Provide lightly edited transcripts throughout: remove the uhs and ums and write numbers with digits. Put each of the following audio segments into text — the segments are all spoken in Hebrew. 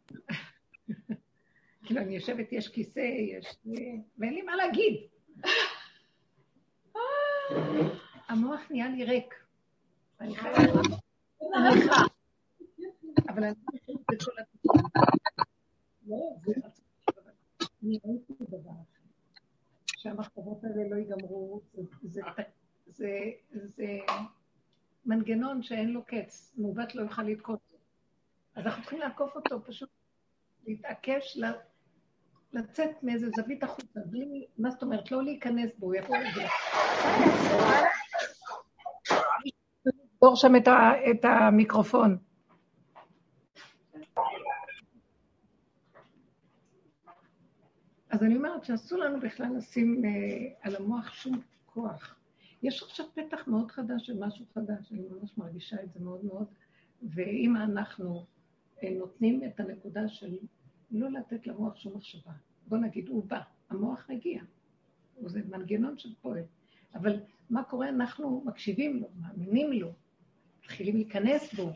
כאילו אני יושבת, יש כיסא, ואין לי מה להגיד. המוח נהיה לי ריק. אני חייבת אבל אני חושבת בכל התקופה. לא, אני ראיתי דבר אחר. שהמחשבות האלה לא ייגמרו, זה מנגנון שאין לו קץ, מעוות לא יוכל לתקוף. אז אנחנו צריכים לעקוף אותו, פשוט להתעקש, לצאת מאיזה זווית החוצה, בלי, מה זאת אומרת, לא להיכנס בו, יכול להגיד. תור שם את המיקרופון. אז אני אומרת שאסור לנו בכלל לשים על המוח שום כוח. יש עכשיו פתח מאוד חדש של משהו חדש, אני ממש מרגישה את זה מאוד מאוד, ואם אנחנו נותנים את הנקודה של לא לתת למוח שום מחשבה, בוא נגיד, הוא בא, המוח מגיע, זה מנגנון של פועל, אבל מה קורה? אנחנו מקשיבים לו, מאמינים לו, מתחילים להיכנס בו,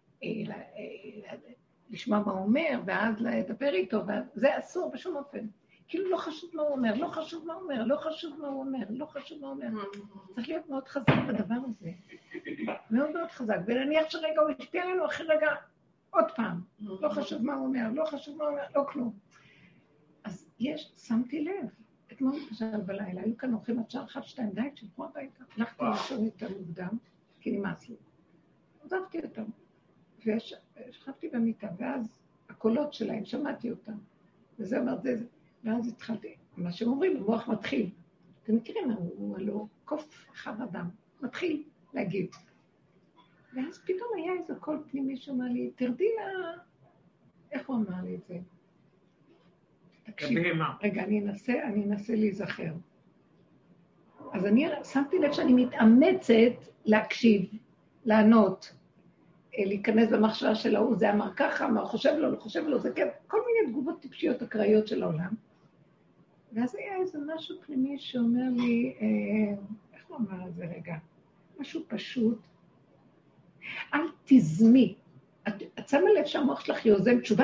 לשמוע מה הוא אומר, ואז לדבר איתו, זה אסור בשום אופן. כאילו לא חשוב מה הוא אומר, לא חשוב מה הוא אומר, לא חשוב מה הוא אומר, לא חשוב מה הוא אומר. צריך להיות מאוד חזק בדבר הזה. מאוד מאוד חזק. ונניח שרגע הוא השפיע לנו, אחרי רגע עוד פעם. לא חשוב מה הוא אומר, לא חשוב מה הוא אומר, לא כלום. אז שמתי לב. אתמול למשל בלילה, היו כאן אורחים עד שעה 1-2, די, תשלחו הביתה. הלכתי לישון יותר מוקדם, כי נמאס לי. עזבתי אותם. ושכבתי במיטה, ואז הקולות שלהם, שמעתי אותם. וזה אומר, זה. ואז התחלתי, מה שהם אומרים, המוח מתחיל. אתם מכירים, הוא הלא קוף חב אדם, מתחיל להגיד. ואז פתאום היה איזה קול פנימי שאומר לי, תרדי לה... איך הוא אמר לי את זה? תקשיב, רגע, אני אנסה להיזכר. אז אני שמתי לב שאני מתאמצת להקשיב, לענות, להיכנס במחשבה של ההוא, זה אמר ככה, מה חושב לו, לא חושב לו, זה כן, כל מיני תגובות טיפשיות אקראיות של העולם. ואז היה איזה משהו פנימי שאומר לי, איך הוא אמר את זה רגע? משהו פשוט, אל תזמי. את שמה לב שהמוח שלך יוזם תשובה?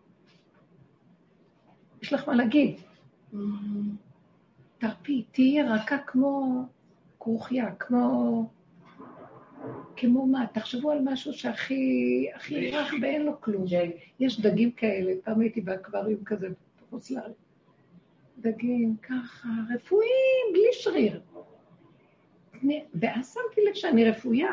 יש לך מה להגיד. תרפי, תהיה רכה כמו כרוכיה, כמו מה, תחשבו על משהו שהכי רך ואין לו כלום. יש דגים כאלה, פעם הייתי באקווריום כזה, בחוץ לארץ. דגים ככה, רפואיים, בלי שריר. ואז שמתי לב שאני רפויה,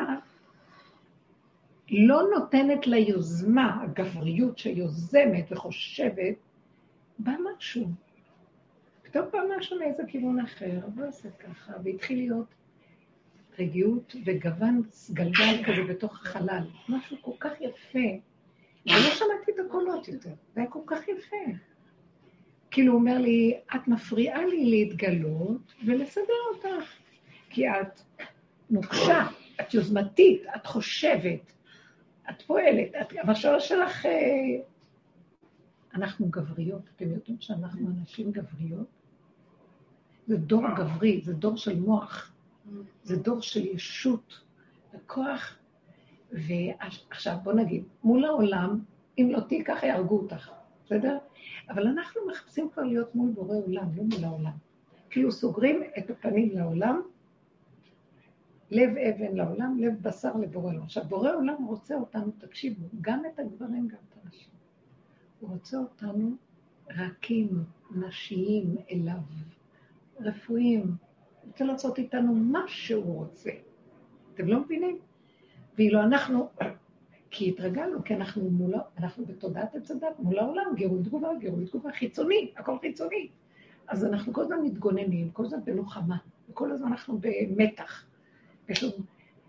לא נותנת ליוזמה, הגבריות שיוזמת וחושבת, בא משהו. פתאום בא משהו מאיזה כיוון אחר, ועושה ככה, והתחיל להיות רגיעות וגוון גלגל כזה בתוך החלל. משהו כל כך יפה. ולא שמעתי את הקולות יותר, זה היה כל כך יפה. כאילו הוא אומר לי, את מפריעה לי להתגלות ולסדר אותך. כי את נוקשה, את יוזמתית, את חושבת, את פועלת. המשל שלך, אנחנו גבריות, אתם יודעים שאנחנו אנשים גבריות? זה דור גברי, זה דור של מוח, זה דור של ישות, וכוח. ועכשיו בוא נגיד, מול העולם, אם לא תהי ככה יהרגו אותך, בסדר? אבל אנחנו מחפשים כבר להיות מול בורא עולם, לא מול העולם. כאילו סוגרים את הפנים לעולם, לב אבן לעולם, לב בשר לבורא עולם. עכשיו, בורא עולם רוצה אותנו, תקשיבו, גם את הגברים, גם את הנשים. הוא רוצה אותנו רכים, נשיים אליו, רפואיים. הוא רוצה לעשות איתנו מה שהוא רוצה. אתם לא מבינים? ואילו אנחנו, כי התרגלנו, כי אנחנו בתודעת הצדת, מול העולם, גירוי תגובה, חיצוני, הכל חיצוני. אז אנחנו כל הזמן מתגוננים, כל הזמן בלוחמה, וכל הזמן אנחנו במתח. יש לנו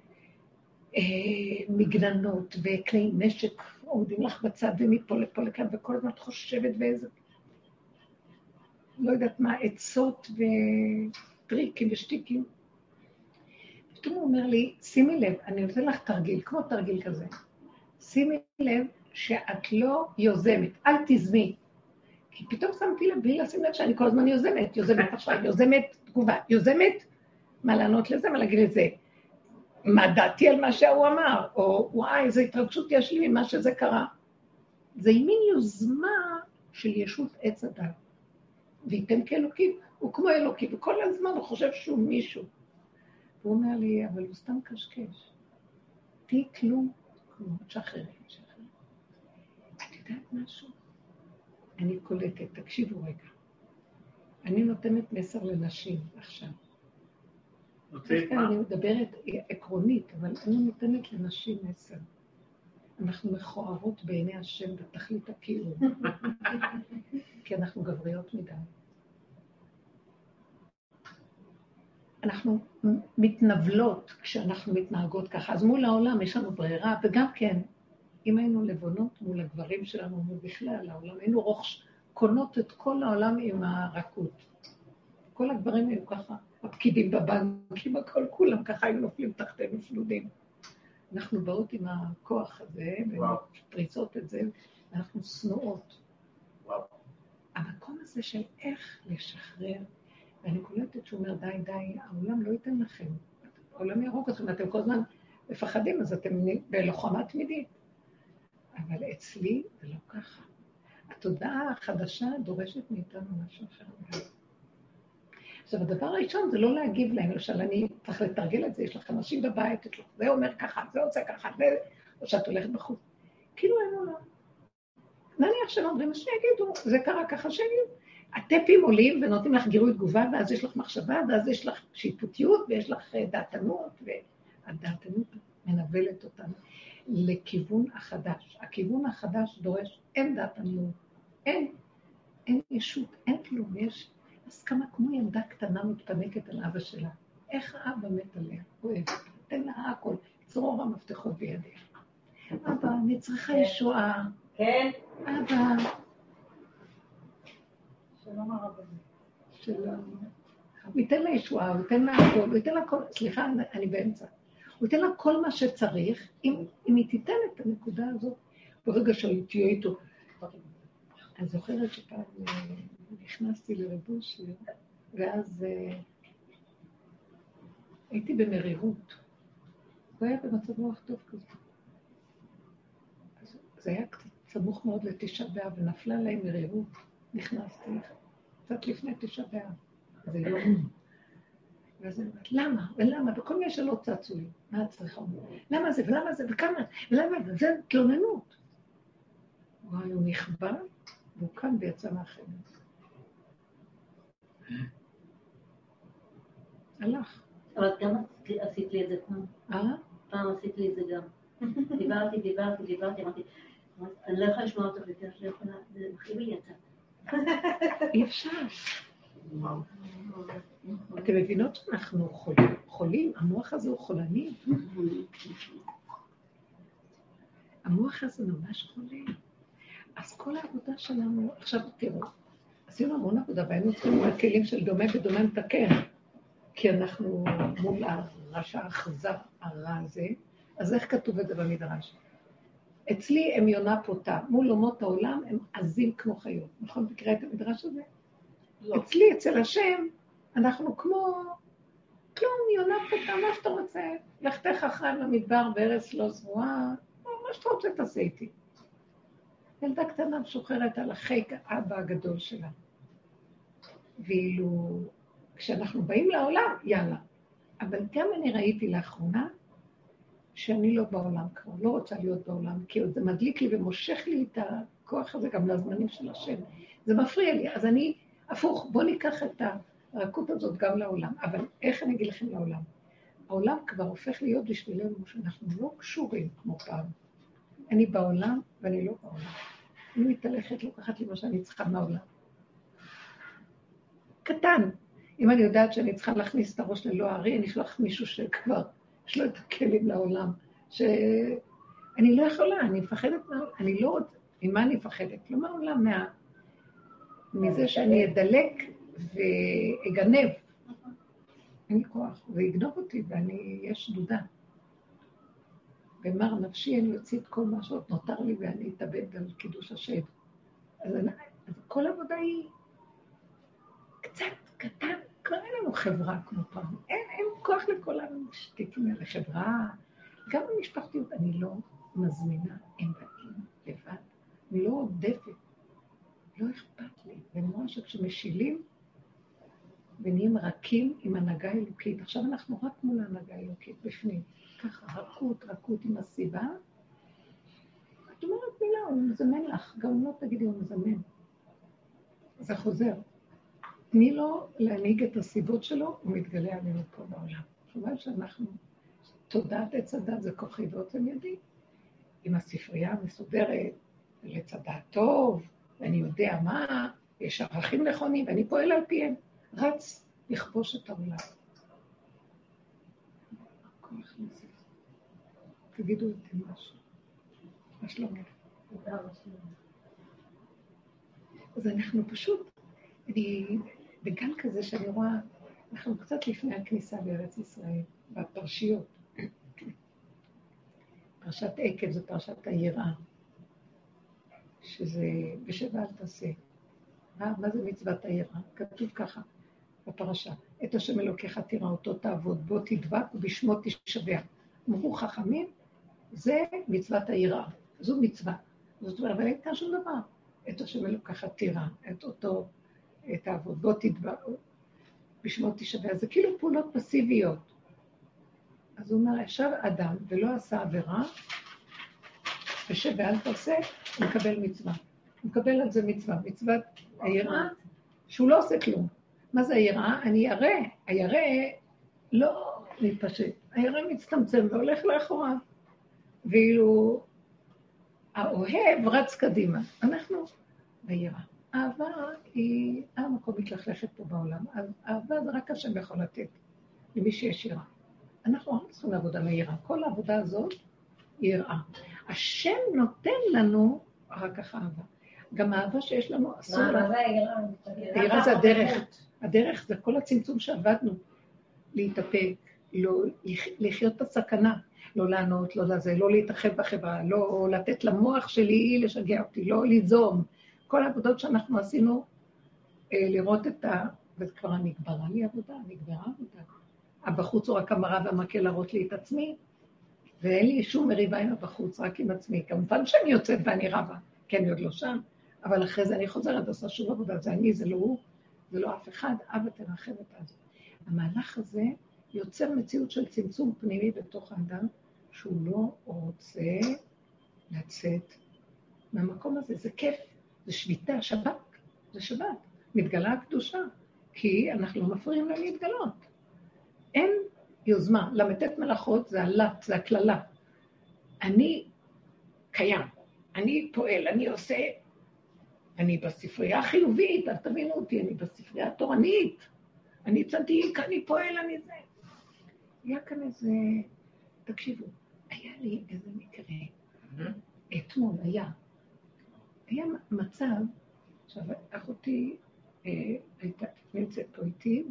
מגננות וכלי נשק עומדים לך בצד ומפה לפה לכאן, וכל הזמן את חושבת ואיזה, לא יודעת מה, עצות וטריקים ושטיקים. פתאום הוא אומר לי, שימי לב, אני נותן לך תרגיל, כמו תרגיל כזה. שימי לב שאת לא יוזמת, אל תזמי. כי פתאום שמתי לב, בלי לשים לב שאני כל הזמן יוזמת עכשיו, יוזמת תגובה, יוזמת מה לענות לזה, מה להגיד לזה. מה דעתי על מה שהוא אמר, או וואי, איזו התרגשות יש לי ממה שזה קרה. זה מין יוזמה של ישות עץ הדת. וייתן כאלוקים, הוא כמו אלוקים, וכל הזמן הוא חושב שהוא מישהו. והוא אומר לי, אבל הוא סתם קשקש. תהי כלום, תשחררי. את יודעת משהו? אני קולטת, תקשיבו רגע. אני נותנת מסר לנשים עכשיו. אני מדברת עקרונית, אבל אני נותנת לנשים מסר. אנחנו מכוערות בעיני השם בתכלית הקיום. כי אנחנו גבריות מדי. אנחנו מתנבלות כשאנחנו מתנהגות ככה. אז מול העולם יש לנו ברירה, וגם כן, אם היינו לבונות מול הגברים שלנו, מול בכלל העולם, היינו קונות את כל העולם עם הרכות. כל הגברים היו ככה, הפקידים בבנקים, הכל, כולם ככה היו נופלים תחתינו פלודים. אנחנו באות עם הכוח הזה, ופריצות את זה, ואנחנו שנואות. המקום הזה של איך לשחרר, ואני קולטת שהוא אומר, די, העולם לא ייתן לכם. העולם ירוג אתכם, אתם כל הזמן מפחדים, אז אתם בלוחמה תמידית. אבל אצלי זה לא ככה. התודעה החדשה דורשת מאיתנו משהו אחר. עכשיו, הדבר הראשון זה לא להגיב להם, למשל, אני צריך לתרגל את זה, יש לך אנשים בבית, זה אומר ככה, זה עושה ככה, או שאת הולכת בחוץ. כאילו אין עולם. נניח שהם אומרים, שיגידו, זה קרה ככה שיגידו. הטפים עולים ונותנים לך גירוי תגובה, ואז יש לך מחשבה, ואז יש לך שיפוטיות, ויש לך דעתנות, והדעתנות מנבלת אותנו לכיוון החדש. הכיוון החדש דורש, אין דעתנות, אין ישות, אין כלום, יש הסכמה כמו ילדה קטנה מתפנקת על אבא שלה. איך האבא מת עליה? אוהב, תן לה הכל, צרור המפתחות בידיה. אבא, אני צריכה ישועה. כן. אבא. שלום הרב. שלום. הוא ייתן לה ישועה, הוא ייתן לה הכל, הוא ייתן לה כל, סליחה, אני באמצע. הוא ייתן לה כל מה שצריך, אם היא תיתן את הנקודה הזאת, ברגע שהיא תהיה איתו. אני זוכרת שפעם נכנסתי לרבוש, ואז הייתי במרירות. הוא היה במצב רוח טוב כזה. זה היה קצת סמוך מאוד לתשעה באב, ונפלה עליי מרירות. נכנסתי קצת לפני תשעה באב. זה יום. ואז אני אומרת, למה? ולמה? וכל מיני שלא צצו לי. מה את צריכה? למה זה? ולמה זה? וכמה? ולמה? וזה תלוננות. וואי, הוא נכבה, והוא קם ויצא מהחדר. הלך. אבל גם עשית לי את זה פעם. פעם עשית לי את זה גם. דיברתי, אמרתי, אני לא יכולה לשמוע אותך יותר, לא יכולה, זה מכאיב לי יצא. אי אפשר. אתם מבינות שאנחנו חולים? המוח הזה הוא חולני. המוח הזה ממש חולה. אז כל העבודה שלנו, עכשיו תראו, עשינו המון עבודה, והיינו צריכים לכלים של דומה ודומה מתקן, כי אנחנו מול הרשע האכזר הרע הזה, אז איך כתוב את זה במדרש? אצלי הם יונה פותה, מול אומות העולם הם עזים כמו חיות. נכון? תקרא את המדרש הזה? לא. אצלי, אצל השם, אנחנו כמו, כלום, יונה פותה, מה שאתה רוצה, לכתך אחרי במדבר בארץ לא זרועה, מה שאתה רוצה תעשה איתי. ילדה קטנה משוחררת על החיק האבא הגדול שלה. ואילו, כשאנחנו באים לעולם, יאללה. אבל גם אני ראיתי לאחרונה, שאני לא בעולם כבר, לא רוצה להיות בעולם, כי זה מדליק לי ומושך לי את הכוח הזה גם לזמנים של השם. זה מפריע לי, אז אני, הפוך, בוא ניקח את הרכות הזאת גם לעולם. אבל איך אני אגיד לכם לעולם? העולם כבר הופך להיות בשבילנו שאנחנו לא קשורים כמו פעם. אני בעולם ואני לא בעולם. אני מתהלכת, לוקחת לי מה שאני צריכה מהעולם. קטן. אם אני יודעת שאני צריכה להכניס את הראש ללא הארי, אני אשלח מישהו שכבר יש לו את הכלים לעולם, שאני לא יכולה, אני מפחדת, אני לא רוצה, ממה אני מפחדת? לא מהעולם, מזה שאני אדלק ואגנב. אין לי כוח, ויגנוב אותי, ואני, יש דודה. במר נפשי אני אוציא את כל מה שעוד נותר לי, ואני אתאבד על קידוש השם. אז כל העבודה היא קצת קטן, כבר אין לנו חברה כמו פעם. אין כוח לכל המשתיקים האלה, חברה. גם במשפחתיות אני לא מזמינה, הם באים לבד, אני לא דפק, לא אכפת לי. ואני רואה שכשמשילים ונהיים רכים עם הנהגה אלוקית, עכשיו אנחנו רק מול ההנהגה האלוקית בפנים, ככה רכות עם הסיבה, את אומרת מילה, הוא מזמן לך, גם לא תגידי הוא מזמן. זה חוזר. תני לו להנהיג את הסיבות שלו, הוא מתגלה עלינו פה בעולם. חבל שאנחנו, תודעת עץ הדת זה כוחי ועוצם ידי, עם הספרייה המסודרת, לעץ הדעת טוב, ואני יודע מה, יש ערכים נכונים, ואני פועל על פיהם, רץ לכבוש את העולם. כוח נזיר. תגידו אתם משהו. מה שלומך? אז אנחנו פשוט, בגן כזה שאני רואה, אנחנו קצת לפני הכניסה בארץ ישראל, בפרשיות. פרשת עקב זה פרשת היראה, שזה בשבע אל תעשה. מה זה מצוות היראה? כתוב ככה בפרשה, את השם אלוקיך תראה אותו תעבוד, בו תדבק ובשמו תשבע. אמרו חכמים, זה מצוות היראה, זו מצווה. זאת אומרת, אבל אין כאן שום דבר. את השם אלוקיך תראה, את אותו תעבוד, בו תדבק, בשמו תשבע. זה כאילו פעולות פסיביות. אז הוא אומר, ישב אדם ולא עשה עבירה, ושבע אל תעשה, הוא מקבל מצווה. הוא מקבל על זה מצווה, מצוות היראה, שהוא לא עושה כלום. מה זה היראה? אני ירא, הירא לא מתפשט, הירא מצטמצם והולך לאחוריו, ואילו האוהב רץ קדימה. אנחנו ביראה. אהבה היא המקום מתלכלכת פה בעולם, אז אהבה זה רק השם יכול לתת למי שיש יראה. אנחנו לא צריכים לעבוד על היראה, כל העבודה הזאת היא יראה. השם נותן לנו רק כך אהבה. גם האהבה שיש לנו אסור לה. מה זה היראה? היראה זה הדרך. הדרך זה כל הצמצום שעבדנו. להתאפק, לא לחיות בסכנה, לא לענות, לא לזה, לא להתאחד בחברה, לא לתת למוח שלי לשגע אותי, לא ליזום. כל העבודות שאנחנו עשינו, לראות את וכבר נגברה לי עבודה, נגברה עבודה. הבחוץ הוא רק המראה והמקל להראות לי את עצמי, ואין לי שום מריבה עם הבחוץ, רק עם עצמי. כמובן שאני יוצאת ואני רבה, כי אני עוד לא שם, אבל אחרי זה אני חוזרת, עושה שוב עבודה, זה אני, זה לא הוא, זה לא אף אחד, אבא תרחב את זה. המהלך הזה יוצר מציאות של צמצום פנימי בתוך האדם, שהוא לא רוצה לצאת מהמקום הזה. זה כיף, זה שביתה, שבת, זה שבת, מתגלה הקדושה, כי אנחנו לא מפריעים לה להתגלות. אין יוזמה, למתת מלאכות זה הלט, זה הכללה. אני קיים, אני פועל, אני עושה, אני בספרייה החיובית, אז תבינו אותי, אני בספרייה התורנית, אני צדיק, אני פועל, אני זה. היה כאן איזה, תקשיבו, היה לי איזה מקרה, אתמול היה מצב, עכשיו אחותי הייתה נמצאת פה איתי,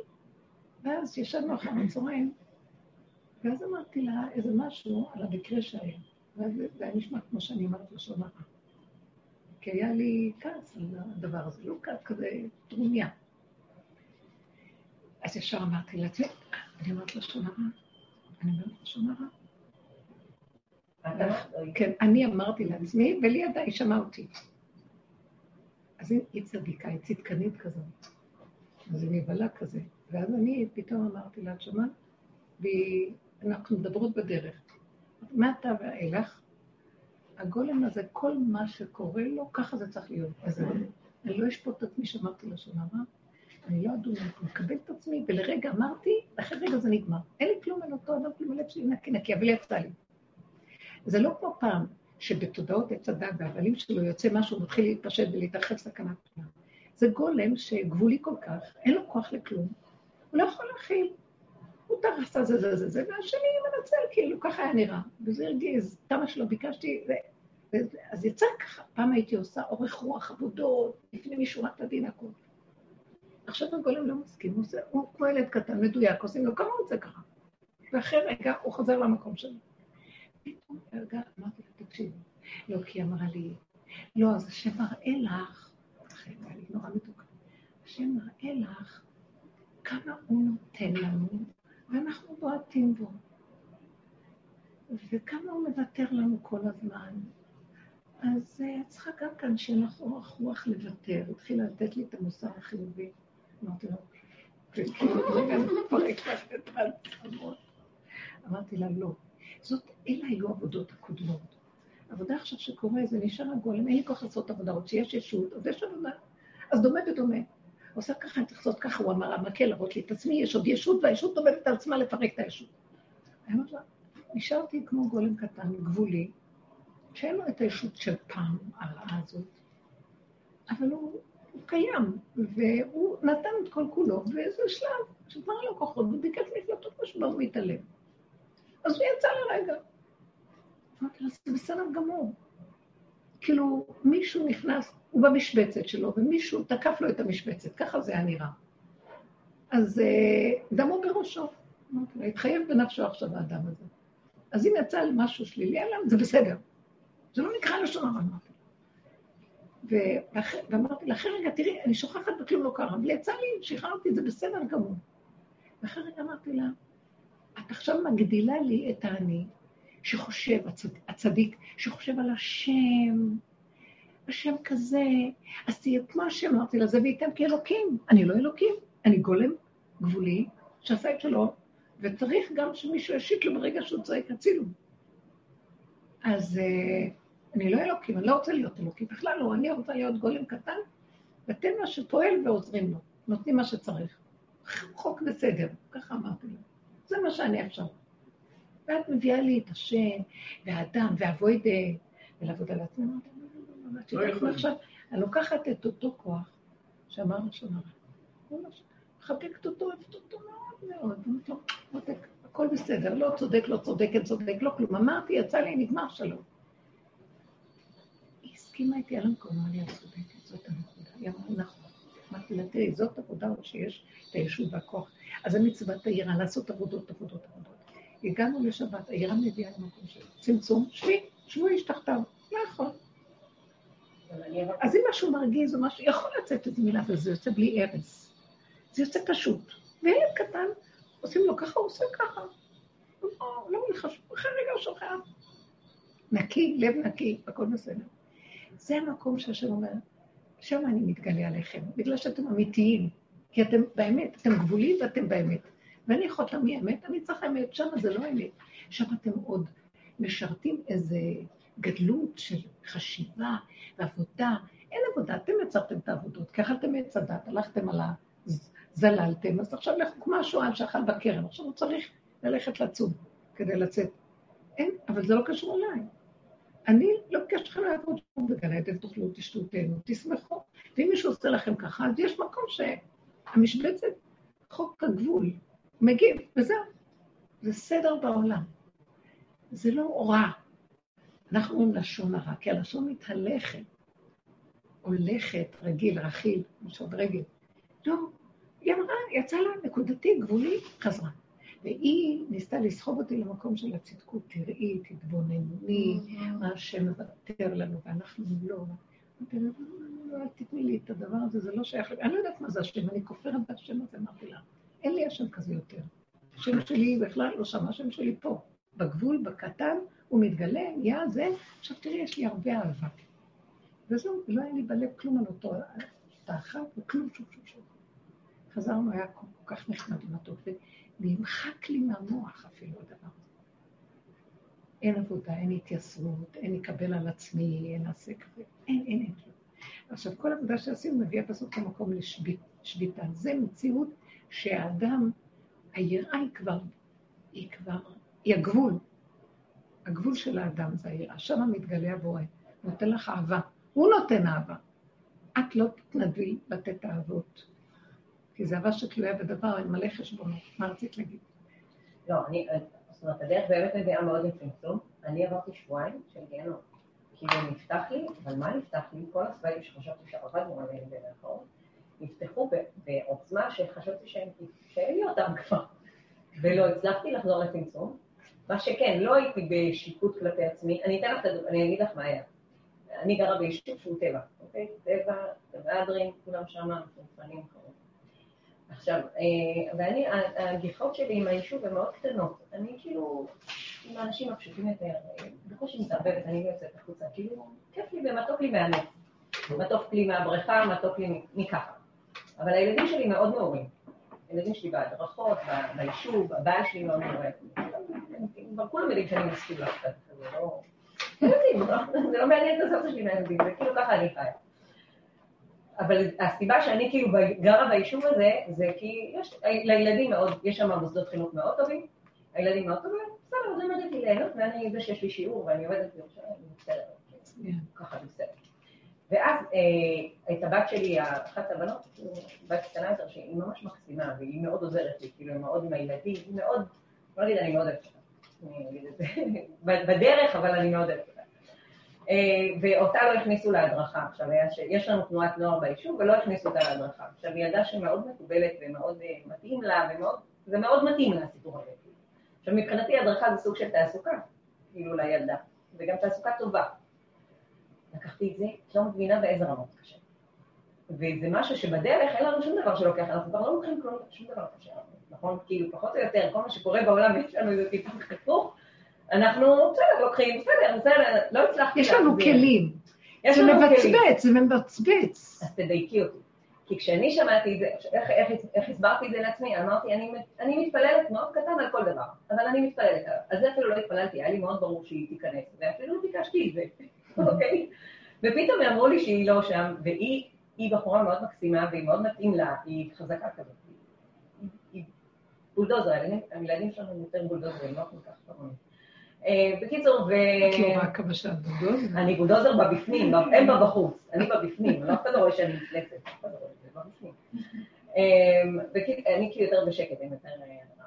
ואז ישבנו אחר הצהריים, ואז אמרתי לה איזה משהו על המקרה שהיה, ואז זה היה נשמע כמו שאני אמרת לשון הרע. כי היה לי כעס על הדבר הזה, לא כעס כזה טרוניה. אז ישר אמרתי לעצמי, אני אומרת לשון הרע, אני אומרת לשון הרע. כן, אני אמרתי לעצמי, ולידה היא שמעה אותי. אז היא צדיקה, היא צדקנית כזאת. אז היא נבלה כזה. ואז אני פתאום אמרתי לה, שמה? ואנחנו מדברות בדרך. מעתה ואילך, הגולם הזה, כל מה שקורה לו, ככה זה צריך להיות. אז אני לא אשפוט את עצמי שאמרתי לשון הרע, אני לא אדון, אני מקבל את עצמי, ולרגע אמרתי, ואחרי רגע זה נגמר. אין לי כלום על אותו אדם, כלום הלב שלי נקי, אבל יצא לי. זה לא כמו פעם, שבתודעות עץ הדת והבלים שלו יוצא משהו, מתחיל להתפשט ולהתרחב סכנת פניו. זה גולם שגבולי כל כך, אין לו כוח לכלום, הוא לא יכול להכיל. הוא תרס את זה, והשני מנצל, כאילו, ככה היה נראה. וזה הרגיז, תמה שלא ביקשתי, אז יצא ככה. פעם הייתי עושה אורך רוח, עבודות, לפני משורת הדין הכל. עכשיו הגולם לא מסכים, הוא כמו ילד קטן, מדויק, עושים לו כמה רוצה ככה. ואחרי רגע הוא חוזר למקום שלו. פתאום הרגע אמרתי לה, תקשיבי. לא, כי אמרה לי, לא, אז השם מראה לך, אחרי זה לי נורא מתוקה, השם מראה לך כמה הוא נותן לנו, ואנחנו בועטים בו. וכמה הוא מוותר לנו כל הזמן. אז צריכה גם כאן שיהיה לך אורך רוח לוותר. התחילה לתת לי את המוסר החיובי. אמרתי לו, וכאילו, רגע, אני מפרק לך את העצמות. אמרתי לה, לא. אלה היו עבודות הקודמות. עבודה עכשיו שקורה, זה נשאר הגולם, אין לי כוח לעשות עבודה, עוד שיש ישות, אז יש עבודה. אז דומה ודומה. עושה ככה, אני צריך לעשות ככה, הוא אמר, המקל להראות לי את עצמי, יש עוד ישות, והישות עובדת על עצמה לפרק את הישות. אני אומרת לה, נשארתי כמו גולם קטן, גבולי, שאין לו את הישות של פעם, הרעה הזאת, אבל הוא קיים, והוא נתן את כל כולו, וזה שלב שכבר לא כוחות, וביקש מפלטות משהו, הוא מתעלם. אז הוא יצא לרגע. אמרתי לה, זה בסדר גמור. כאילו, מישהו נכנס, הוא במשבצת שלו, ומישהו תקף לו את המשבצת, ככה זה היה נראה. אז דמו בראשו. אמרתי לה, התחייב בנפשו עכשיו האדם הזה. אז אם יצא על משהו שלילי עליו, זה בסדר. זה לא נקרא לשון הרע, אמרתי. ואמרתי לה, אחרי רגע, תראי, אני שוכחת וכלום לא קרה, אבל יצא לי, שחררתי, זה בסדר גמור. ואחרי רגע אמרתי לה, את עכשיו מגדילה לי את האני, שחושב, הצדיק, שחושב על השם, השם כזה, אז תהיה כמו השם, אמרתי לה, זה וייתם כאלוקים, אני לא אלוקים, אני גולם גבולי, שעשה את שלו, וצריך גם שמישהו ישיט לו ברגע שהוא צועק הצילו. אז אני לא אלוקים, אני לא רוצה להיות אלוקים, בכלל לא, אני רוצה להיות גולם קטן, ותן מה שפועל ועוזרים לו, נותנים מה שצריך. חוק וסדר, ככה אמרתי לו. זה מה שאני אפשר. ואת מביאה לי את השם, והאדם, והאבוידה, ולעבוד על עצמי. אני לוקחת את אותו כוח, שאמר לשון הרע. מחבקת אותו, אוהבת אותו מאוד מאוד. הכל בסדר, לא צודק, לא צודק, אין צודק, לא כלום. אמרתי, יצא לי, נגמר שלום. היא הסכימה איתי על המקום, אני הצודקת, זאת הנקודה. היא אמרה, נכון. אמרתי לה, תראי, זאת עבודה שיש את הישות והכוח. אז המצוות העירה, לעשות עבודות. הגענו לשבת, העירה מביאה למקום של צמצום, שבוי השתחתיו, לא יכול. אז אם משהו מרגיז או משהו, יכול לצאת איזה מילה, אבל זה יוצא בלי ארץ. זה יוצא פשוט. וילד קטן, עושים לו ככה, הוא עושה ככה. לא חשוב, אחרי רגע הוא שוכח. נקי, לב נקי, הכל בסדר. זה המקום שהשם אומר, שם אני מתגלה עליכם, בגלל שאתם אמיתיים, כי אתם באמת, אתם גבולים ואתם באמת. ואני חותם מאמת, אני צריך אמת, שם זה לא אמת. שם אתם עוד משרתים איזה גדלות של חשיבה ועבודה. אין עבודה, אתם יצרתם את העבודות, ככה אתם מצדת, הלכתם על זללתם, אז עכשיו לכו כמו השואל שאכל בקרן, עכשיו הוא צריך ללכת לצום כדי לצאת. אין, אבל זה לא קשור אליי. אני לא ביקש לכם לעבוד בגן עדן, תאכלו, תשתו, תהנו, תשמחו. ואם מישהו עושה לכם ככה, אז יש מקום שהמשבצת חוק הגבול. מגיב, וזהו. זה סדר בעולם. זה לא הוראה. אנחנו אומרים לשון הרע, כי הלשון מתהלכת. הולכת, רגיל, רכיל, משוד רגל. לא, היא אמרה, יצא לה נקודתי, גבולי, חזרה. והיא ניסתה לסחוב אותי למקום של הצדקות, תראי, תתבונני, מה השם מבטר לנו, ואנחנו לא. לא, אל תתני לי את הדבר הזה, זה לא שייך. אני לא יודעת מה זה השם, אני כופרת בהשם הזה, אמרתי לה. אין לי השם כזה יותר. השם שלי בכלל לא שם, השם שלי פה. בגבול, בקטן, הוא מתגלה, נהיה זה. עכשיו תראי, יש לי הרבה אהבה. וזהו, לא היה לי בלב כלום על אותו תאחת, וכלום שוב. חזרנו, היה כל כך נחמד ומתוק, ונמחק לי מהמוח אפילו הדבר הזה. אין עבודה, אין התייסרות, אין לקבל על עצמי, אין עשה כזה, אין. עכשיו, כל עבודה שעשינו מביאה בסוף למקום לשביתה. זה מציאות שהאדם, היראה היא הגבול. הגבול של האדם זה היראה. שם מתגלה הבורא. נותן לך אהבה. הוא נותן אהבה. את לא תתנדבי לתת אהבות. כי זה אהבה שתלויה בדבר, עם מלא חשבונות. מה רצית להגיד? לא, זאת אומרת, הדרך באמת מביאה מאוד לצמצום. אני עברתי שבועיים של גיהנום. כאילו נפתח לי, אבל מה נפתח לי? כל הצבעים שחשבתי שעבדנו עליהם באחרון, נפתחו בעוצמה שחשבתי שאין לי אותם כבר. ולא הצלחתי לחזור לצמצום. מה שכן, לא הייתי בשיקות כלפי עצמי. אני אגיד לך מה היה. אני גרה ביישוב שהוא טבע, אוקיי? טבע אדרים, כולם שם, מפנים אחרות. עכשיו, הגיחות שלי עם היישוב הן מאוד קטנות. אני כאילו עם האנשים הפשוטים יותר, בקושי מתערבבת, אני לא יוצאת החוצה, כאילו, כיף לי ומתוק לי מהנץ. מתוק לי מהבריכה, מתוק לי מככה. אבל הילדים שלי מאוד מעורים. הילדים שלי בהדרכות, ביישוב, הבעל שלי מאוד מעורב. כולם יודעים שאני מסכים לך קצת, זה לא מעניין את הסבתא שלי מהילדים, זה כאילו ככה אני חיה. אבל הסיבה שאני כאילו גרה ביישוב הזה, זה כי לילדים מאוד, יש שם מוסדות חינוך מאוד טובים, הילדים מאוד טובים, בסדר, אז אני עמדתי ליהנות, ואני זה שיש לי שיעור, ואני עובדת בירושלים, בסדר, ככה בסדר. ואז את הבת שלי, אחת הבנות, בת קטנה יותר, שהיא ממש מקסימה, והיא מאוד עוזרת לי, כאילו, היא מאוד עם הילדים, היא מאוד, לא נגיד, אני מאוד אוהבת אותה. אני אגיד את זה בדרך, אבל אני מאוד אוהבת אותה. ואותה לא הכניסו להדרכה. עכשיו, יש לנו תנועת נוער ביישוב, ולא הכניסו אותה להדרכה. עכשיו, היא ילדה שמאוד מקובלת ומאוד מתאים לה, זה מאוד מתאים לה, הסיפור הזה. עכשיו, מבחינתי, הדרכה זה סוג של תעסוקה, כאילו, לילדה, וגם תעסוקה טובה. לקחתי את זה, את לא מבינה באיזה רמות קשה. וזה משהו שבדרך אין לנו שום דבר שלוקח, אנחנו כבר לא לוקחים שום דבר קשה. נכון? כאילו, פחות או יותר, כל מה שקורה בעולם, יש לנו איזה טיפול חפוך, אנחנו, בסדר, לוקחים, בסדר, לא הצלחתי. יש לנו כלים. זה מבצבץ, זה מבצבץ. אז תדייקי אותי. כי כשאני שמעתי את זה, איך הסברתי את זה לעצמי, אמרתי, אני מתפללת מאוד קטן על כל דבר, אבל אני מתפללת עליו. אז זה אפילו לא התפללתי, היה לי מאוד ברור שהיא תיכנס, ואפילו לא ביקשתי את זה. אוקיי? ופתאום אמרו לי שהיא לא שם, והיא בחורה מאוד מקסימה, והיא מאוד מתאים לה, היא חזקה כזאת. היא בולדוזר, הילדים שלנו יותר בולדוזרים, לא כל כך טובים. בקיצור, את לא רק כמה שאת בולדוזר? אני בולדוזר בבפנים, הם בבחוץ, אני בבפנים, לא אף אחד לא רואה שאני מפלצת, אף אחד לא רואה שזה בבפנים. אני כאילו יותר בשקט, אני יותר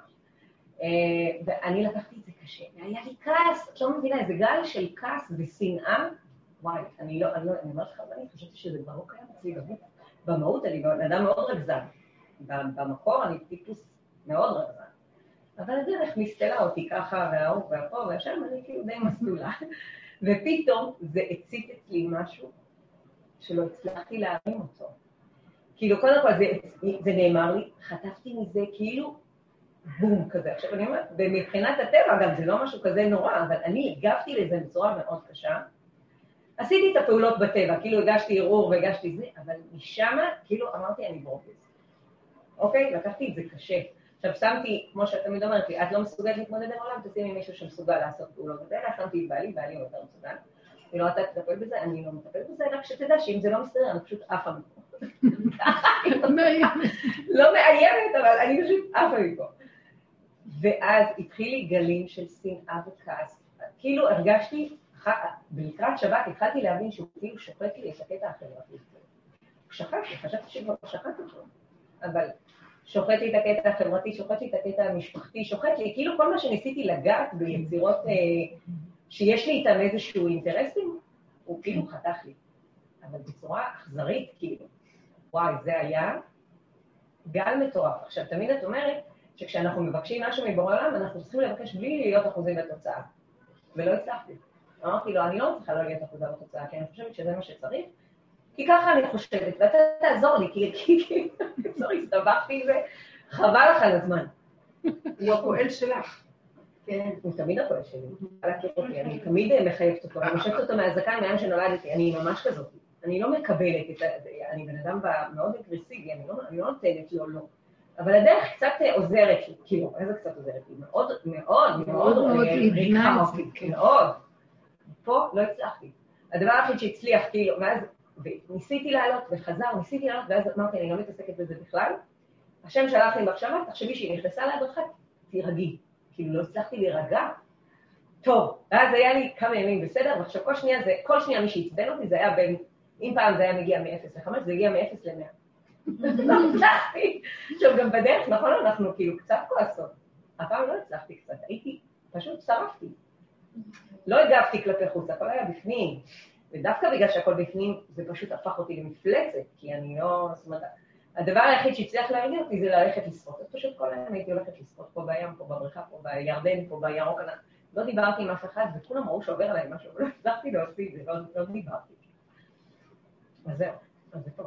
ואני לקחתי את זה קשה, והיה לי כעס, את לא מבינה, איזה גל של כעס ושנאה, וואי, אני אומרת לך, אני חושבתי שזה כבר לא קיים אצלי בגוף. במהות אני אדם מאוד רגזן. במקור אני טיפוס מאוד רגזן. אבל הדרך מסתלה אותי ככה, והאור והפה, והשם אני כאילו די מסלולה. ופתאום זה הצית אצלי משהו שלא הצלחתי להרים אותו. כאילו, קודם כל זה נאמר לי, חטפתי מזה כאילו בום כזה. עכשיו אני אומרת, ומבחינת הטבע גם זה לא משהו כזה נורא, אבל אני הגבתי לזה בצורה מאוד קשה. עשיתי את הפעולות בטבע, כאילו הגשתי ערעור והגשתי זה, אבל משם כאילו אמרתי אני ברופס. אוקיי? לקחתי את זה קשה. עכשיו שמתי, כמו שאת תמיד אומרת לי, את לא מסוגלת להתמודד עם העולם, תשימי מישהו שמסוגל לעשות פעולות בטבע, שמתי את בעלי הוא יותר מסוגל. אני לא רוצה לטפל בזה, אני לא מטפל בזה, רק שתדע שאם זה לא מסתדר, אני פשוט עפה מפה. לא מאיימת, אבל אני פשוט עפה מפה. ואז התחיל לי גלים של שנאה וכעס. כאילו הרגשתי, ולקראת שבת התחלתי להבין שהוא כאילו שוחק לי את הקטע החברתי. שחקתי, חשבתי שכבר שחקתי אותו. אבל שוחקתי את הקטע החברתי, שוחקתי את הקטע המשפחתי, שוחקתי, כאילו כל מה שניסיתי לגעת ביצירות שיש לי איתם איזשהו אינטרסים, הוא כאילו חתך לי. אבל בצורה אכזרית, כאילו, וואי, זה היה גל מטורף. עכשיו, תמיד את אומרת שכשאנחנו מבקשים משהו מבורא עולם, אנחנו צריכים לבקש בלי להיות אחוזים בתוצאה. ולא הצלחתי. אמרתי לו, אני לא צריכה לא להיות אחוזה בתוצאה, כי אני חושבת שזה מה שצריך, כי ככה אני חושבת, ואתה תעזור לי, כי הסתבכתי זה, חבל לך על הזמן. הוא הפועל שלך. כן, הוא תמיד הפועל שלי, אני תמיד מחייבת אותו, אני חושבת אותו מהזקן מהיום שנולדתי, אני ממש כזאת, אני לא מקבלת את זה, אני בן אדם מאוד אגרסיבי, אני לא נותנת לו, לא. אבל הדרך קצת עוזרת לי, כאילו, איזה קצת עוזרת לי, מאוד מאוד מאוד ריחה אותי, מאוד. פה לא הצלחתי. הדבר הכי שהצליח, כאילו, ואז ניסיתי לעלות וחזר, ואז אמרתי, אני לא מתעסקת בזה בכלל. השם שלח לי מחשבה, תחשבי שהיא נכנסה להדרכה, תירגעי. כאילו, לא הצלחתי להירגע. טוב, ואז היה לי כמה ימים בסדר, ועכשיו כל שנייה מי שהצבן אותי, זה היה בין, אם פעם זה היה מגיע מ-0 ל-5, זה הגיע מ-0 ל-100. לא הצלחתי. עכשיו, גם בדרך, נכון, אנחנו כאילו קצת כועסות. הפעם לא הצלחתי קצת, פשוט שרפתי. לא הגבתי כלפי חוץ, הכל היה בפנים. ודווקא בגלל שהכל בפנים, זה פשוט הפך אותי למפלצת, כי אני לא... זאת אומרת, הדבר היחיד שהצליח להרגיע אותי זה ללכת לשחות. אז פשוט כל היום הייתי הולכת לשחות פה בים, פה בבריכה, פה בירדן, פה בירוק. לא דיברתי עם אף אחד, וכולם ראו שעובר עליי משהו, ולא הצלחתי להוציא את זה, לא דיברתי. אז זהו, אז זה פה.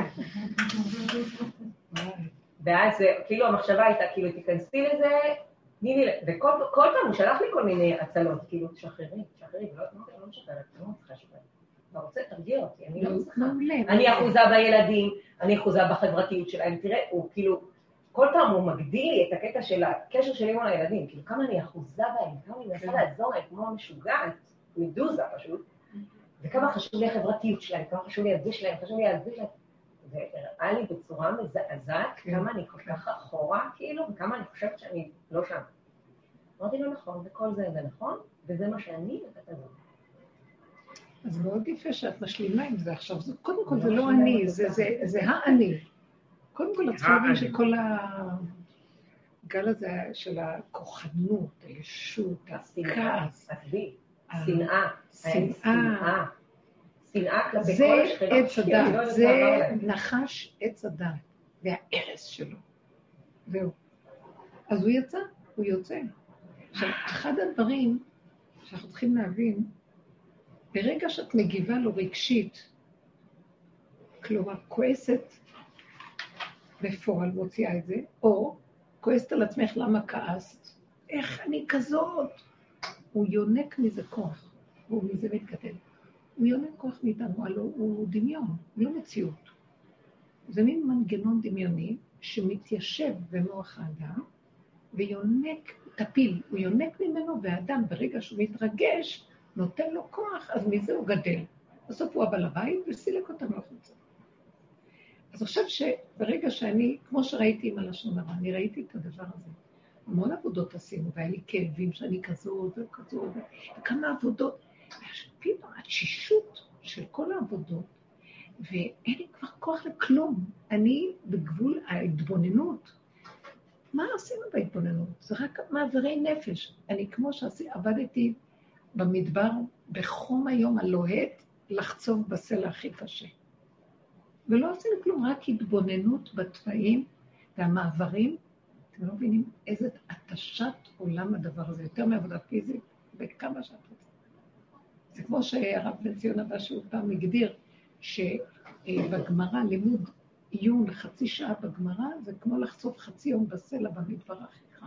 ואז כאילו המחשבה הייתה, כאילו תיכנסי לזה, וכל פעם הוא שלח לי כל מיני הצלות, כאילו, שחררי, לא משחררת, לא מצליחה לשחרר. אתה רוצה, תרגיע אותי, אני לא מצליחה. אני אחוזה בילדים, אני אחוזה בחברתיות שלהם, תראה, הוא כאילו, כל פעם הוא מגדיל לי את הקטע של הקשר שלי עם הילדים, כאילו, כמה אני אחוזה בהם, כמה אני מנסה לעזור להם, כמו משוגעת, מדוזה פשוט, וכמה חשוב לי החברתיות שלהם, כמה חשוב לי להזיז להם, והראה לי בצורה מזעזעת כמה אני כל כך אחורה, כאילו, וכמה אני חושבת שאני לא שם. אמרתי לו נכון, וכל זה נכון, וזה מה שאני נתת לו. אז מאוד יפה שאת משלימה עם זה עכשיו. קודם כל זה לא אני, זה האני. קודם כל את צריכה להבין שכל הגל הזה של הכוחנות, הישות, הכעס, שנאה, כלפי זה כל השכנות. עץ הדת, זה נחש עץ הדת, והערס שלו. זהו. אז הוא יצא, הוא יוצא. עכשיו, אחד הדברים שאנחנו צריכים להבין, ברגע שאת מגיבה לו רגשית, כלומר, כועסת בפועל, מוציאה את זה, או כועסת על עצמך למה כעסת, איך אני כזאת? הוא יונק מזה כוח, והוא מזה מתגדל. הוא יונק כוח מאיתנו, הלוא הוא דמיון, לא מציאות. זה מין מנגנון דמיוני שמתיישב במוח האדם, ויונק, תפיל, הוא יונק ממנו, והאדם ברגע שהוא מתרגש, נותן לו כוח, אז מזה הוא גדל. בסוף הוא הבעל הבית וסילק אותנו החוצה. אז עכשיו שברגע שאני, כמו שראיתי עם הלשון הרע, אני ראיתי את הדבר הזה. המון עבודות עשינו, והיה לי כאבים שאני כזאת וכזאת, וכמה עבודות. פתאום התשישות של כל העבודות, ואין לי כבר כוח לכלום. אני בגבול ההתבוננות. מה עשינו בהתבוננות? זה רק מעברי נפש. אני כמו שעבדתי במדבר, בחום היום הלוהט, לחצוב בסלע הכי קשה. ולא עשינו כלום, רק התבוננות בתוואים והמעברים. אתם לא מבינים איזה התשת עולם הדבר הזה, יותר מעבודה פיזית, בכמה שאת רוצה. זה כמו שהרב בן ציון הבא שהוא פעם הגדיר, שבגמרא, לימוד עיון חצי שעה בגמרא, זה כמו לחצוב חצי יום בסלע במדבר הכי חם.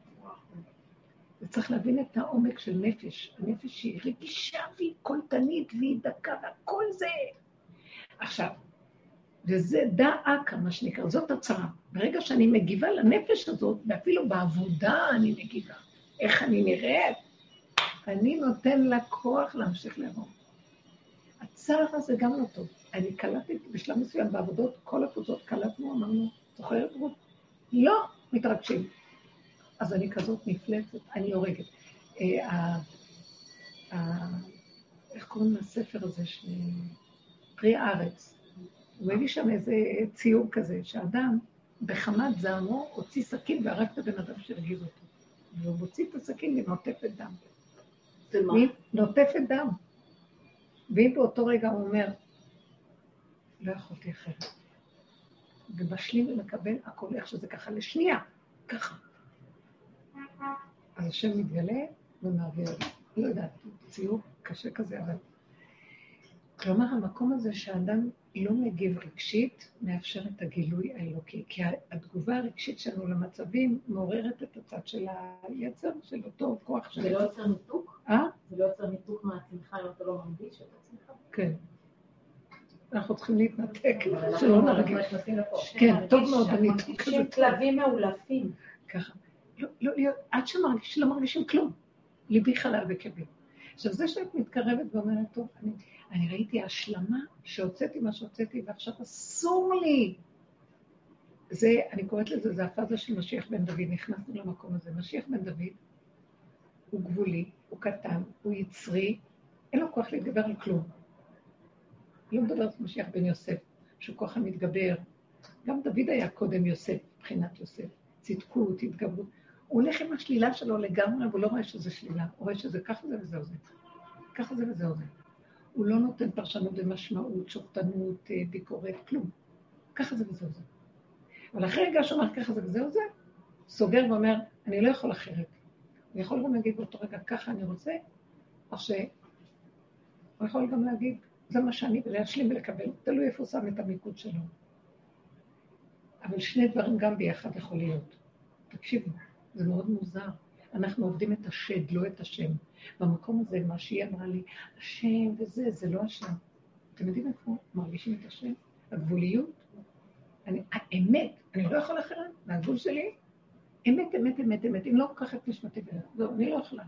וצריך להבין את העומק של נפש. הנפש היא רגישה והיא קולטנית והיא דקה והכל זה. עכשיו, וזה דאקה, מה שנקרא, זאת הצרה. ברגע שאני מגיבה לנפש הזאת, ואפילו בעבודה אני מגיבה, איך אני נראית, אני נותן לה כוח להמשיך לעבור. הצער הזה גם לא טוב. אני קלטתי בשלב מסוים בעבודות, כל הקבוצות קלטנו, אמרנו, זוכרת רות? לא, מתרגשים. אז אני כזאת נפלצת, אני הורגת. איך קוראים לספר הזה? פרי הארץ. הוא הביא שם איזה ציור כזה, שאדם בחמת זעמו הוציא סכין והרג את הבן אדם שהרגיז אותו. והוא מוציא את הסכין ונוטפת דם. זה מה? נוטפת דם. ואם באותו רגע הוא אומר, לא יכולתי אחרת. ובשלים ולקבל הכל איך שזה ככה לשנייה, ככה. אז השם מתגלה ומעביר, לא יודעת, ציור קשה כזה, אבל... כלומר, המקום הזה שהאדם לא מגיב רגשית, מאפשר את הגילוי האלוקי, כי התגובה הרגשית שלנו למצבים מעוררת את הצד של היצר, של אותו כוח שלנו. זה לא יוצר ניתוק? זה לא יוצר ניתוק מעצמך אם אתה לא מרגיש את עצמך? כן. אנחנו צריכים להתנתק, שלא נרגיש. כן, טוב מאוד, הניתוק הזה. כלבים מאולפים. ככה. עד שלא מרגישים כלום. ליבי חלל וכאבים. עכשיו, זה שאת מתקרבת ואומרת, טוב, אני ראיתי השלמה שהוצאתי מה שהוצאתי, ועכשיו אסור לי. זה, אני קוראת לזה, זה הפאזה של משיח בן דוד, נכנסנו למקום הזה. משיח בן דוד הוא גבולי, הוא קטן, הוא יצרי, אין לו כוח להתגבר על כלום. לא מדברת משיח בן יוסף, שהוא כוח המתגבר. גם דוד היה קודם יוסף, מבחינת יוסף. צדקות, התגברות. הוא הולך עם השלילה שלו לגמרי, והוא לא רואה שזה שלילה. הוא רואה שזה ככה זה וזהו זה. ככה זה וזהו זה. הוא לא נותן פרשנות ומשמעות, שופטנות, ביקורת, כלום. ככה זה וזהו זה. אבל אחרי רגע שאומר ככה זה וזהו זה, סוגר ואומר, אני לא יכול אחרת. הוא יכול גם להגיד באותו רגע, ככה אני רוצה, או שהוא יכול גם להגיד, זה מה שאני, ולהשלים ולקבל, תלוי איפה שם את המיקוד שלו. אבל שני דברים גם ביחד יכול להיות. תקשיבו, זה מאוד מוזר. אנחנו עובדים את השד, לא את השם. במקום הזה, מה שהיא אמרה לי, השם וזה, זה לא השם. אתם יודעים איפה מרגישים את השם? הגבוליות. האמת, אני לא יכולה אחרת, מהגבול שלי, אמת, אמת, אמת, אמת. אם לא ככה את נשמתי בלך. לא, אני לא יכולה.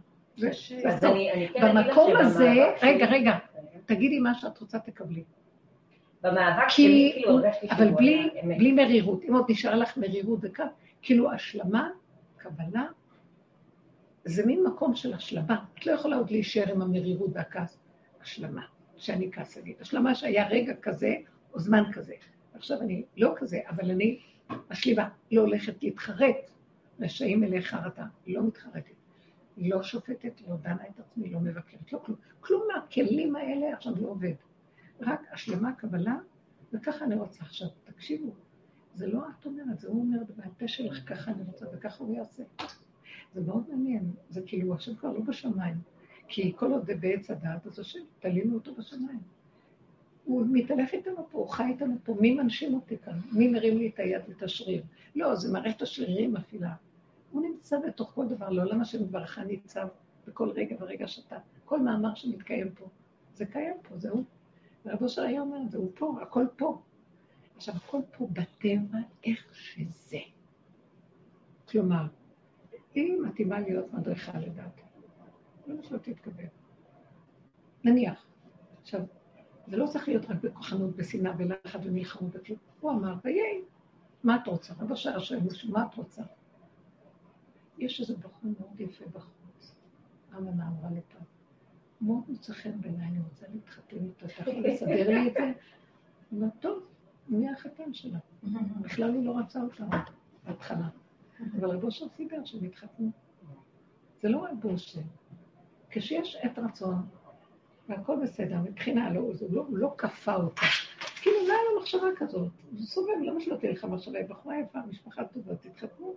במקום הזה, רגע, תגידי מה שאת רוצה, תקבלי. במאבק שלי, כאילו, אבל בלי מרירות. אם עוד נשאר לך מרירות וכך, כאילו השלמה, קבלה, זה מין מקום של השלמה. את לא יכולה עוד להישאר עם המרירות והכעס. השלמה, שאני כעס אגיד. השלמה שהיה רגע כזה, או זמן כזה. עכשיו אני לא כזה, אבל אני, השלימה, לא הולכת להתחרט, רשעים אלי חרטה. היא לא מתחרטת. היא לא שופטת, לא דנה את עצמי, לא מבקרת, לא כלום. כלום מהכלים האלה עכשיו לא עובד. רק השלמה, קבלה, וככה אני רוצה עכשיו. תקשיבו, זה לא את אומרת, זה הוא אומר, בפה שלך ככה אני רוצה, וככה הוא יעשה. זה מאוד מעניין, זה כאילו עכשיו כבר לא בשמיים, כי כל עוד זה בעץ הדעת, אז השם, תלינו אותו בשמיים. הוא מתהלך איתנו פה, הוא חי איתנו פה, מי מנשים אותי כאן? מי מרים לי את היד ואת השריר? לא, זה מערכת השרירים אפילו. הוא נמצא בתוך כל דבר, לעולם השם יתברך ניצב בכל רגע ורגע שאתה, כל מאמר שמתקיים פה, זה קיים פה, זהו. ורבו של היה אומר, זהו פה, הכל פה. עכשיו, הכל פה בטבע איך שזה. כלומר, היא מתאימה להיות מדריכה לדעתי. לא משהו תתקבל. נניח. עכשיו, זה לא צריך להיות רק בכוחנות, בשנאה, בלחץ ומלחמות וכלום. הוא אמר, ויהי, מה את רוצה? רבו של השם, מה את רוצה? יש איזה בחור מאוד יפה בחוץ. אמנה אמרה לי פעם. מאוד מוצא חן בעיניי, אני רוצה להתחתן איתו, אתה יכול לסדר לי את זה? הוא אומר, טוב, מי החתן שלה? בכלל הוא לא רצה אותה בהתחלה. אבל רבו של סיבר שהם התחתנו. זה לא רבו של. כשיש עת רצון, והכל בסדר, מבחינה הוא לא כפה אותה. כאילו, לא היה לו מחשבה כזאת. הוא סובב, למה שלא תהיה לך מחשבה? היא בחורה יפה, משפחה טובה, תתחתנו.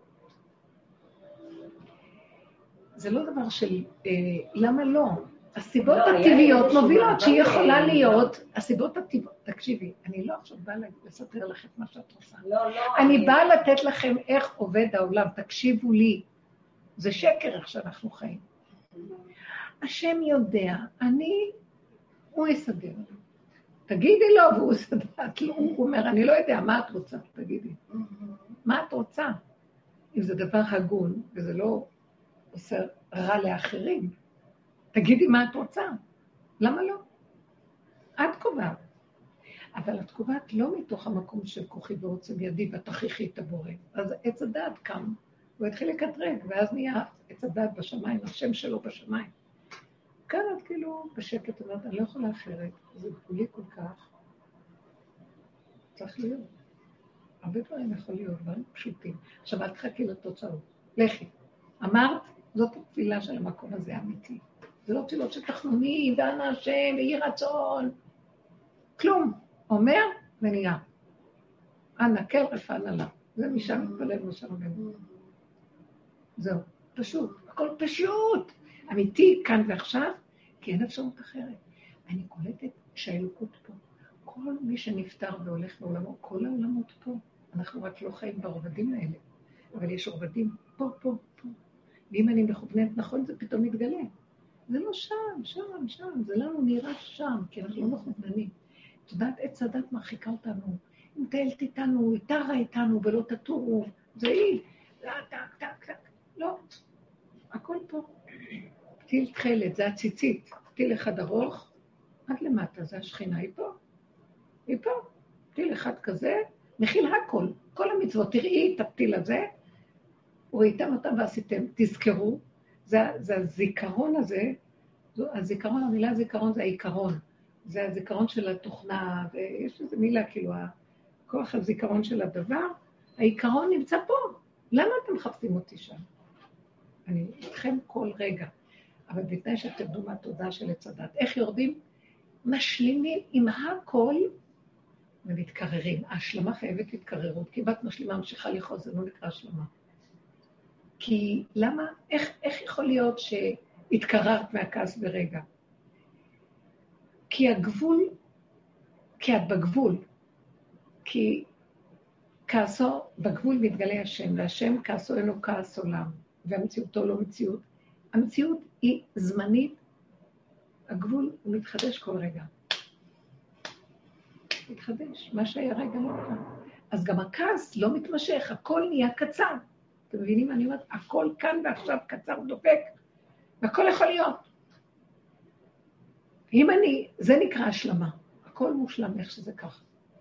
זה לא דבר של, למה לא? הסיבות הטבעיות מובילות שהיא יכולה להיות, הסיבות הטבעיות, תקשיבי, אני לא עכשיו באה לספר לך את מה שאת עושה. אני באה לתת לכם איך עובד העולם, תקשיבו לי. זה שקר איך שאנחנו חיים. השם יודע, הוא יסדר. תגידי לו, והוא יסדר. הוא אומר, אני לא יודע, מה את רוצה? תגידי. מה את רוצה? אם זה דבר הגון, וזה לא עושה רע לאחרים, תגידי מה את רוצה. למה לא? את קובעת. אבל את קובעת לא מתוך המקום של כוחי ורוצה בידי, ותכריחי את הבורא. אז עץ הדעת קם, הוא התחיל לקטרג, ואז נהיה עץ הדעת בשמיים, השם שלו בשמיים. כאן את כאילו בשקט אומרת, אני לא יכולה אחרת, זה גבולי כל כך. צריך להיות. הרבה דברים יכול להיות, דברים פשוטים. עכשיו אל תחכי לתוצאות. לכי. אמרת, זאת התפילה של המקום הזה האמיתי. זה לא תפילות של תחנונים, דנה השם, ויהי רצון. כלום. אומר ונהיה. אנא, כל רפאנה לה. זה משם מתפלל משם רבנו. זהו, פשוט. הכל פשוט. אמיתי, כאן ועכשיו, כי אין אפשרות אחרת. אני קולטת שהאלוקות פה. כל מי שנפטר והולך לעולמו, כל העולמות פה. אנחנו רק לא חיים ברובדים האלה. אבל יש רובדים פה, פה, פה. ואם אני מכוונת נכון, זה פתאום מתגלה. זה לא שם. זה לנו נראה שם, כי אנחנו לא מכווננים. את יודעת, עץ הדת מרחיקה אותנו. אם טיילת איתנו, היא תרה איתנו, ולא תטורו. זה היא. טק. לא. הכל פה. פתיל תחילת, זה הציצית. פתיל אחד ארוך, עד למטה, זה השכינה, היא פה. פתיל אחד כזה, מכיל הכל. כל המצוות, תראי את הפתיל הזה, וראיתם אותם ועשיתם, תזכרו, זה הזיכרון הזה, הזיכרון, המילה זיכרון זה העיקרון, זה הזיכרון של התוכנה, ויש איזו מילה, כאילו, הכוח הזיכרון של הדבר, העיקרון נמצא פה. למה אתם מחפשים אותי שם? אני איתכם כל רגע, אבל בתנאי שתרדו מהתודעה של עץ הדת. איך יורדים? משלימים עם הכל ומתקררים. ההשלמה חייבת התקררות, כי בת משלימה ממשיכה לחוז, זה לא נקרא השלמה. כי למה? איך יכול להיות שהתקררת מהכעס ברגע? כי הגבול, כי את בגבול, כי כעסו, בגבול מתגלה השם, והשם כעסו אינו כעס עולם. והמציאותו לא מציאות. המציאות היא זמנית, הגבול הוא מתחדש כל רגע. מתחדש, מה שהיה רגע לא כאן. אז גם הכעס לא מתמשך, הכל נהיה קצר. אתם מבינים מה אני אומרת? הכל כאן ועכשיו קצר דופק, והכל יכול להיות. אם זה נקרא השלמה, הכל מושלם איך שזה ככה.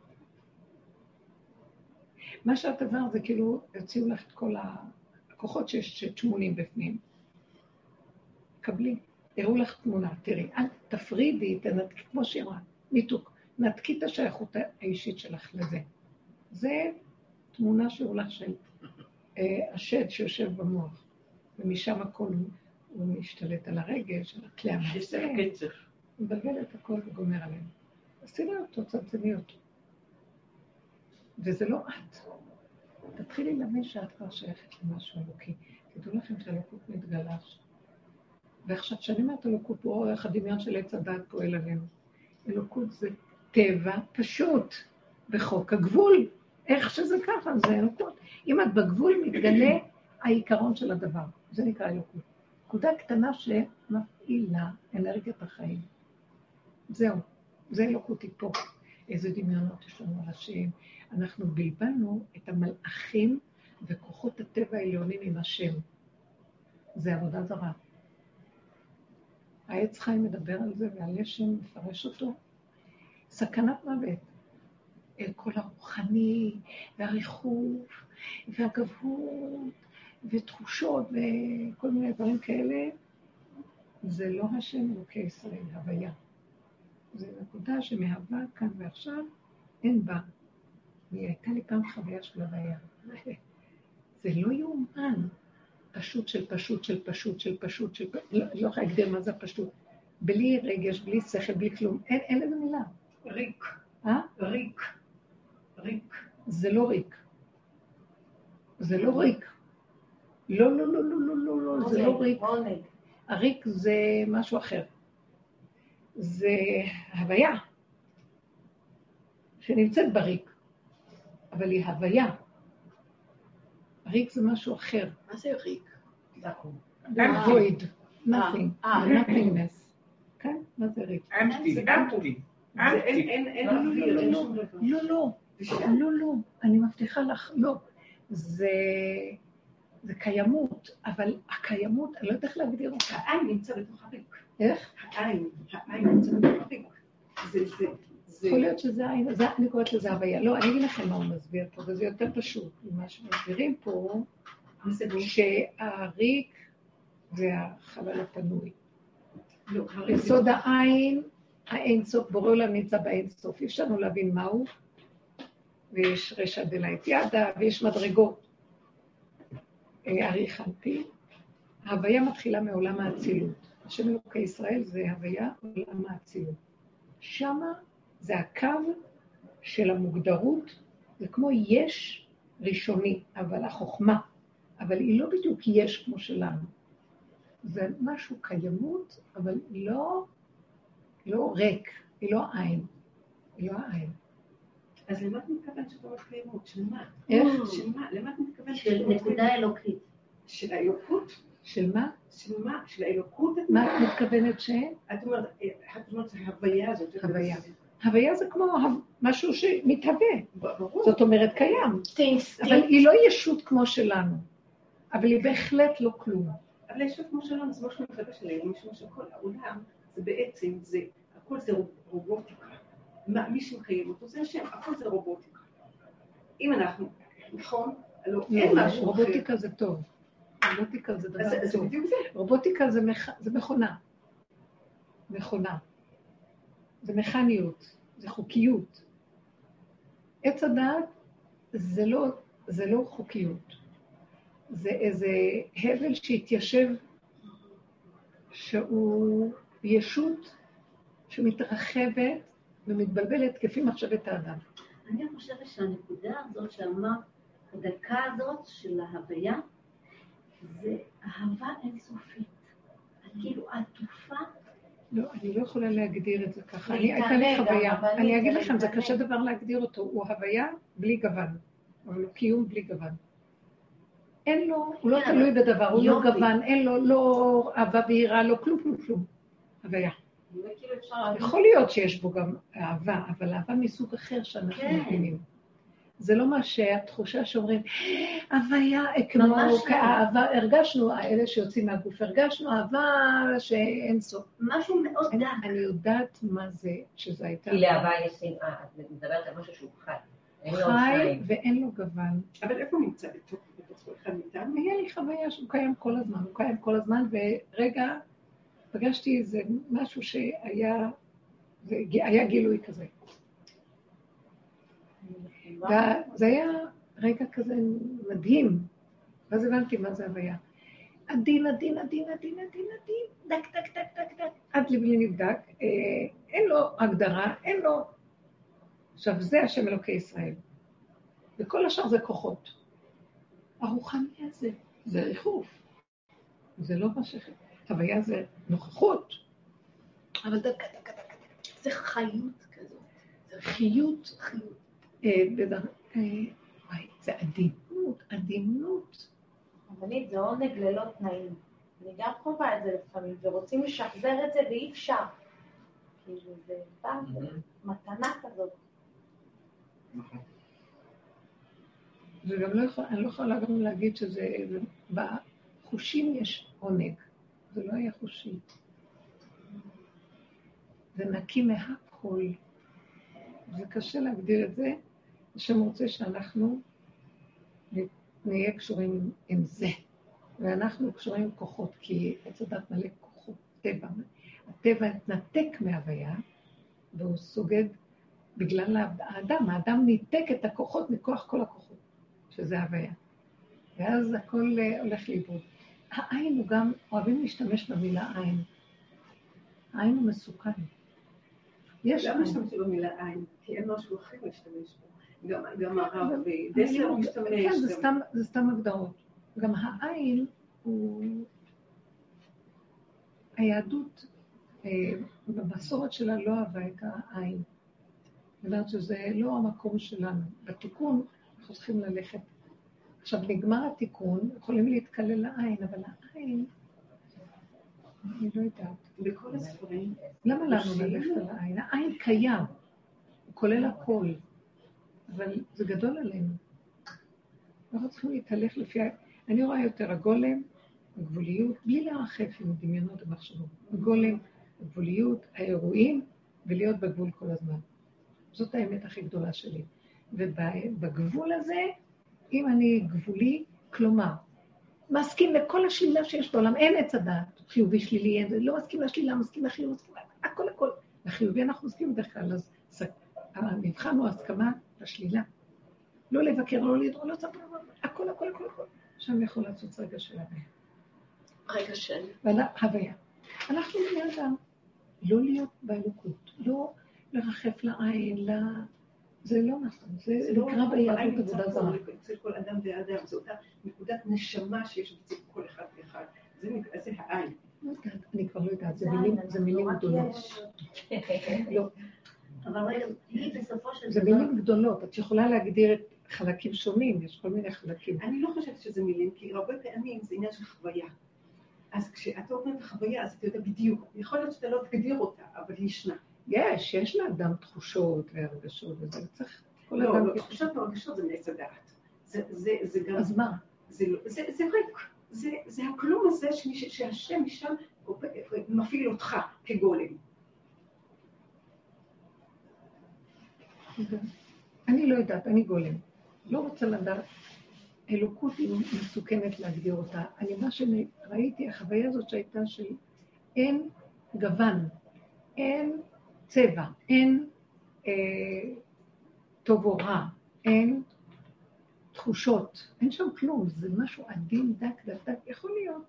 מה שאת עבר זה כאילו, יוציאו לך את כל הכוחות שיש שמונים בפנים. קבלי, הראו לך תמונה, תראי, אל תפרידי, תנתקי, כמו שאמרה, ניתוק, נתקי את השייכות האישית שלך לזה. זה תמונה שהראו לך של השד שיושב במוח, ומשם הכל הוא משתלט על הרגש, על הכלי המעשה. הוא מבלבל את הכל וגומר עליהם. אז תראי אותו, צמצמי אותו. וזה לא את. תתחילי להבין שאת כבר שייכת למשהו אלוקי. תדעו לכם שהאלוקות מתגלה עכשיו. ועכשיו שאני אומרת אלוקות, הוא רואה איך הדמיון של עץ הדת פועל עלינו. אלוקות זה טבע פשוט, בחוק הגבול. איך שזה ככה, זה אלוקות. אם את בגבול מתגלה העיקרון של הדבר. זה נקרא אלוקות. נקודה קטנה שמפעילה אנרגיית החיים. זהו, זה אלוקות פה. איזה דמיונות יש לנו על השם. אנחנו בלבלנו את המלאכים וכוחות הטבע העליונים עם השם. זה עבודה זרה. העץ חיים מדבר על זה, והלשם מפרש אותו. סכנת מוות. כל הרוחני, והריחוף, והגבהות, ותחושות, וכל מיני דברים כאלה, זה לא השם אלוקי ישראל, הוויה. זו נקודה שמהווה כאן ועכשיו, אין בה. והיא הייתה לי פעם חוויה של הוויה. זה לא יאומן. פשוט של פשוט של פשוט של פשוט של פשוט. לא יכולה להגדיר מה זה פשוט. בלי רגש, בלי שכל, בלי כלום. אין לזה מילה. ריק. ריק. ריק. זה לא ריק. זה לא ריק. לא, לא, לא, לא, לא, לא, לא, זה לא ריק. הריק זה משהו אחר. זה הוויה שנמצאת בריק, אבל היא הוויה. ריק זה משהו אחר. מה זה ריק? void, nothing, nothingness. כן? מה זה ריק? אמפטי. אין אוויר, אין שום דבר. לא, אני מבטיחה לך, לא. זה קיימות, אבל הקיימות, אני לא יודעת איך להגדיר אותה. העין נמצא בתוך הריק. איך? העין נמצא בתוך הריק. יכול להיות שזה העין, אני קוראת לזה הוויה. לא, אני אגיד לכם מה הוא מסביר פה, וזה יותר פשוט. מה שמסבירים פה, שהריק זה החלל הפנוי. יסוד העין, האין סוף, בורא עולם נמצא באין סוף. יש לנו להבין מהו, ויש רשע דלית ידה, ויש מדרגות. אריך אנפי. ההוויה מתחילה מעולם האצילות. השם אלוקי ישראל זה הוויה עולם האצילות. שמה זה הקו של המוגדרות, זה כמו יש ראשוני, אבל החוכמה, אבל היא לא בדיוק יש כמו שלנו. זה משהו קיימות, אבל לא ריק, היא לא עין. היא לא העין. אז למה את מתכוונת שאת אומרת קיימות? של מה? איך? של מה? למה את מתכוונת של נקודה אלוקית. של האלוקות? של מה? של מה? של האלוקות? מה את מתכוונת ש? את אומרת, ההוויה הזאת. הוויה. הוויה זה כמו משהו שמתהווה. ברור. זאת אומרת קיים. אבל היא לא ישות כמו שלנו. אבל היא בהחלט לא כלום. אבל ישות כמו שלנו, זה משהו מתלבש עלינו, משום שכל העולם זה בעצם, הכל זה רובוטיקה. מי שמחייב אותו זה השם, הכל זה רובוטיקה. אם אנחנו, נכון? לא, אין משהו אחר. רובוטיקה זה טוב. רובוטיקה זה דבר טוב. רובוטיקה זה מכונה. מכונה. זה מכניות, זה חוקיות. עץ הדעת זה לא חוקיות. זה איזה הבל שהתיישב, שהוא ישות שמתרחבת ומתבלבלת כפי מחשבת האדם. אני חושבת שהנקודה הזאת שאמרת, הדקה הזאת של ההוויה, זה אהבה אינסופית. כאילו עטופה. לא, אני לא יכולה להגדיר את זה ככה. הייתה לי חוויה. אני אגיד לכם, זה קשה דבר להגדיר אותו. הוא הוויה בלי גוון, אבל הוא קיום בלי גוון. אין לו, הוא לא תלוי בדבר, הוא לא גוון, אין לו לא אהבה ויראה, לא כלום. הוויה. יכול להיות שיש בו גם אהבה, אבל אהבה מסוג אחר שאנחנו מבינים. זה לא מה שהתחושה שאומרים, הוויה, כמו כאהבה, הרגשנו, האלה שיוצאים מהגוף, הרגשנו אהבה שאין סוף. משהו מאוד דק. אני יודעת מה זה, שזה הייתה... כי לאהבה יש שנאה, את מדברת על משהו שהוא חי. חי ואין לו גוון. אבל איפה הוא נמצא בתוך אחד מאיתנו? היה לי חוויה שהוא קיים כל הזמן, ורגע פגשתי איזה משהו שהיה, היה גילוי כזה. וזה היה רגע כזה מדהים, ואז הבנתי מה זה הוויה. עדין, דק, עד לבלי נבדק, אין לו הגדרה, אין לו... עכשיו, זה השם אלוקי ישראל. וכל השאר זה כוחות. הרוחני הזה, זה ריחוף. זה לא מה הוויה זה נוכחות. אבל דק. זה חיות כזאת. זה חיות. זה עדינות. אבל זה עונג ללא תנאים. אני גם חובה את זה לפעמים, ורוצים לשחזר את זה ואי אפשר. כאילו זה בא, מתנה כזאת. נכון. אני לא יכולה גם להגיד שזה, בחושים יש עונג, זה לא היה חושי. זה נקי מהכל. זה קשה להגדיר את זה, השם רוצה שאנחנו נהיה קשורים עם זה, ואנחנו קשורים עם כוחות, כי עץ הדת מלא כוחות טבע. הטבע התנתק מהוויה, והוא סוגד בגלל האדם ניתק את הכוחות מכוח כל הכוחות, שזה הוויה. ואז הכל הולך לאיבוד. העין הוא גם, אוהבים להשתמש במילה עין. העין הוא מסוכן. למה משתמש במילה עין? כי אין משהו אחר להשתמש בו. גם הרב דסלר הוא משתמש. כן, זה סתם הגדרות. גם העין הוא... היהדות, במסורת שלה לא אהבה את העין. זאת אומרת שזה לא המקום שלנו. בתיקון אנחנו צריכים ללכת. עכשיו נגמר התיקון, יכולים להתקלל לעין, אבל העין, אני לא יודעת. בכל הספרים. למה לנו ללכת על העין? העין קיים, הוא כולל הכל, אבל זה גדול עלינו. אנחנו צריכים להתהלך לפי... אני רואה יותר הגולם, הגבוליות, בלי להרחף עם דמיונות ומחשבות. הגולם, הגבוליות, האירועים, ולהיות בגבול כל הזמן. זאת האמת הכי גדולה שלי. ובגבול הזה, אם אני גבולי, כלומר, מסכים לכל השלילה שיש בעולם, אין עץ הדעת, חיובי שלילי, אין, לא מסכים לשלילה, מסכים לחיוב, מסכים, הכל. לחיובי אנחנו מסכים בדרך כלל, אז המבחן הוא הסכמה לשלילה. לא לבקר, לא לדרור, לא צריך, הכל. שם יכול לעשות רגע של הוויה. רגע של... הוויה. אנחנו בני אדם, לא להיות באלוקות, לא לרחף לעין, זה לא נכון, זה נקרא ביהדות עבודה זרה. אצל כל אדם ואדם, זו אותה נקודת נשמה שיש אצל כל אחד ואחד. זה העין. אני כבר לא יודעת, זה מילים גדולות. לא. אבל רגע, היא בסופו של דבר... זה מילים גדולות, את יכולה להגדיר את חלקים שונים, יש כל מיני חלקים. אני לא חושבת שזה מילים, כי הרבה פעמים זה עניין של חוויה. אז כשאתה אומרת חוויה, אז אתה יודע בדיוק. יכול להיות שאתה לא תגדיר אותה, אבל היא ישנה. יש לאדם תחושות והרגשות, וזה צריך... לא, תחושות והרגשות זה נעץ הדעת. זה גם... אז מה? זה ריק. זה הכלום הזה שהשם משם מפעיל אותך כגולם. אני לא יודעת, אני גולם. לא רוצה לדעת. אלוקות היא מסוכנת להגדיר אותה. אני מה שראיתי, החוויה הזאת שהייתה של אין גוון, אין צבע, אין טוב או רע, אין תחושות, אין שם כלום, זה משהו עדין, דק, יכול להיות.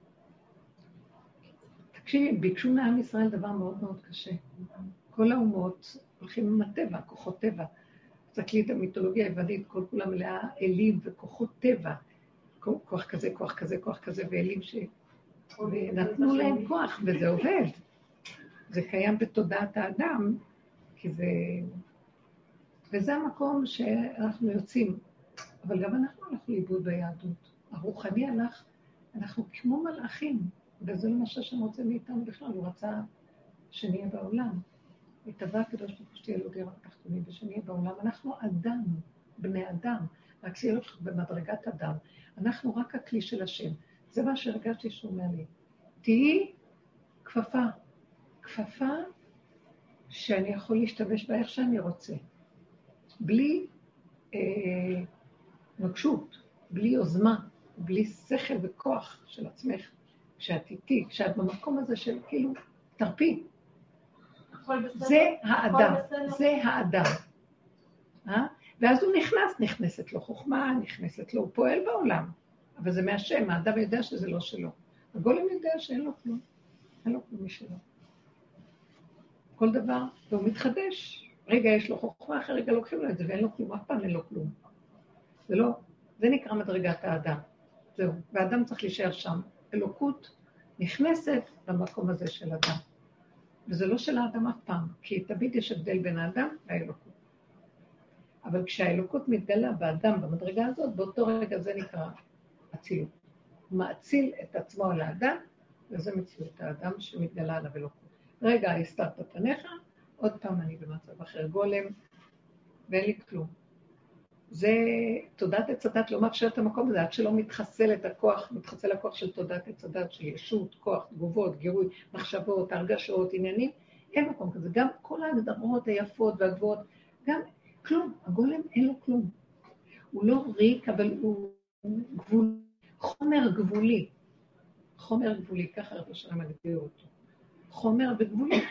תקשיבי, ביקשו מעם ישראל דבר מאוד מאוד קשה. כל האומות הולכים עם הטבע, כוחות טבע. תקליט המיתולוגיה היוונית, כל כולה מלאה אלים וכוחות טבע. כוח כזה, ואלים שנתנו להם כוח, וזה עובד. זה קיים בתודעת האדם, כי זה... וזה המקום שאנחנו יוצאים. אבל גם אנחנו הולכים לאיבוד ביהדות. הרוחני הלך, אנחנו כמו מלאכים, וזה לא מה שהם רוצים מאיתנו בכלל, הוא רצה שנהיה בעולם. התאווה הקדוש ברוך הוא שתהיה לו דירה תחתונים ושנהיה בעולם. אנחנו אדם, בני אדם, רק שיהיה לו במדרגת אדם. אנחנו רק הכלי של השם. זה מה שהרגשתי שהוא אומר לי. תהי כפפה, כפפה שאני יכול להשתמש בה איך שאני רוצה. בלי נוקשות, בלי יוזמה, בלי שכל וכוח של עצמך. כשאת איתי, כשאת במקום הזה של כאילו, תרפי. זה האדם, זה האדם. ואז הוא נכנסת לו חוכמה, נכנסת לו, הוא פועל בעולם. אבל זה מהשם, האדם יודע שזה לא שלו. הגולם יודע שאין לו כלום. אין לו כלום משלו. כל דבר, והוא מתחדש. רגע יש לו חוכמה, אחרי רגע לוקחים לו את זה, ואין לו כלום, אף פעם אין לו כלום. זה נקרא מדרגת האדם. זהו, והאדם צריך להישאר שם. אלוקות נכנסת למקום הזה של אדם. וזה לא של האדם אף פעם, כי תמיד יש הבדל בין האדם והאלוקות. אבל כשהאלוקות מתגלה באדם במדרגה הזאת, באותו רגע זה נקרא אצילות. הוא מאציל את עצמו על האדם, וזה מציאות האדם שמתגלה עליו אלוקות. רגע, הסתרת פניך, עוד פעם אני במצב אחר גולם, ואין לי כלום. זה תודעת עץ הדת לא מאפשר את המקום הזה, עד שלא מתחסל את הכוח, מתחסל הכוח של תודעת עץ הדת, של ישות, כוח, תגובות, גירוי, מחשבות, הרגשות, עניינים, אין מקום כזה. גם כל ההגדרות היפות והגבוהות, גם כלום, הגולם אין לו כלום. הוא לא ריק, אבל הוא גבול, חומר גבולי. חומר גבולי, ככה רב השלם מגדיר אותו. חומר וגבולי.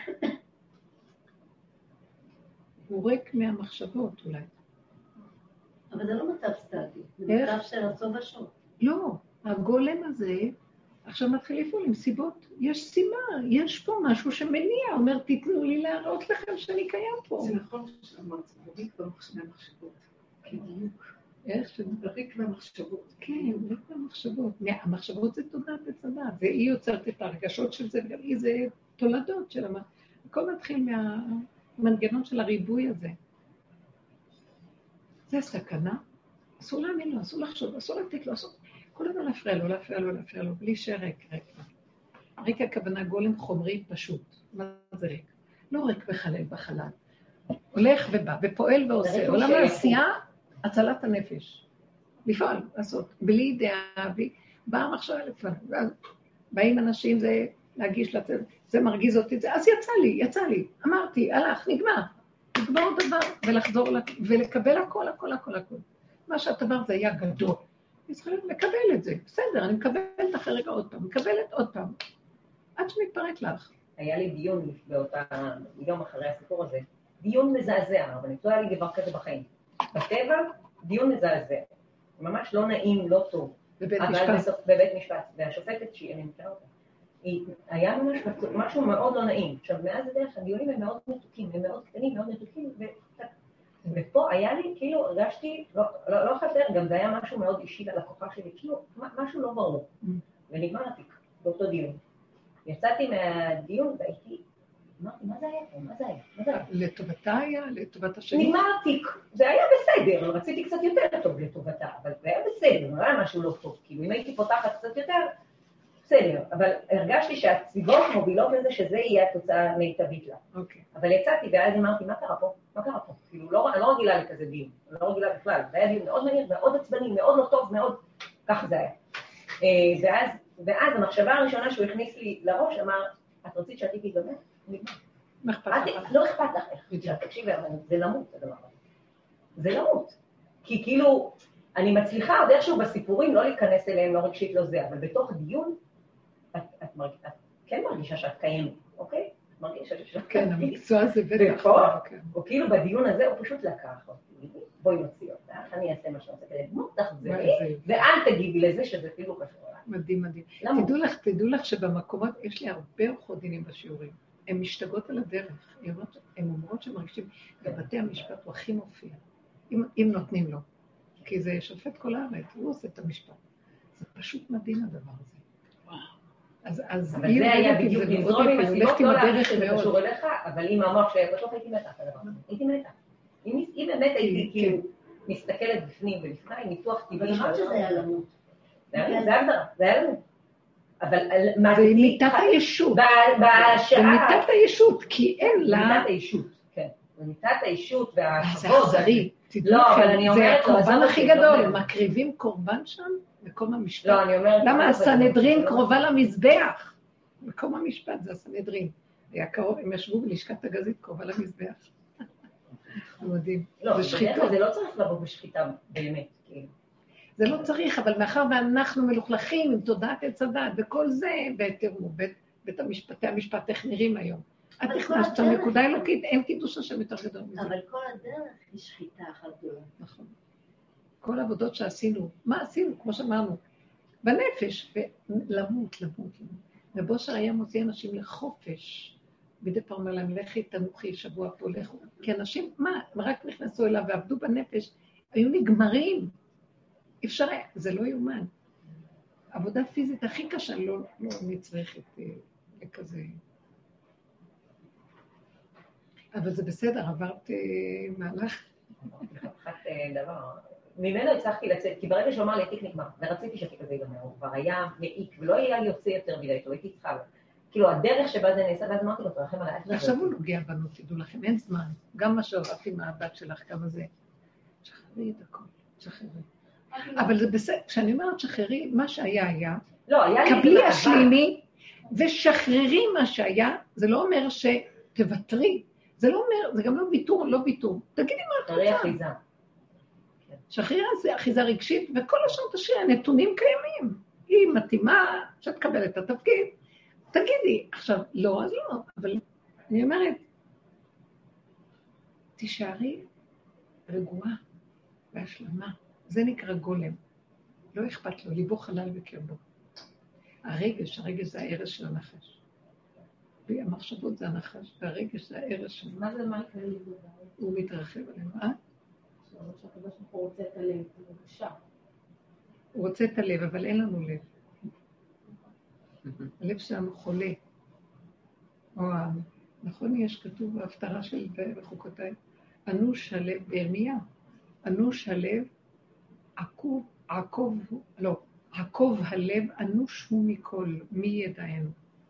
הוא ריק מהמחשבות אולי. אבל זה לא מצב סטטי, זה מצב של רצון ושוב. לא, הגולם הזה עכשיו מתחיל לפעול עם סיבות. יש סיבה, יש פה משהו שמניע, אומר, תיתנו לי להראות לכם שאני קיים פה. זה נכון שאמרת, זה ריק מהמחשבות. בדיוק. איך שזה? ריק מהמחשבות. כן, ריק מהמחשבות. המחשבות זה תודעת עץ הדת, והיא יוצרת את הרגשות של זה, וגם היא זה תולדות של הכל מתחיל מהמנגנון של הריבוי הזה. זה סכנה, אסור להאמין לו, אסור לחשוב, אסור לתת לו, אסור... כל הזמן להפריע לו, בלי שריק, ריק. ריק הכוונה גולם חומרי פשוט. מה זה ריק? לא ריק בחלל, בחלל. הולך ובא, ופועל ועושה. עולם העשייה, הצלת הנפש. לפעול, לעשות, בלי דעה, באה המחשבה לפעול. באים אנשים, זה להגיש לצד, זה מרגיז אותי, זה, אז יצא לי, אמרתי, הלך, נגמר דבר, ולחזור ולקבל הכל. מה שאת אמרת זה היה גדול. אני צריכה לקבל את זה, בסדר, אני מקבלת אחרי רגע עוד פעם, מקבלת עוד פעם. עד שמתפרק לך. היה לי דיון באותה, יום אחרי הסיפור הזה, דיון מזעזע, אבל לא היה לי דבר כזה בחיים. בטבע, דיון מזעזע. ממש לא נעים, לא טוב. בבית משפט. והשופטת שאני מכירה אותה. היה משהו מאוד לא נעים. עכשיו, מאז הדרך, הדיונים הם מאוד מתוקים, הם מאוד קטנים, מאוד מתוקים, ופה היה לי, כאילו, הרגשתי, לא חסר, גם זה היה משהו מאוד אישי ללקוחה שלי, כאילו, משהו לא ברור. ונגמר התיק, באותו דיון. יצאתי מהדיון והייתי, אמרתי, מה זה היה פה? מה זה היה? לטובתה היה? לטובת השני? נגמר התיק, זה היה בסדר, רציתי קצת יותר טוב לטובתה, אבל זה היה בסדר, לא היה משהו לא טוב, כאילו, אם הייתי פותחת קצת יותר, בסדר, אבל הרגשתי שהסיבות מובילות לזה שזה יהיה התוצאה מיטבית לה. אבל יצאתי ואז אמרתי, מה קרה פה? כאילו, אני לא רגילה לכזה דיון, אני לא רגילה בכלל, זה היה דיון מאוד מהיר, מאוד עצבני, מאוד לא טוב, מאוד, כך זה היה. ואז המחשבה הראשונה שהוא הכניס לי לראש אמר, את רצית שהתיק יגמר? לא אכפת לך. תקשיבי, זה למות, הדבר הזה. זה למות. כי כאילו, אני מצליחה עוד איכשהו בסיפורים לא להיכנס אליהם, לא רגשית, לא זה, אבל בתוך דיון, את כן מרגישה שאת קיימת, אוקיי? מרגישה שאת קיימת. כן, המקצוע הזה בטח. או כאילו בדיון הזה הוא פשוט לקח אותי, בואי נוציא אותך, אני אעשה מה שאני רוצה כדי דמות, תחזרי, ואל תגיבי לזה שזה אפילו קשור. מדהים. תדעו לך שבמקומות, יש לי הרבה עורכות דינים בשיעורים, הן משתגעות על הדרך, הן אומרות שמרגישים, בבתי המשפט הוא הכי מופיע, אם נותנים לו, כי זה שופט כל הארץ, הוא עושה את המשפט. זה פשוט מדהים הדבר הזה. אז אבל זה היה בדיוק לזרום עם הסיבות, לא להגיד שזה קשור אליך, אבל אם המוח שהיה פתוח הייתי מתה, הייתי מתה. אם באמת הייתי כאילו מסתכלת בפנים ולפני, ניתוח טבעי. אבל אמרת שזה היה למות. זה הגדרה, זה היה לנו. אבל מה זה מיטת הישות. בשעה... זה מיטת הישות, כי אין לה... מיטת הישות, כן. זה מיטת הישות והשבות. זה אכזרי. לא, אבל אני אומרת... זה הקורבן הכי גדול. מקריבים קורבן שם? מקום המשפט. לא, אני אומרת... למה הסנהדרין קרובה למזבח? מקום המשפט זה הסנהדרין. היה קרוב, הם ישבו בלשכת הגזית קרובה למזבח. מדהים. לא, זה לא צריך לבוא בשחיטה באמת, כאילו. זה לא צריך, אבל מאחר ואנחנו מלוכלכים עם תודעת עץ הדת, וכל זה, ותראו, בית המשפט, איך נראים היום. את נכנסת לנקודה אלוקית, אין קידוש השם יותר גדול מזה. אבל כל הדרך היא שחיטה אחת גדולה. נכון. כל העבודות שעשינו, מה עשינו, כמו שאמרנו, בנפש, ולמות. ובושר היה מוציא אנשים לחופש, מדי פעם עליהם, לכי תנוחי, שבוע פה, לכו. כי אנשים, רק נכנסו אליו ועבדו בנפש, היו נגמרים. אפשר, זה לא יומן. עבודה פיזית הכי קשה לא נצרכת לכזה. אבל זה בסדר, עברת מהלך. דבר. ממנו הצלחתי לצאת, כי ברגע שאומר לי, התיק נגמר, ורציתי שהתיק הזה ייגמר, הוא כבר היה מעיק, ולא היה לי יוצא יותר מדי, איתו, הייתי צריכה. כאילו, הדרך שבה זה נעשה, ואז אמרתי לו, תרחם עליי. עכשיו הוא נוגע בנו, תדעו לכם, אין זמן. גם מה שעברתי מהבת שלך, כמה זה. שחררי את הכל, שחררי. אבל זה בסדר, כשאני אומרת שחררי, מה שהיה היה, קבלי השלימי, ושחררי מה שהיה, זה לא אומר שתוותרי, זה לא אומר, זה גם לא ויתור, לא ויתור. תגידי מה את רוצה. תראי אחיזה. שחררי זה אחיזה רגשית, וכל השאר תשאיר, הנתונים קיימים. היא מתאימה, שתקבל את התפקיד. תגידי, עכשיו, לא, אז לא, אבל אני אומרת, תישארי רגועה והשלמה. זה נקרא גולם. לא אכפת לו, ליבו חלל בקרבו. הרגש זה הערש של הנחש. המחשבות זה הנחש, והרגש זה הערש של... מה זה מה יקרה ליבו? הוא מתרחב עלינו, שהקדוש ברוך הוא רוצה את הלב, בבקשה. הוא רוצה את הלב, אבל אין לנו לב. הלב שלנו חולה. נכון, יש כתוב בהפטרה של בחוקותיי, אנוש הלב בירמיה, אנוש הלב, עקוב הלב, אנוש הוא מכל, מי ידענו.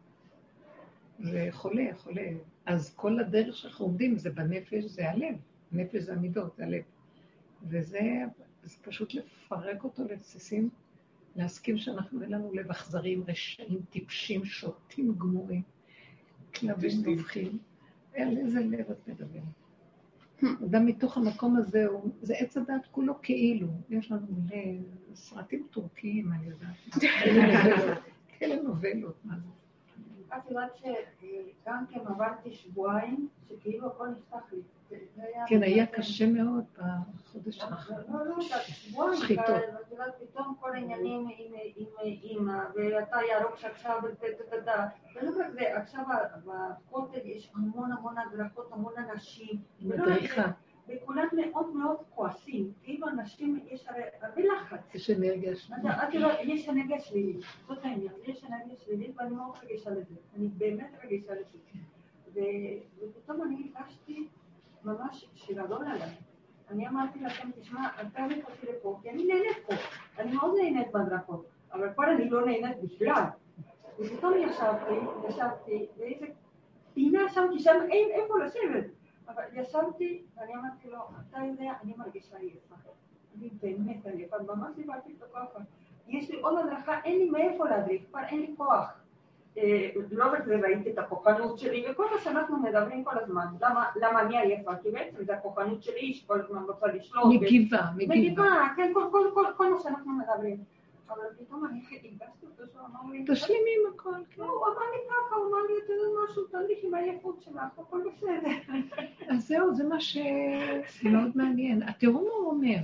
זה חולה. אז כל הדרך שאנחנו עומדים זה בנפש, זה הלב. הנפש זה המידות, זה הלב. וזה פשוט לפרק אותו לבסיסים, להסכים שאנחנו אין לנו לב אכזרים, רשעים, טיפשים, שוטים גמורים, כלבים נובחים. על איזה לב את מדברת? אדם מתוך המקום הזה, זה עץ הדת כולו כאילו. יש לנו סרטים טורקיים, אני יודעת. כאלה נובלות, מה זה? את יודעת שגם כן עברתי שבועיים, שכאילו הכל נפתח לי. כן, היה קשה מאוד בחודש האחרון. לא, שבועיים, ואת יודעת, פתאום כל העניינים עם אמא, ואתה ירוק שעכשיו, ולא רק זה, עכשיו בכותל יש המון הדרכות, המון אנשים. מדריכה. וכולם מאוד מאוד כועסים, כאילו אנשים, יש הרבה לחץ. יש אנרגיה שלילית. יש אנרגיה שלילית, זאת העניין, יש אנרגיה שלילית ואני מאוד רגישה לזה, אני באמת רגישה לזה. ופתאום אני הרגשתי ממש שגדול עליי. אני אמרתי לכם, תשמע, אתה הבאת אותי לפה, כי אני נהנית פה, אני מאוד נהנית בדרכות, אבל כבר אני לא נהנית בכלל. ופתאום ישבתי, ואיזה פינה שם, כי שם אין איפה לשבת. אבל ישבתי ואני אמרתי לו, אתה יודע, אני מרגישה עייפה. אני באמת עייפה, ממש דיברתי את הכוח. יש לי עוד הדרכה, אין לי מאיפה להדריך, כבר אין לי כוח. לא רק זה ראיתי את הכוחנות שלי, וכל מה שאנחנו מדברים כל הזמן. למה אני עייפה? כי בעצם זה הכוחנות שלי, שכל הזמן רוצה לשלוט. מגיבה, כן, כל מה שאנחנו מדברים. אבל פתאום אני הגשתי אותו שהוא אמר לי... תשלימי עם הכל, כן. הוא אמר לי ככה, הוא אמר לי, אתה יודע משהו, תהליך עם העייפות שלך, הכל בסדר. אז זהו, זה מה שמאוד מעניין. התראו מה הוא אומר.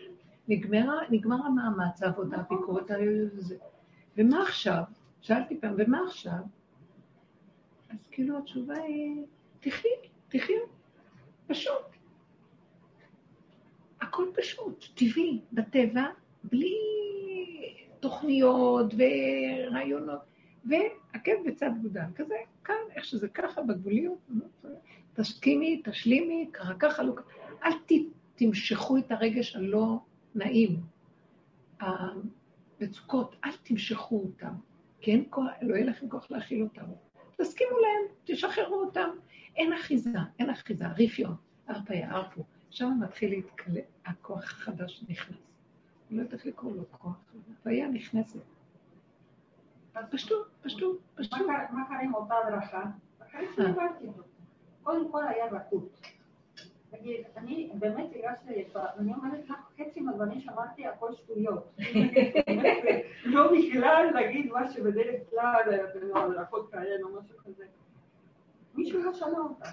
נגמר המאמץ, העבודה, ביקורת, ומה עכשיו? שאלתי פעם, ומה עכשיו? אז כאילו התשובה היא, תחיו, פשוט. הכל פשוט, טבעי, בטבע, בלי תוכניות ורעיונות, והכב בצד גודל, כזה, כאן, איך שזה ככה, בגבוליות, תסכימי, תשלימי, ככה, לא ככה, אל תמשכו את הרגש הלא נעים. מצוקות, אל תמשכו אותם, כי לא יהיה לכם כוח להכיל אותם. תסכימו להם, תשחררו אותם. אין אחיזה, ריפיון, הרפיה, הרפו. שם מתחיל להתקלט, הכוח החדש נכנס. אני לא יודעת לקרוא לו כוח, הרפיה נכנסת. פשטות. מה קרה עם אותה הדרכה? אחרי שהבנתי אותו. קודם כל היה רכות. תגיד, אני באמת הגשתי את זה, אני אומרת לך, חצי מהדברים שאמרתי, הכל שטויות. לא בכלל להגיד מה שבדרך כלל, הדרכות כאלה או משהו כזה. מישהו לא שמע אותה.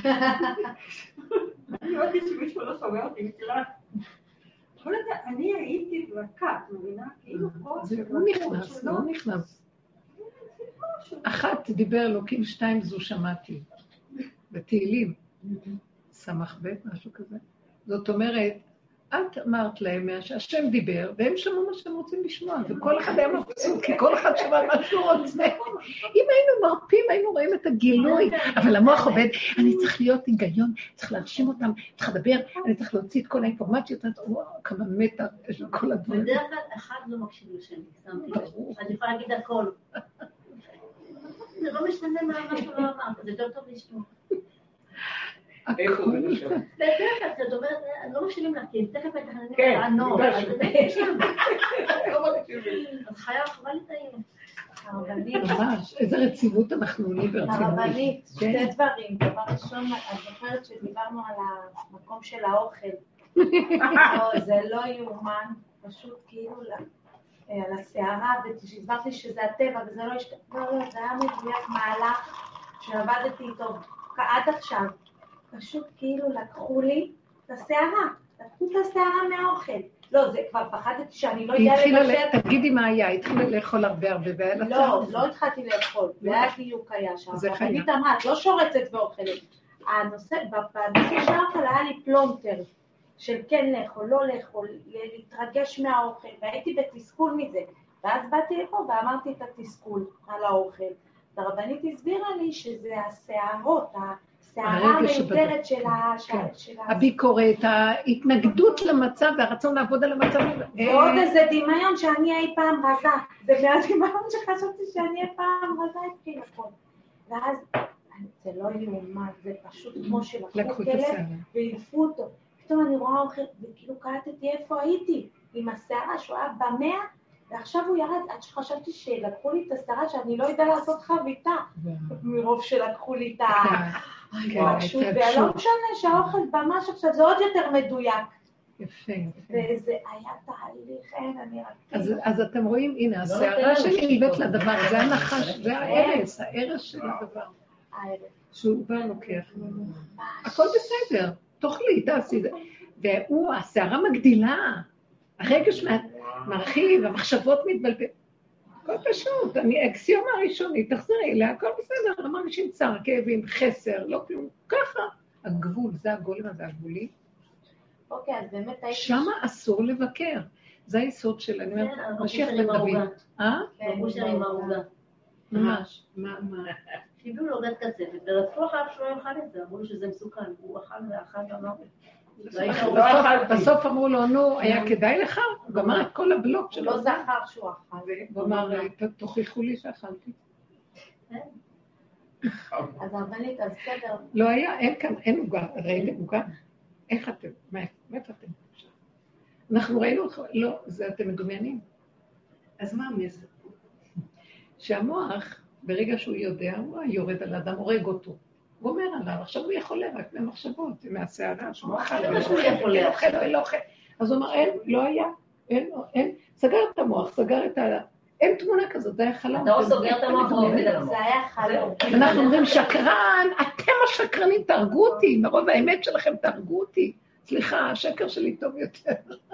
אני יודעת שמישהו לא שומע אותי בכלל. אני הייתי רכה, מבינה? כאילו פה... לא נכנס. אחת דיבר אלוקים, 2 זו שמעתי. בתהילים. סמך בית, משהו כזה. זאת אומרת, את אמרת להם שהשם דיבר, והם שמעו מה שהם רוצים לשמוע, וכל אחד היה מבסוט, כי כל אחד שמע מה שהוא רוצה. אם היינו מרפים, היינו רואים את הגילוי, אבל המוח עובד, אני צריך להיות היגיון, צריך להרשים אותם, צריך לדבר, אני צריך להוציא את כל האינפורמציות, כמה מתה, יש לו כל הדברים. בדרך כלל אחד לא מקשיב לשם, שמתי. אני יכולה להגיד הכל. זה לא משנה מה שהוא לא אמר, זה יותר טוב לשמוע. איפה זה משהו? בדרך כלל, זאת אומרת, לא משלים להקים, תכף מתכננים לענות, אז חייב חבל לתאם. ממש, איזה רציבות אנחנו עולים ברצינות. הרבנית, שתי דברים. דבר ראשון, את זוכרת שדיברנו על המקום של האוכל. זה לא יאומן, פשוט כאילו על הסערה, ושהסברת לי שזה הטבע, וזה לא זה היה מדויק מהלך שעבדתי איתו עד עכשיו. פשוט כאילו לקחו לי את השערה, לקחו את השערה מהאוכל. לא, זה כבר פחדתי שאני לא יודעה לבשל. תגידי מה היה, התחילה לאכול הרבה והיה לך... לא התחלתי לאכול, זה היה דיוק היה שם. זה חיה. אני אמרה, את לא שורצת ואוכלת. בנושא של האוכל היה לי פלונטר, של כן לאכול, לא לאכול, להתרגש מהאוכל, והייתי בתסכול מזה. ואז באתי לפה ואמרתי את התסכול על האוכל. הרבנית הסבירה לי שזה השערות, השערה המיותרת של הביקורת, ההתנגדות למצב והרצון לעבוד על המצב. ועוד איזה דמיון שאני אי פעם רזה, זה מהדמיון שחשבתי שאני אי פעם רזה התחיל הכל. ואז זה לא יאומן, זה פשוט כמו שלקחו כלב והלפו אותו. פתאום אני רואה אוכל, וכאילו קלטתי איפה הייתי, עם השערה שהוא היה ב100, ועכשיו הוא ירד, עד שחשבתי שלקחו לי את השערה שאני לא יודע לעשות חביתה, מרוב שלקחו לי את ההתרגשות, ולא משנה שהאוכל ממש עכשיו זה עוד יותר מדויק. יפה. וזה היה תהליך, אין, אני רק... אז אתם רואים, הנה, השערה שנלבט לדבר, זה הנחש, זה הערס של הדבר. שהוא בא לוקח. הכל בסדר, תאכלי, תעשי זה. והוא, השערה מגדילה, הרגש מרחיב, המחשבות מתבלבל. הכל פשוט, אקסיומה הראשונית, תחזרי אליה, הכל בסדר, לא מרגישים צער, כאבים, חסר, לא כלום, ככה. הגבול, זה הגולם הזה, הגבולי. אוקיי, אז באמת הייתי... שמה אסור לבקר. זה היסוד של, אני אומרת, משיח בן דוד. בגושר עם העוגה. ממש. קיבלו לו בית קצפת, ורצו אחריו שלא יאכל את זה, אמרו שזה מסוכן, הוא אכל ואכל ואמר. בסוף אמרו לו, נו, היה כדאי לך? הוא גמר את כל הבלוק שלו. לא זכר שהוא אכל. הוא אמר, תוכיחו לי שאכלתי. אז הרבנית, אז בסדר. לא היה, אין כאן, אין עוגה, ראיתם עוגה? איך אתם? מאיפה אתם? אנחנו ראינו אותך, לא, זה אתם מדומיינים. אז מה המסר? שהמוח, ברגע שהוא יודע, הוא יורד על האדם, הורג אותו. הוא אומר עליו, עכשיו הוא יכול רק מהמחשבות, מהשערה, שהוא אוכל, אז הוא אומר, אין, לא היה, אין, סגר את המוח, סגר את ה... אין תמונה כזאת, זה היה חלום. אתה לא סוגר את המוח, זה היה חלום. אנחנו אומרים, שקרן, אתם השקרנים, תהרגו אותי, מרוב האמת שלכם תהרגו אותי. סליחה, השקר שלי טוב יותר.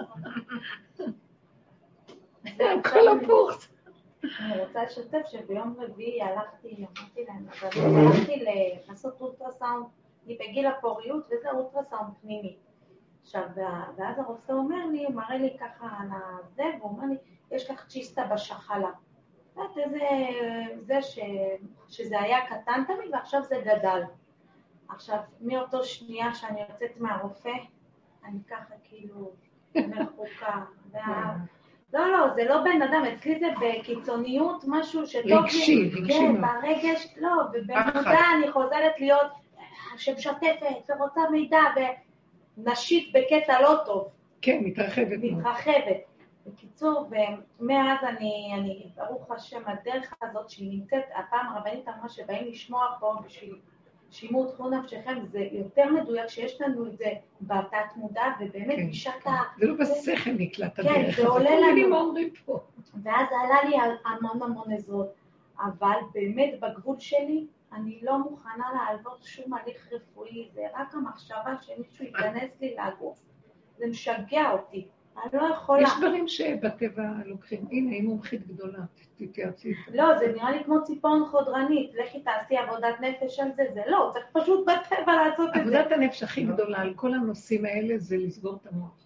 זה הכל הפוך. אני רוצה לשתף שביום רביעי אמרתי להם, אבל הלכתי לעשות אולטרסאונד, היא בגיל הפוריות וזה אולטרסאונד פנימי. עכשיו, ואז הרופא אומר לי, הוא מראה לי ככה על הזה, והוא אומר לי, יש לך צ'יסטה בשחלה. זה שזה היה קטן תמיד, ועכשיו זה גדל. עכשיו, מאותו שנייה שאני יוצאת מהרופא, אני ככה כאילו מחוקה, לא, זה לא בן אדם, אצלי זה בקיצוניות, משהו שטוב רגשי, לי. רגשי. כן, ברגש, לא, ובמודע אני חוזרת להיות שמשתפת ורוצה מידע ונשית בקטע לא טוב. כן, מתרחבת. בקיצור, ומאז אני, ברוך השם, הדרך הזאת שהיא נמצאת, הפעם הרבנית אמרה שבאים לשמוע פה בשביל שימור תחום נפשכם, זה יותר מדויק שיש לנו את זה בתת מודע, ובאמת בשעת ה... זה לא בשכל נקלט הדרך. כן, זה עולה לנו. פה. ואז עלה לי על המון עזרות, אבל באמת בגבול שלי, אני לא מוכנה לעבור שום הליך רפואי, זה רק המחשבה שמישהו ייכנס לי לגוף, זה משגע אותי. אני לא יכולה. יש דברים שבטבע לוקחים. הנה, היא מומחית גדולה, תתייעצי. לא, זה נראה לי כמו ציפורן חודרנית. לכי תעשי עבודת נפש על זה, זה לא, צריך פשוט בטבע לעשות את זה. עבודת הנפש הכי גדולה על כל הנושאים האלה זה לסגור את המוח.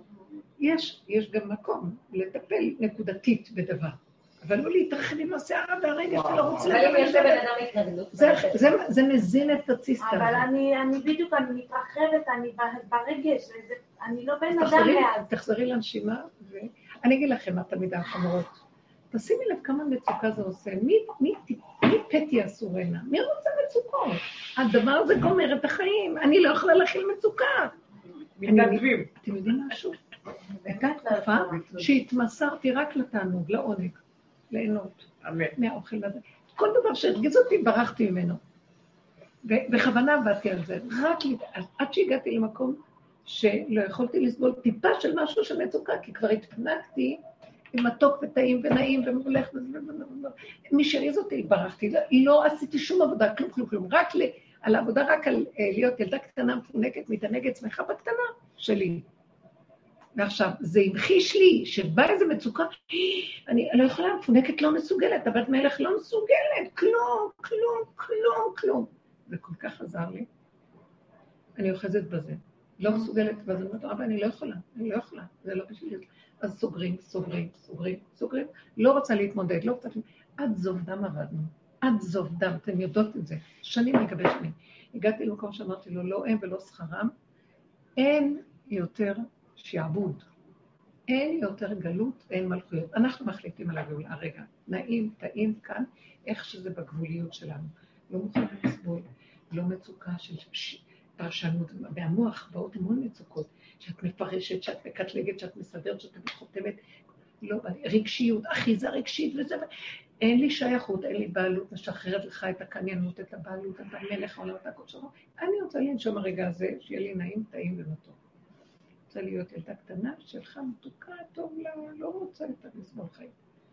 יש גם מקום לטפל נקודתית בדבר, אבל לא להתרחב עם השיער והרגע שאתה לא רוצה אבל אם יש לבן אדם התנגדות. זה מזין את הציסטה. אבל אני בדיוק, אני מתרחבת, אני ברגש, אני לא בן אדם מאז. תחזרי לנשימה, ואני אגיד לכם מה תמיד החמורות. תשימי לב כמה מצוקה זה עושה. מי פתי אסורנה? מי רוצה מצוקות? הדבר הזה גומר את החיים. אני לא יכולה להכיל מצוקה. מתנדבים. אתם יודעים משהו? הייתה תקופה שהתמסרתי רק לתענוג, לעונג, ליהנות. אמן. מהאוכל הזה. כל דבר שהרגיז אותי, ברחתי ממנו. בכוונה עבדתי על זה. רק עד שהגעתי למקום שלא יכולתי לסבול טיפה של משהו של מצוקה, כי כבר התפנקתי עם מתוק וטעים ונעים ומולך וזה. מי שהריז אותי, ברחתי. לא עשיתי שום עבודה, כלום. רק על העבודה, רק על להיות ילדה קטנה, מפונקת, מתענגת, שמחה בקטנה שלי. ועכשיו, זה המחיש לי שבא איזה מצוקה, אני לא יכולה, מפונקת לא מסוגלת, הבת מלך לא מסוגלת, כלום. זה כל כך עזר לי. אני אוחזת בזה. לא מסוגלת, ואז אני אומרת, רבא, אני לא יכולה, זה לא בשביל. אז סוגרים. לא רוצה להתמודד, לא רוצה... עד זוב דם עבדנו. עד זוב דם, אתם יודעות את זה. שנים לגבי שנים. הגעתי למקום שאמרתי לו, לא הם ולא שכרם, אין יותר שעבוד. אין יותר גלות, אין מלכויות. אנחנו מחליטים על הגאולה. רגע, נעים, טעים כאן, איך שזה בגבוליות שלנו. לא מוכן לסבול, לא מצוקה של פרשנות. והמוח באות המון מצוקות, שאת מפרשת, שאת מקטלגת, שאת מסדרת, שאת חותמת, לא, רגשיות, אחיזה רגשית וזה. אין לי שייכות, אין לי בעלות, משחררת לך את הקניינות, את הבעלות, אתה מלך העולם, אתה הכל שלו. אני רוצה לנשום הרגע הזה, שיהיה לי נעים, טעים ומתוק. רוצה להיות ילדה קטנה שלך מתוקה, טוב לה, לא רוצה יותר לסבול חיים.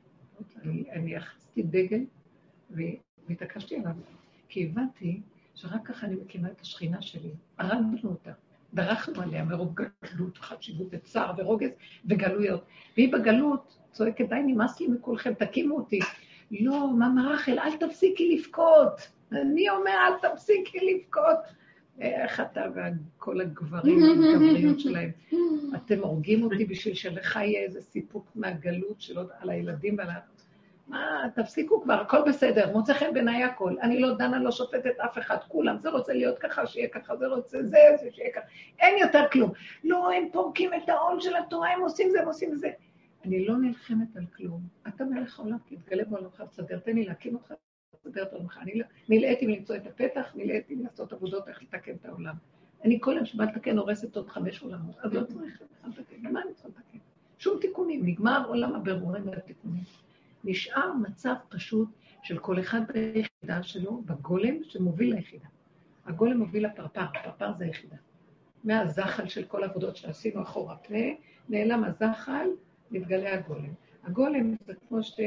אני יחסתי דגל והתעקשתי עליו, כי הבנתי שרק ככה אני מקימה את השכינה שלי. הרמנו אותה, דרכנו עליה מרוב גלות, חשיבות וצער ורוגז וגלויות. והיא בגלות צועקת, די נמאס לי מכולכם, תקימו אותי. לא, מאמא רחל, אל תפסיקי לבכות. אני אומר, אל תפסיקי לבכות. איך אתה וכל הגברים והגבריות שלהם, אתם הורגים אותי בשביל שלך יהיה איזה סיפוק מהגלות שלו על הילדים ועל... מה, תפסיקו כבר, הכל בסדר, מוצא חן בעיניי הכל. אני לא דנה, לא שופטת אף אחד, כולם. זה רוצה להיות ככה, שיהיה ככה, זה רוצה זה, שיהיה ככה. אין יותר כלום. לא, הם פורקים את העול של התורה, הם עושים זה, הם עושים זה. אני לא נלחמת על כלום. אתה מלך העולם, תתגלה בעולמך, תסדר, תן לי להקים אותך, תסדר את עולמך. אני נלאיתי למצוא את הפתח, נלאיתי לעשות עבודות, איך לתקן את העולם. אני כל יום שבא לתקן, הורסת עוד 5 עולמות. אז לא צריך לתקן. למה אני צריכה לתקן? שום תיקונים, נגמר עולם הבירורים והתיקונים. נשאר מצב פשוט של כל אחד ביחידה שלו, בגולם שמוביל ליחידה. הגולם מוביל לפרפר, הפרפר זה היחידה. מהזחל של כל העבודות שעשינו אחורה פנה, נעלם הזחל, מתגלה הגולם. הגולם זה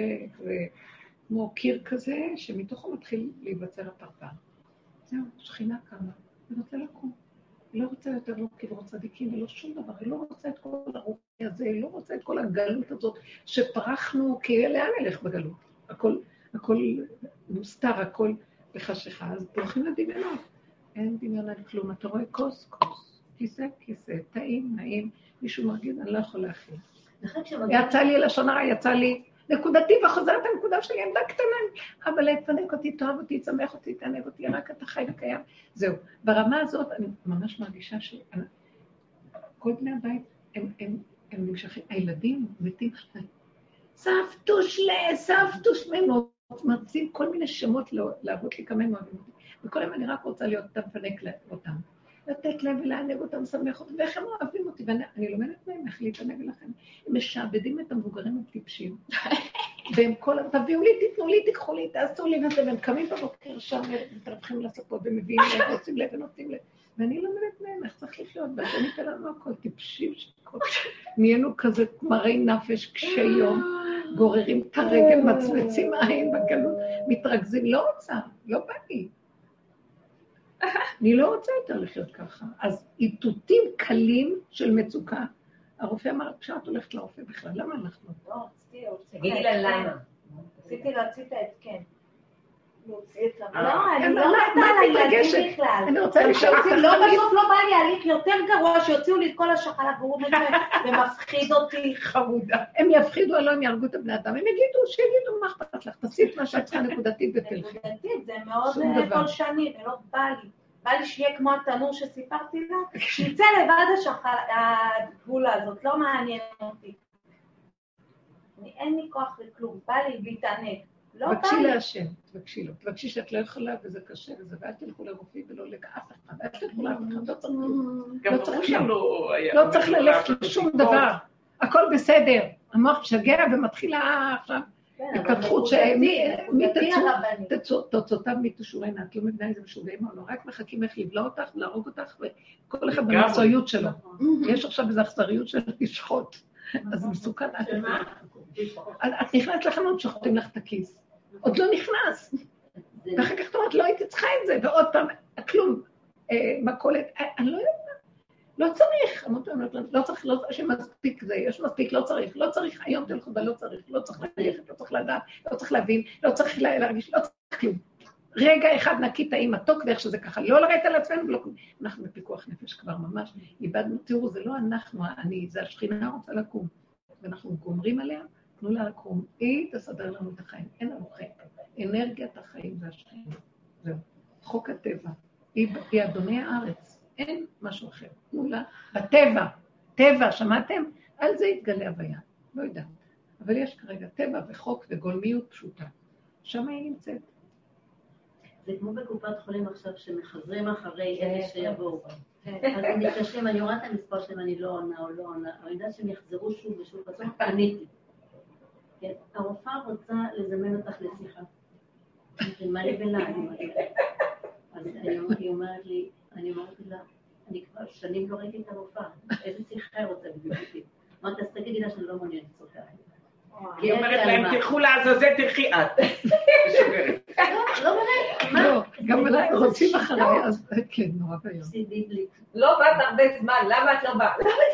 כמו קיר כזה, שמתוכו מתחיל להיווצר הפרפר. זהו, שכינה קמה, היא רוצה לקום. היא לא רוצה יותר לא קבר צדיקים ולא שום דבר, היא לא רוצה את כל הרוחי הזה, היא לא רוצה את כל הגלות הזאת שפרחנו, כי לאן נלך בגלות? הכל מוסתר, הכל בחשיכה, אז הולכים לדמיונות. אין דמיון על כלום, אתה רואה כוס, כיסא, טעים, נעים, מישהו מרגיז, אני לא יכול להכיל. יצא לי לשון הרע, יצא לי נקודתי וחוזרת הנקודה שלי, עמדה קטנה, אבל תפנק אותי, תאהב אותי, צמח אותי, תענג אותי, רק אתה חי וקיים. זהו. ברמה הזאת אני ממש מרגישה שכל בני הבית הם הם נמשכים, הילדים מתים שלהם. סבתוש ממות, מרצים כל מיני שמות להראות לי כמה הם אוהבים אותי. וכל יום אני רק רוצה להיות תפנק אותם. לתת להם ולענג אותם, שמח אותם, ואיך הם אוהבים אותי, ואני לומדת מהם איך להתענג לכם. הם משעבדים את המבוגרים הטיפשים. והם כל, תביאו לי, תתנו לי, תיקחו לי, תעשו לי וזה, והם קמים בבוקר שם, מתרווחים לספות, ומביאים להם, עושים לב ונותנים לב. ואני לומדת מהם איך צריך לחיות, ואתם ניתן לנו הכל טיפשים שכל. נהיינו כזה מראי נפש קשי יום, גוררים את הרגל, מצמצים עין בגלות, מתרכזים, לא רוצה, לא בא לי. אני לא רוצה יותר לחיות ככה. אז איתותים קלים של מצוקה. הרופא אמר, כשאת הולכת לרופא בכלל, למה אנחנו? לא, תגידי לה למה. רציתי להוציא את ההתקן. להוציא את לא, אני לא הייתה על הילדים בכלל. אני רוצה לשאול אותך. לא, בסוף לא בא לי הליך יותר גרוע שיוציאו לי את כל השחלה גרום הזה, ומפחיד אותי. חמודה. הם יפחידו, לא הם ירגו את הבני אדם. הם שיגידו, מה אכפת לך? תעשי את מה שאת צריכה נקודתית ותלכי. נקודתית, זה מאוד כל שני, ולא בא לי. בא לי שיהיה כמו התנור שסיפרתי לה, שיצא לבד הגבולה הזאת, לא מעניין אותי. אין לי כוח לכלום, בא לי להתענג. תבקשי להשם, תבקשי לו. תבקשי שאת לא יכולה וזה קשה וזה, ואל תלכו לרופאים ולא לאף אחד, אל תלכו לאף אחד, לא צריך כלום. לא צריך ללכת לשום דבר. הכל בסדר. המוח משגע ומתחילה עכשיו התפתחות תוצאותיו מתשורנה, את לא מבינה איזה משוגעים או לא, רק מחכים איך לבלוע אותך, להרוג אותך, וכל אחד במקצועיות שלו. יש עכשיו איזו אכזריות של לשחוט, אז מסוכן. את נכנסת לחנות, שוחטים לך את הכיס. עוד לא נכנס. ואחר כך את אומרת, לא הייתי צריכה את זה, ועוד פעם, כלום, מקולת, אני לא יודעת. לא צריך, לא צריך, שמספיק זה, יש מספיק, לא צריך, היום תלכו ולא צריך, לא צריך ללכת, לא צריך לדעת, לא צריך להבין, לא צריך להרגיש, לא צריך כלום. רגע אחד נקית עם מתוק ואיך שזה ככה, לא לראות על עצמנו ולא כלום. אנחנו בפיקוח נפש כבר ממש, איבדנו, תראו, זה לא אנחנו, זה השכינה רוצה לקום, ואנחנו גומרים עליה, תנו לה לקום, היא תסדר לנו את החיים, אין לנו חיים, אנרגיית החיים זה השכינה, זהו, חוק הטבע, היא אדוני הארץ. אין משהו אחר, תנו לה, טבע, שמעתם? על זה יתגלה הוויה, לא יודעת. אבל יש כרגע טבע וחוק וגולמיות פשוטה. שם היא נמצאת. זה כמו בקופת חולים עכשיו שמחזרים אחרי אלה שיבואו. אז הם מתקשרים, אני רואה את המספר שלהם, אני לא עונה או לא עונה, אני יודעת שהם יחזרו שוב ושוב, בסוף עניתי. הרופאה רוצה לזמן אותך לשיחה. מה לי ולה? אז היא אומרת לי, אני אמרתי לה, אני כבר שנים לא ראיתי את הרופאה, איזה שיחה היא רוצה בדיוק איתי. אמרתי, אז תגידי לה שאני לא מעוניינת לצורך. היא אומרת להם, תלכו לעזאזל, תלכי את. לא, גם רוצים אחריי, אז כן, נורא ביום. לא באת הרבה זמן, למה את לא באת?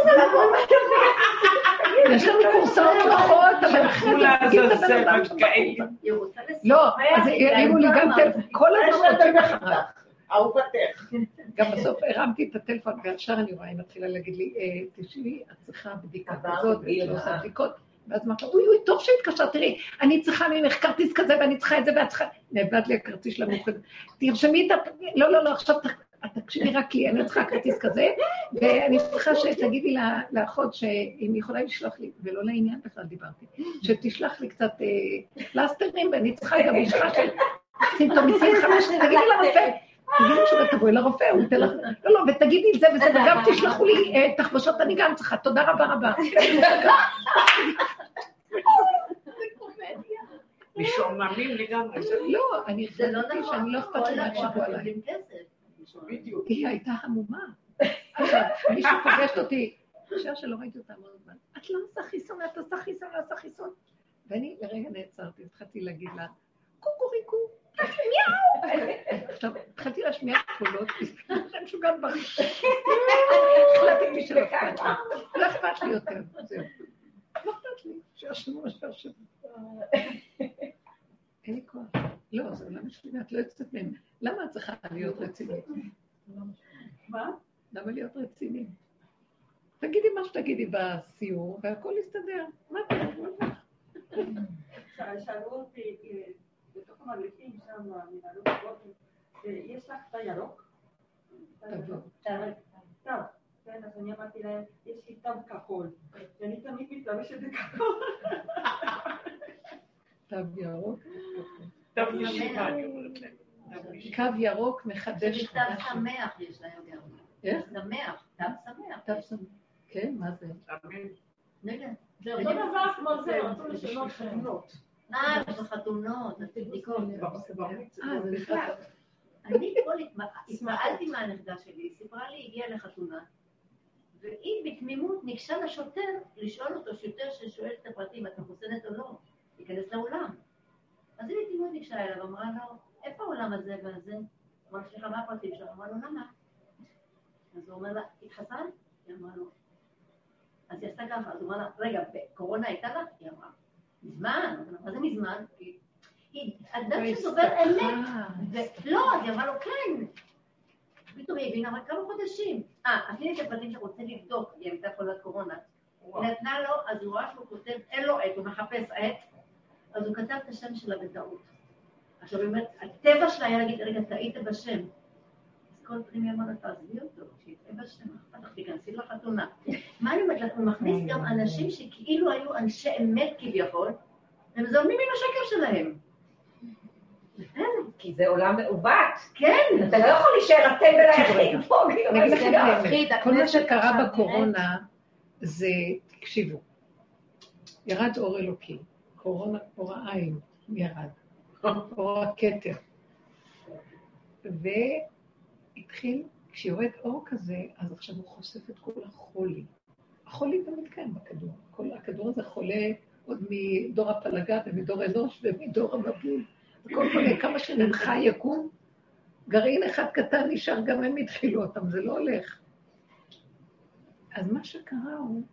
יש לנו קורסאות פחות, אבל תלכו לעזאזל, לא, אז הרימו לי גם טלפון, כל הזמן רוצים אחריי. אהובתך. גם בסוף הרמתי את הטלפון, והשאר אני רואה, היא מתחילה להגיד לי, תשמעי, את צריכה בדיקה כזאת, ואני לא עושה בדיקות, ואז אמרת לה, אוי, טוב שהתקשר, תראי, אני צריכה ממך כרטיס כזה, ואני צריכה את זה, ואת צריכה, נאבד לי הכרטיס של המוחד, תרשמי את לא, עכשיו תקשיבי רק לי, אני צריכה כרטיס כזה, ואני צריכה שתגידי לאחות שאם יכולה לשלוח לי, ולא לעניין בכלל דיברתי, שתשלח לי קצת פלסטרים, ואני צריכה גם משחה של סימפטומיסין 5, תגידי לרופא, תגידי שתבואי לרופא, הוא ייתן לך, לא, ותגידי את זה וזה, וגם תשלחו לי תחבושות, אני גם צריכה, תודה רבה. משוממים לגמרי. לא, אני חושבת שאני לא אכפת לי להקשיבו עליי. היא הייתה המומה. עכשיו, מישהו פגשת אותי, חושב שלא ראיתי אותה מאוד זמן, את לא עושה חיסון, את עושה חיסון. ואני לרגע נעצרתי, התחלתי להגיד לה, קוקוריקו, מיאו! עכשיו, התחלתי להשמיע קולות, אני משוגעת בראש. החלטתי שלא אכפת לי. לא אכפת לי יותר, זהו. לא אכפת לי, שישנו מה שישנו. אין לי כוח. לא, זה עולם שלי, את לא יוצאת מהם. למה את צריכה להיות רצינית? מה? למה להיות רצינית? תגידי מה שתגידי בסיור, והכל יסתדר. מה אתה אומר? שאלו אותי, בתוך המדליקים שם, מנהלות בוקר, יש לך תא ירוק? תבוא. טוב, כן, אז אני אמרתי להם, יש לי תו כחול, ואני תמיד מתלבשת בכחול. תו ירוק. תו ישיבה. קו ירוק מחדש תו שמח יש להם גם. איך? שמח, תו שמח. תו שמח. כן, מה זה? זה אותו דבר כמו זה, רצו לשנות חתונות. בחתונות, בדיקות. זה בכלל. אני התפעלתי מהנכדה שלי, היא סיפרה לי, הגיעה לחתונה, והיא בתמימות ניגשה לשוטר לשאול אותו, שוטר ששואל את הפרטים, את מחוסנת או לא, להיכנס לאולם. אז היא בתמימות ניגשה אליו, אמרה לו, איפה העולם הזה והזה? אמרה לו, סליחה, מה הפרטים שלך? אמרה לו, למה? אז הוא אומר לה, התחסן? היא אמרה לו. אז היא עשתה ככה, אז הוא אמר לה, רגע, קורונה הייתה לך? היא אמרה, מזמן, מה זה מזמן? היא אדם שדובר אמת. לא, אז היא אמרה לו, כן. פתאום היא הבינה, רק כמה חודשים. עשיתי את הפרטים שרוצה לבדוק, היא הייתה חולת קורונה. היא נתנה לו, אז הוא רואה שהוא כותב, אין לו עת, הוא מחפש עת, אז הוא כתב את השם שלה בטעות. עכשיו באמת, הטבע שלה היה להגיד, רגע, טעית בשם. אז כל פנים היא אמרה, תעזבי אותו, שיטעה בשם, אחר כך תיכנסי לחתונה. מה אני אומרת? הוא מכניס גם אנשים שכאילו היו אנשי אמת כביכול, הם זורמים עם השקר שלהם. כי זה עולם מעוות. כן. אתה לא יכול להישאר אתם וליחיד פה. כל מה שקרה בקורונה זה, תקשיבו, ירד אור אלוקי, קורונה, אור העין ירד, אור הכתר. והתחיל, כשיורד אור כזה, אז עכשיו הוא חושף את כל החולי. החולי תמיד קיים בכדור. כל הכדור הזה חולה עוד מדור הפלגה ומדור אנוש ומדור המבול. וכל חולה, כמה שנמחה יקום, גרעין אחד קטן נשאר, גם הם התחילו אותם, זה לא הולך. אז מה שקרה הוא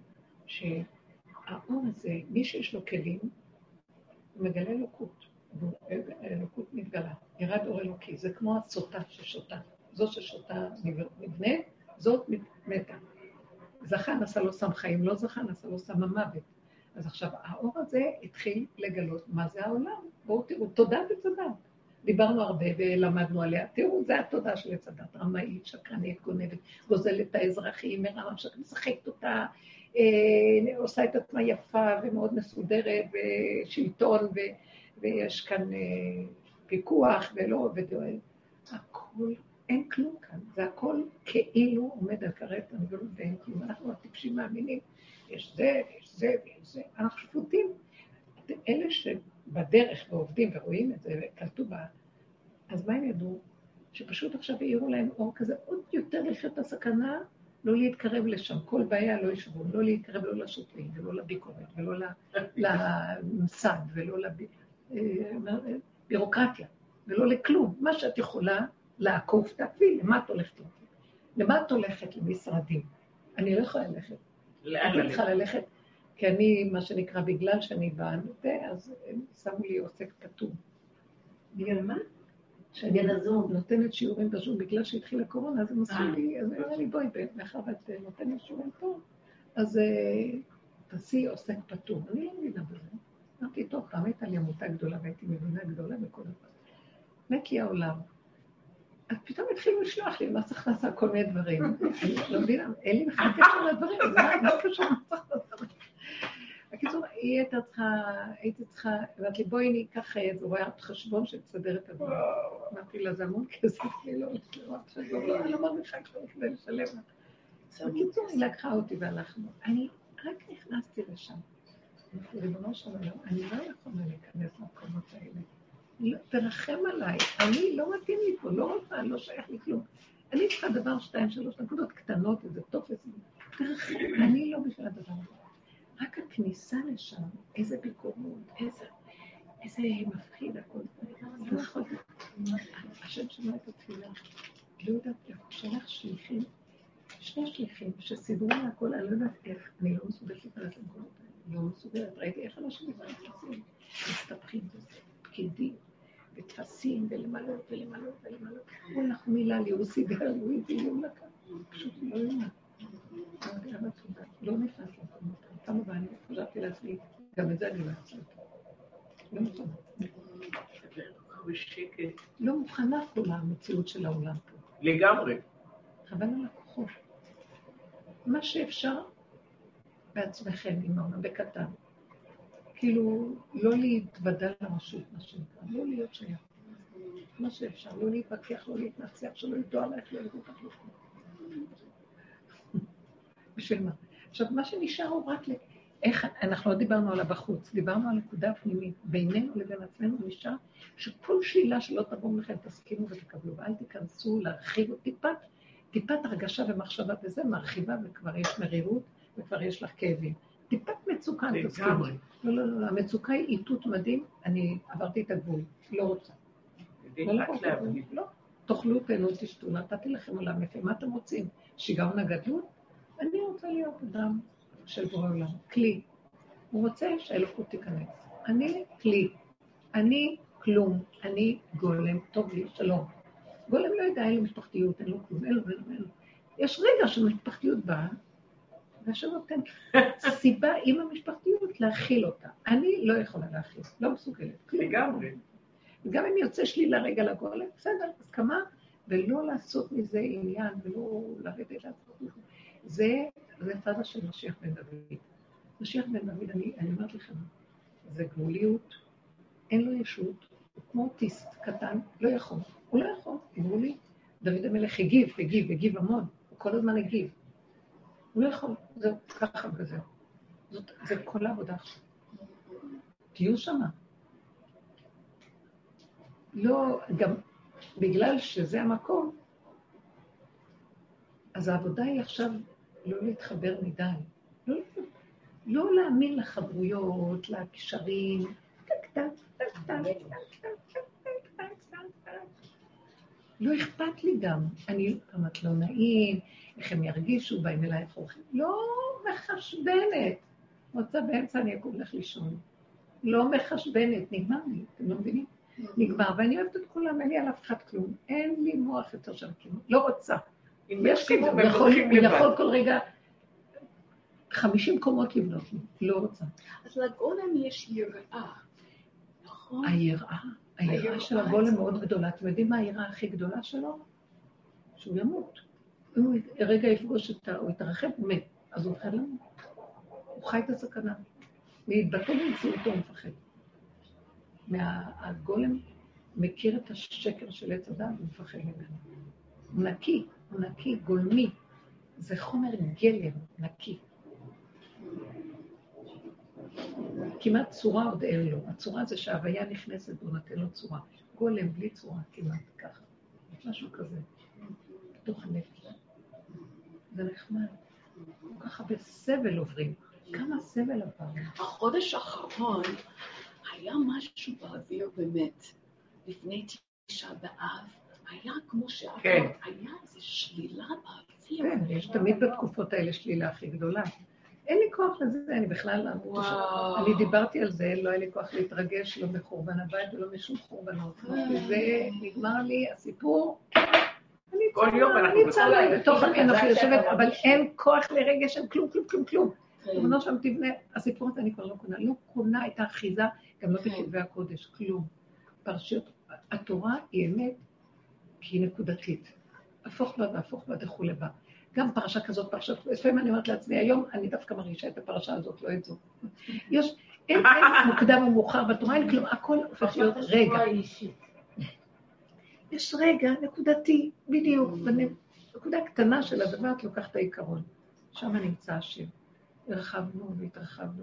שהאור הזה, מי שיש לו כלים, הוא מגלה אלוקות. אלוקות מתגלה, ירד אור אלוקי, זה כמו הסוטה ששוטה. זאת ששוטה מבנה, זאת מתה. זכה נשא לו שם חיים, לא זכה נשא לו שם המוות. אז עכשיו, האור הזה התחיל לגלות מה זה העולם. בואו תראו, תודה וצדת. דיברנו הרבה ולמדנו עליה. תראו, זה התודה של הצדת. רמאית, שקרנית, גונבת, גוזלת את האזרחים, מרמה, משחקת אותה, עושה את עצמה יפה ומאוד מסודרת, ושלטון, ויש כאן פיקוח ולא ודואל. הכל, אין כלום כאן. זה הכל כאילו עומד על כרת הנגלות ואין כלום. אנחנו הטיפשים מאמינים. יש זה, יש זה, ויש זה. אנחנו שפוטים. אלה שבדרך ועובדים ורואים את זה וקלטו בה, אז מה הם ידעו? שפשוט עכשיו העירו להם אור כזה, עוד יותר לחיות את הסכנה, לא להתקרב לשם. כל בעיה לא ישבו, לא להתקרב לא לשוטרים, ולא לביקורת, ולא לממסד, ולא לבירוקרטיה, ולא לכלום. מה שאת יכולה לעקוף, תעקבי, למה את הולכת? למה את הולכת למשרדים? אני לא יכולה ללכת. אני צריכה ללכת, כי אני, מה שנקרא, בגלל שאני באה, אז הם שמו לי עוסק פטור. בגלל מה? שאני נותנת שיעורים בזום, בגלל שהתחילה קורונה, אז הם עשו לי, אז אמרו לי, בואי, מאחר ואת נותנת שיעורים פה, אז תעשי עוסק פטור. אני לא מבינה בזה. אמרתי, טוב, פעם הייתה לי עמותה גדולה, והייתי מבינה גדולה בכל דבר. נקי העולם. אז פתאום התחילו לשלוח לי, מה צריך לעשות כל מיני דברים. אני לא מבינה, אין לי בכלל קשר לדברים, מה קשור מה צריך לעשות? בקיצור, הייתי צריכה, אמרת לי, בואי ניקח איזה רואת חשבון שתסדר את הדברים. אמרתי לה, זה המון כסף לי, לא רואת חשבון, לא מרוויחה כבר כדי לשלם לה. בקיצור, היא לקחה אותי והלכנו. אני רק נכנסתי לשם. ריבונו של עולם, אני לא יכולה להיכנס למקומות האלה. תרחם עליי, אני לא מתאים לי פה, לא רוצה, לא שייך לי כלום. אני צריכה דבר 2-3 נקודות קטנות, איזה טופס. תרחם, אני לא בשביל הדבר הזה. רק הכניסה לשם, איזה ביקורות, איזה מפחיד הכל. השם שמע את התפילה, לא יודעת איך, שלח שליחים, 2 שליחים, שסידרו לה הכל, אני לא יודעת איך, אני לא מסוגלת להיכנס למקומות האלה, לא מסוגלת, ראיתי איך אנשים מתפסים, מסתפחים בזה, פקידים, ותפסים, ולמלות, ולמלות, ולמלות. כל לך מילה לי, הוא סידר, הוא הביא לי, פשוט לא יודעת. לא נכנס למקומות. כמה ואני חשבתי לעצמי, גם את זה אני לא אעצמי. לא מוכנה. לא מוכנה כל המציאות של העולם פה. לגמרי. חבל על הכוחות. מה שאפשר בעצמכם עם העולם בקטן. כאילו, לא להתוודע לרשות, מה שנקרא, לא להיות שייך. מה שאפשר, לא להתווכח, לא להתנצח, שלא ידעו עלייך, לא ידעו אותך לכם. בשביל מה? עכשיו, מה שנשאר הוא רק איך, אנחנו לא דיברנו עליו בחוץ, דיברנו על נקודה פנימית, בינינו לבין עצמנו נשאר, שכל שאלה שלא תבואו לכם, תסכימו ותקבלו, ואל תיכנסו להרחיב טיפת הרגשה ומחשבה וזה מרחיבה, וכבר יש מרירות, וכבר יש לך כאבים. טיפת מצוקה, תסכימו. לא, המצוקה היא איתות מדהים, אני עברתי את הגבול, לא רוצה. לא, תאכלו, תהנו, תשתו, נתתי לכם עולם יפה, מה אתם רוצים? שיגעון הגדלות? אני רוצה להיות אדם של בורא עולם, כלי. הוא רוצה שהאלוקות תיכנס. אני כלי, אני כלום, אני גולם, טוב לי, שלום. גולם לא יודע, אין לו משפחתיות, אין לו כלום, אין לו. יש רגע שמשפחתיות באה, והשם נותן סיבה עם המשפחתיות להכיל אותה. אני לא יכולה להכיל, לא מסוגלת. לגמרי. וגם אם יוצא שלי לרגע לגולם, בסדר, הסכמה, ולא לעשות מזה עניין, ולא לרדת לעשות מזה. זה צדה של משיח בן דוד. משיח בן דוד, אני אומרת לכם, זה גבוליות, אין לו ישות, הוא כמו אוטיסט קטן, לא יכול. הוא לא יכול, אמרו לי, דוד המלך הגיב המון, הוא כל הזמן הגיב. הוא לא יכול, זה ככה וזהו. זה כל העבודה עכשיו. תהיו שמה. לא, גם בגלל שזה המקום, אז העבודה היא עכשיו לא להתחבר מדי. לא להאמין לחברויות, לקשרים, לא אכפת לי גם. אני אמרת לא נעים, איך הם ירגישו, באים אליי חורכים. לא מחשבנת. רוצה באמצע אני אקום לך לישון. לא מחשבנת, נגמר לי, אתם לא מבינים? נגמר, ואני אוהבת את כולם, אין לי על אף אחד כלום. אין לי מוח יותר של כלום. לא רוצה. יש כלום, יכול כל רגע 50 קומות לבנות לי, לא רוצה. אז לגולם יש יראה, נכון? היראה של הגולם מאוד גדולה. אתם יודעים מה היראה הכי גדולה שלו? שהוא ימות. אם הוא רגע יפגוש הוא יתרחב, הוא מת. אז הוא מפחד למות. הוא חי את הסכנה. להתבטא במציאותו הוא מפחד. הגולם מכיר את השקר של עץ הדת ומפחד ממנו. הוא נקי, גולמי. זה חומר גלם נקי. כמעט צורה עוד אין לו. הצורה זה שההוויה נכנסת והוא נתן לו צורה. גולם בלי צורה, כמעט ככה. משהו כזה. בתוך הנפש. זה נחמד. ככה בסבל עוברים. כמה סבל עבר. החודש האחרון היה משהו באוויר באמת. לפני 9 באב, היה כמו היה איזו שלילה באוויר. כן, יש תמיד בתקופות האלה שלילה הכי גדולה. אין לי כוח לזה, אני בכלל אני דיברתי על זה, לא היה לי כוח להתרגש, לא מחורבן הבית ולא משום חורבנות. זה נגמר לי, הסיפור, כל יום אני צעלה בתוך אנוכי יושבת, אבל אין כוח לרגש, אין כלום. תמונות שם תבנה, הסיפור הזה אני כבר לא קונה את האחיזה, גם לא בכתבי הקודש, כלום. פרשיות, התורה היא אמת, כי היא נקודתית. הפוך בה דחו לבה. גם פרשה כזאת, לפעמים אני אומרת לעצמי, היום אני דווקא מרגישה את הפרשה הזאת, לא את זו. אין מוקדם ומאוחר בתורה, אין כלום, הכל הופך להיות רגע. יש רגע נקודתי, בדיוק, בנקודה קטנה של הדבר, את לוקחת העיקרון. שם נמצא השם. הרחבנו והתרחבנו.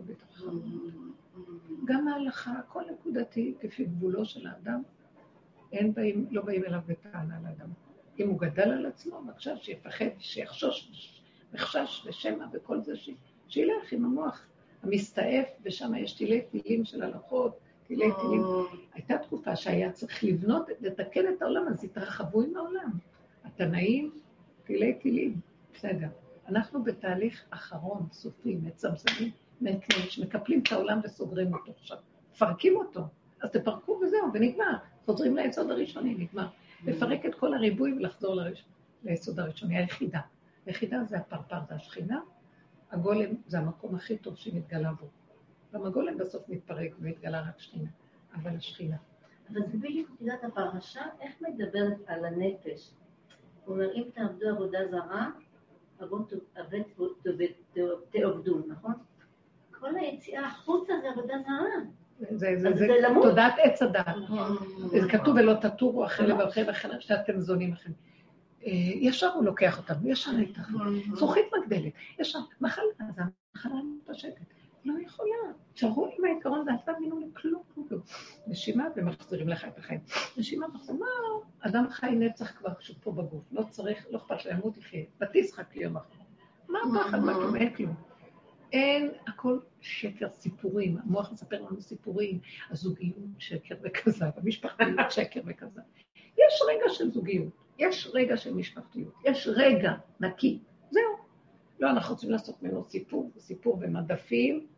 גם ההלכה, הכל נקודתי, כפי גבולו של האדם, לא באים אליו בטענה לאדם. אם הוא גדל על עצמו, בבקשה שיפחד, שיחשוש, מחשש ושמע וכל זה, שילך עם המוח המסתעף, ושם יש תילים של הלכות, תילים. הייתה תקופה שהיה צריך לבנות, לתקן את העולם, אז התרחבו עם העולם. התנאים, תילים, בסדר. אנחנו בתהליך אחרון, סופי, מצמצמים, שמקפלים את העולם וסוגרים אותו עכשיו. פרקים אותו, אז תפרקו וזהו, ונגמר. חוזרים ליסוד הראשוני, נגמר. לפרק את כל הריבוי ולחזור ליסוד הראשוני, היחידה. היחידה זה הפרפר, זה השכינה. הגולם זה המקום הכי טוב שמתגלה בו. גם הגולם בסוף מתפרק ומתגלה רק שכינה, אבל השכינה. אבל זה בדיוק תדעת הפרשה, איך מדברת על הנפש? הוא אומר, אם תעבדו עבודה זרה, ותעבדו, נכון? כל היציאה החוצה זה עבודה זרה. זה תודעת עץ הדעת. זה כתוב ולא תטורו אחרי לבבכם אחרי שאתם זונים לכם. ישר הוא לוקח אותם, ישר איתך. זוכית מגדלת, ישר, מחלה, אז המחלה מתפשטת. לא יכולה. תשארו עם העיקרון, ואל תאמינו לכלום. נשימה ומחזירים לך את החיים. נשימה מחזירים, אדם חי נצח כבר כשהוא פה בגוף. לא צריך, לא אכפת לימות יחיה. בתשחק ליום אחר. מה הפחד? מה כלום? אין כלום. אין, הכל שקר, סיפורים. המוח מספר לנו סיפורים. הזוגיות שקר וכזב, המשפחתיות שקר וכזב. יש רגע של זוגיות, יש רגע של משפחתיות, יש רגע נקי. זהו. לא, אנחנו רוצים לעשות ממנו סיפור ומדפים,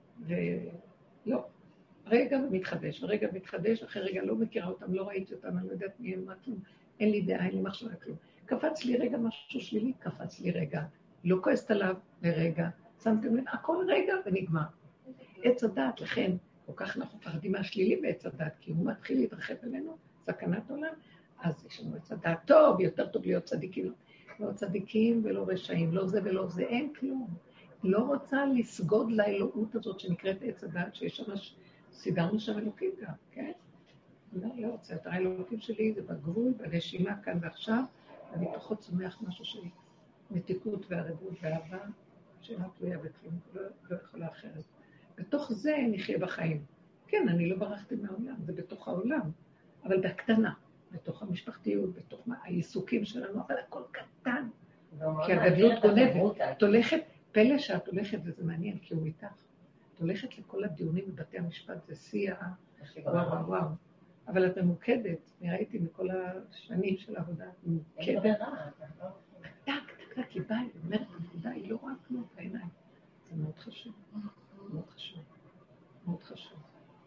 ולא. רגע מתחדש, ורגע מתחדש, אחרי רגע לא מכירה אותם, לא ראיתי אותם, אני לא יודעת מי הם, מה כלום. אין לי דעה, אין לי מחשבה כלום. קפץ לי רגע משהו שלילי, קפץ לי רגע. לא כועסת עליו לרגע. שמתם לב, הכל רגע ונגמר. עץ הדעת, לכן, כל כך אנחנו פחדים מהשלילי בעץ הדעת, כי הוא מתחיל להתרחב אלינו, סכנת עולם, אז יש לנו עץ הדעת טוב, יותר טוב להיות צדיקים. לא צדיקים ולא רשעים, לא זה ולא זה, אין כלום. לא רוצה לסגוד לאלוהות הזאת שנקראת עץ הדעת, שיש שם, סידרנו שם אלוקים גם, כן? לא רוצה, את האלוהים שלי זה בגבול, בנשימה כאן ועכשיו, ומתוכו צומח משהו של מתיקות והרבות ואהבה, שאינה תלויה בכלום, לא יכולה אחרת. בתוך זה נחיה בחיים. כן, אני לא ברחתי מהעולם, זה בתוך העולם, אבל בקטנה. בתוך המשפחתיות, בתוך העיסוקים שלנו, אבל הכל קטן. כי הגדלות גונבת. את הולכת, פלא שאת הולכת, וזה מעניין, כי הוא איתך. את הולכת לכל הדיונים בבתי המשפט, זה שיא וואו. אבל את ממוקדת, אני ראיתי מכל השנים של העבודה, ממוקדת. טק, היא באה, היא אומרת, הנקודה, היא לא רואה כלום בעיניים. זה מאוד חשוב, מאוד חשוב, מאוד חשוב.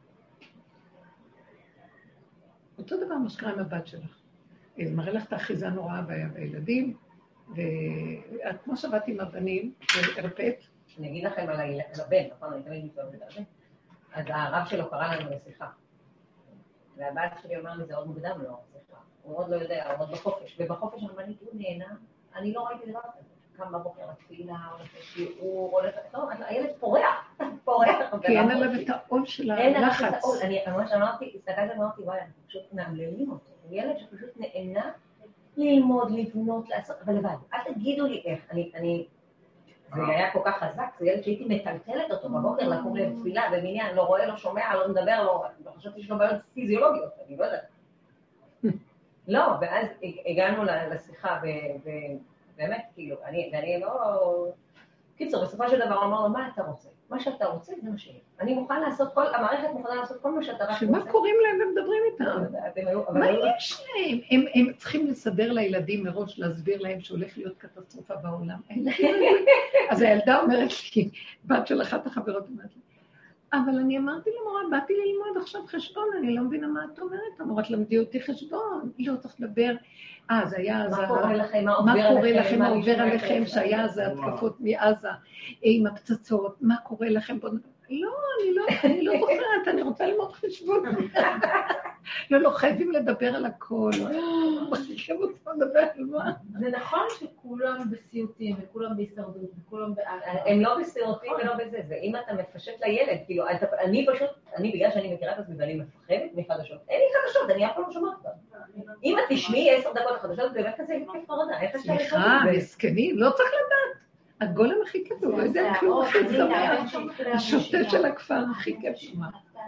אותו דבר מה שקרה עם הבת שלך. היא מראה לך את האחיזה נוראה בילדים, וכמו שעבדתי עם הבנים, הרפאת. אני אגיד לכם על הבן, נכון? אני תמיד מתארת את הבן. אז הרב שלו קרא לנו לשיחה. והבת שלי אומר לי, זה עוד מוקדם לו, שיחה. הוא עוד לא יודע, הוא עוד בחופש. ובחופש אני הוא נהנה, אני לא ראיתי דבר כזה. קם בבוקר התפילה, הולך לשיעור, הולך... לא, הילד פורח. כי אין עליו את העול של הלחץ. אני ממש אמרתי, הסתכלתי ואמרתי, וואי, אנחנו פשוט מאמללים אותו. הוא ילד שפשוט נהנה ללמוד, לבנות, לעשות, אבל לבד. אל תגידו לי איך, זה היה כל כך חזק, זה ילד שהייתי מטלטלת אותו בבוקר לקום לתפילה, במניין, לא רואה, לא שומע, לא מדבר, לא חשבתי שיש לו בעיות פיזיולוגיות, אני לא יודעת. לא, ואז הגענו לשיחה, ובאמת, כאילו, ואני לא... קיצור, בסופו של דבר אמר לו, מה אתה רוצה? מה שאתה רוצה זה מה שיהיה. אני מוכן לעשות המערכת מוכנה לעשות כל מה שאתה רק רוצה. שמה קוראים להם ומדברים איתם? מה יש להם? הם צריכים לסדר לילדים מראש, להסביר להם שהולך להיות קטסטרופה בעולם. אז הילדה אומרת לי, בת של אחת החברות אומרת לי, אבל אני אמרתי למורה, באתי ללמוד עכשיו חשבון, אני לא מבינה מה את אומרת. אמרת, למדי אותי חשבון. לא צריך לדבר. זה היה אז... מה קורה לכם? מה קורה לכם? מה עובר עליכם? שהיה אז התקפות מעזה עם הפצצות. מה קורה לכם? לא, אני לא זוכרת, אני רוצה ללמוד חשבון. לא חייבים לדבר על הכל. מחלישים אותם לדבר על מה. זה נכון שכולם בסיוטים, וכולם בהישרדות, וכולם הם לא בסיוטים ולא בזה. זה אם אתה מפשט לילד, כאילו, אני בגלל שאני מכירה את עצמי ואני מפחדת מחדשות, אין לי חדשות, אני אף פעם לא שומעת אותם. אם את תשמעי 10 דקות לחדשות, באמת כזה יפה פרודה. סליחה, מסכנים, לא צריך לדעת. הגולם הכי כיף, הוא לא יודע כלום, הכי זמח. השוטה של הכפר הכי כיף שמה.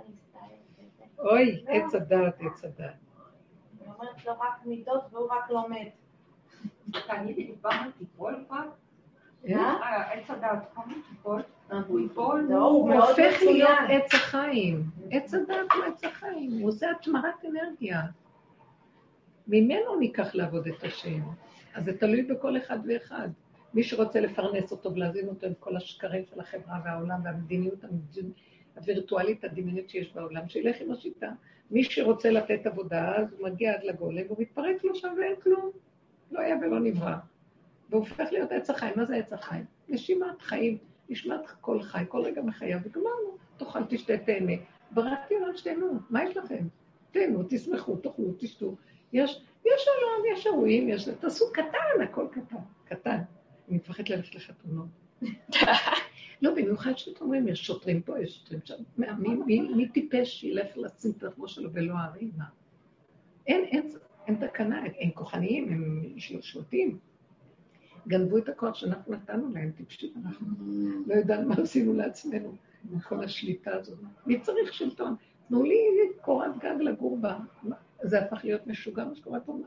אוי, עץ הדעת, עץ הדעת. אני אומרת לו רק מידות והוא רק לומד. תגידי, דיברנו טיפול פעם? עץ הדעת, כמה טיפול? הוא ייפול? הוא הופך להיות עץ החיים. עץ הדעת הוא עץ החיים, הוא עושה התמרת אנרגיה. ממנו ניקח לעבוד את השם. אז זה תלוי בכל אחד ואחד. מי שרוצה לפרנס אותו ולהזין אותו עם כל השקרים של החברה והעולם והמדיניות הווירטואלית הדמיונית שיש בעולם, שילך עם השיטה. מי שרוצה לתת עבודה, אז הוא מגיע עד לגולם, והוא מתפרק לו שם ואין כלום. לא היה ולא נברא. והוא הופך להיות עץ החיים. מה זה עץ החיים? נשימת חיים, נשמת כל חי, כל רגע מחייו, וגמרנו, תאכל, תשתה, תהנה. בראתי עולם שתהנו, מה יש לכם? תהנו, תשמחו, תאכלו, תשתו. יש עולם, יש אירועים, תעשו קטן, הכל קטן, קטן. אני מפחדת ללכת לחתונות. לא, במיוחד שאתם אומרים, יש שוטרים פה, יש שוטרים שם. מי טיפש שילך לשים את הראש שלו ולא הרימה? אין תקנה, הם כוחניים, הם שולטים. גנבו את הכוח שאנחנו נתנו להם, טיפשים, אנחנו לא יודעים מה עשינו לעצמנו, כל השליטה הזאת. מי צריך שלטון? תנו לי קורת גג לגור בה. זה הפך להיות משוגע, מה שקורה פה.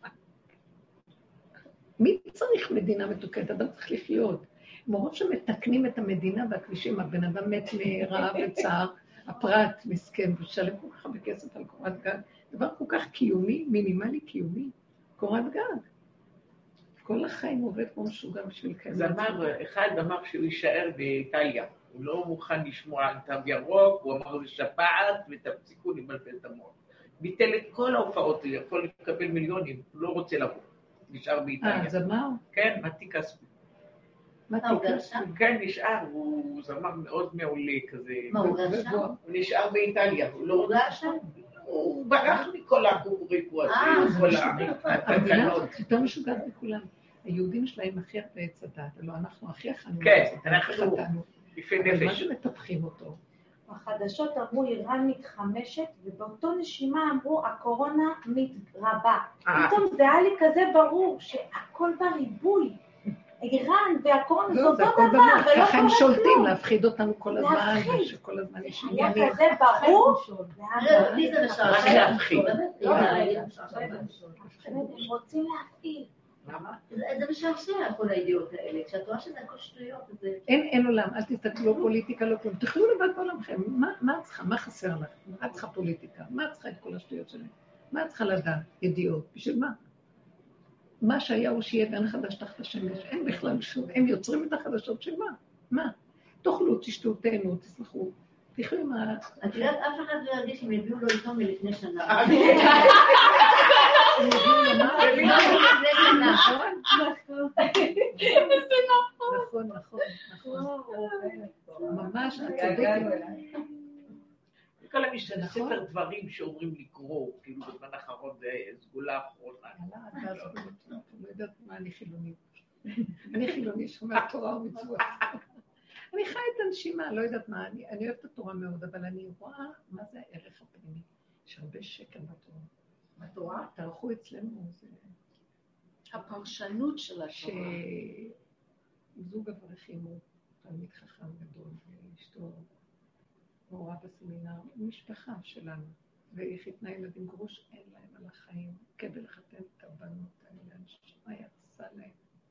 מי צריך מדינה מתוקנת? אדם צריך לחיות. מרוב שמתקנים את המדינה והכבישים, הבן אדם מת מרעב וצער, הפרט מסכן, ושלם כל כך בכסף על קורת גג. דבר כל כך קיומי, מינימלי קיומי, קורת גג. כל החיים עובד כמו משוגע בשביל כאלה. אחד אמר שהוא יישאר באיטליה. הוא לא מוכן לשמוע על תו ירוק, הוא אמר זה שפעת ותפסיקו לבלבל את המוח. ביטל את כל ההופעות, הוא יכול לקבל מיליונים, הוא לא רוצה לבוא. נשאר באיטליה. זמר? כן, מתי כספי. מתי כספי? כן, נשאר, הוא זמר מאוד מעולה כזה. מה, הוא גר שם? הוא נשאר באיטליה, הוא לא גר שם. הוא ברח מכל הקוריקו הזה, כל התקנות. יותר משוגעת מכולם. היהודים שלהם הכי הרבה עץ הדעת, הלוא אנחנו הכי חנו. כן, אנחנו יפי נפש. מה שמטפחים אותו? החדשות אמרו איראן מתחמשת, ובאותו נשימה אמרו הקורונה מתרבה. פתאום זה היה לי כזה ברור שהכל בריבוי. איראן והקורונה זה אותו דבר. ככה הם שולטים, להפחיד אותנו כל הזמן, ושכל הזמן יש היה כזה ברור. לי זה משעשע. רק להפחיד. הם רוצים להפעיל. זה משעשע כל הידיעות האלה. כשאת רואה שזה הכל שטויות, זה... אין עולם, אל תסתכלו פוליטיקה, לא כלום. תאכלו לבד בעולמכם. מה את צריכה? מה חסר לך? מה את צריכה פוליטיקה? מה את צריכה את כל השטויות שלהם? מה את צריכה לדעת? ידיעות. בשביל מה? מה שהיה הוא שיהיה ואין חדש תחת השמש. אין בכלל שום. הם יוצרים את החדשות של מה? מה? תאכלו, תשתו, תהנו, תשמחו. תחלו עם ה... את יודעת, אף אחד לא ירגיש אם הביאו לו עיתון מלפני שנה. נכון. ממש, את צודקת. כל ספר דברים שאומרים לקרוא, כאילו בזמן האחרון זה סגולה אחרונה. לא יודעת מה אני חילוני. אני חילוני שומע תורה ומצוות. אני חי את הנשימה, לא יודעת מה, אני אוהבת את התורה מאוד, אבל אני רואה מה זה הערך הפנימי. יש הרבה שקל בתורה. בתורה? תערכו אצלנו, זה... הפרשנות של התורה. שזוג אברכים הוא תלמיד חכם גדול, ואשתו מורה בסמינר, משפחה שלנו, והיא חיתנה ילדים גרוש, אין להם על החיים, כדי לחתן את הבנות האלה, מה יצא להם?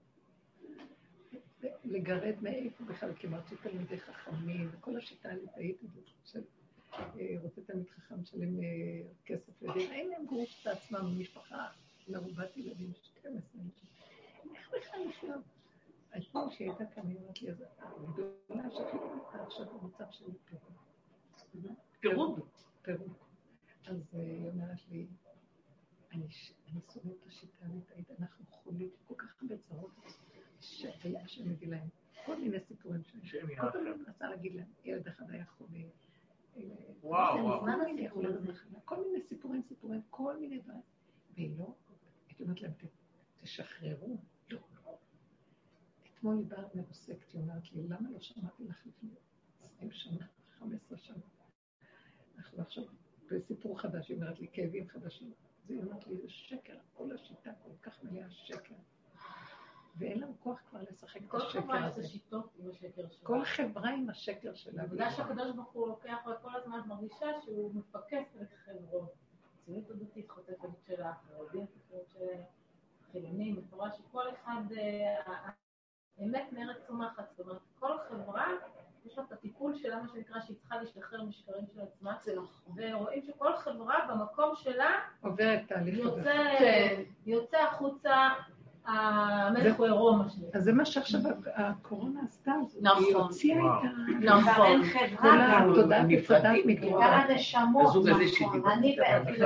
לגרד מאיפה בכלל, כי מרצו תלמידי חכמים, וכל השיטה הליטאית הזאת של רוצה תלמיד חכם שלהם כסף לדין, אין להם גרוש בעצמם, משפחה מרובת ילדים 12. איך בכלל לחיות? הייתה שהייתה כאן, היא אומרת לי, אז הגדולה שחיתו אותה עכשיו במצב של פירוד. אז היא אומרת לי, אני שונאת את השיטה הליטאית, אנחנו חולים כל כך הרבה צרות, שהיה שמביא להם כל מיני סיפורים שהם. כל פעם אני מנסה להגיד להם, ילד אחד היה חולה. וואו. כל מיני סיפורים, כל מיני דברים. והיא לא, הייתי אומרת להם, תשחררו. לא. אתמול היא באה מרוסקת, היא אומרת לי, למה לא שמעתי לך לפני 20 שנה, 15 שנה? אנחנו עכשיו בסיפור חדש, היא אומרת לי, כאבים חדשים. אז היא אומרת לי, זה שקר, כל השיטה כל כך מלאה שקר. ואין לנו כוח כבר לשחק את השקר הזה. כל חברה יש השיטות עם השקר שלה. כל חברה עם השקר שלה. בגלל שהקדוש ברוך הוא לוקח וכל הזמן מרגישה שהוא מפקס לחברות. ציונות הדתית חוטפת שלה, חרדים חוטפת שלה, חילונים, מפורש שכל אחד, האמת מארץ צומחת. זאת אומרת, כל חברה יש לה את הטיפול שלה, מה שנקרא, שהיא צריכה להשתחרר משקרים של עצמה. ורואים שכל חברה במקום שלה עוברת תהליך יוצא החוצה המלך הוא עירום, מה שנקרא. אז זה מה שעכשיו הקורונה עשתה, היא הוציאה את נכון. חברה, תודה נפרדת מתורה. כמה נשמות, נכון. אני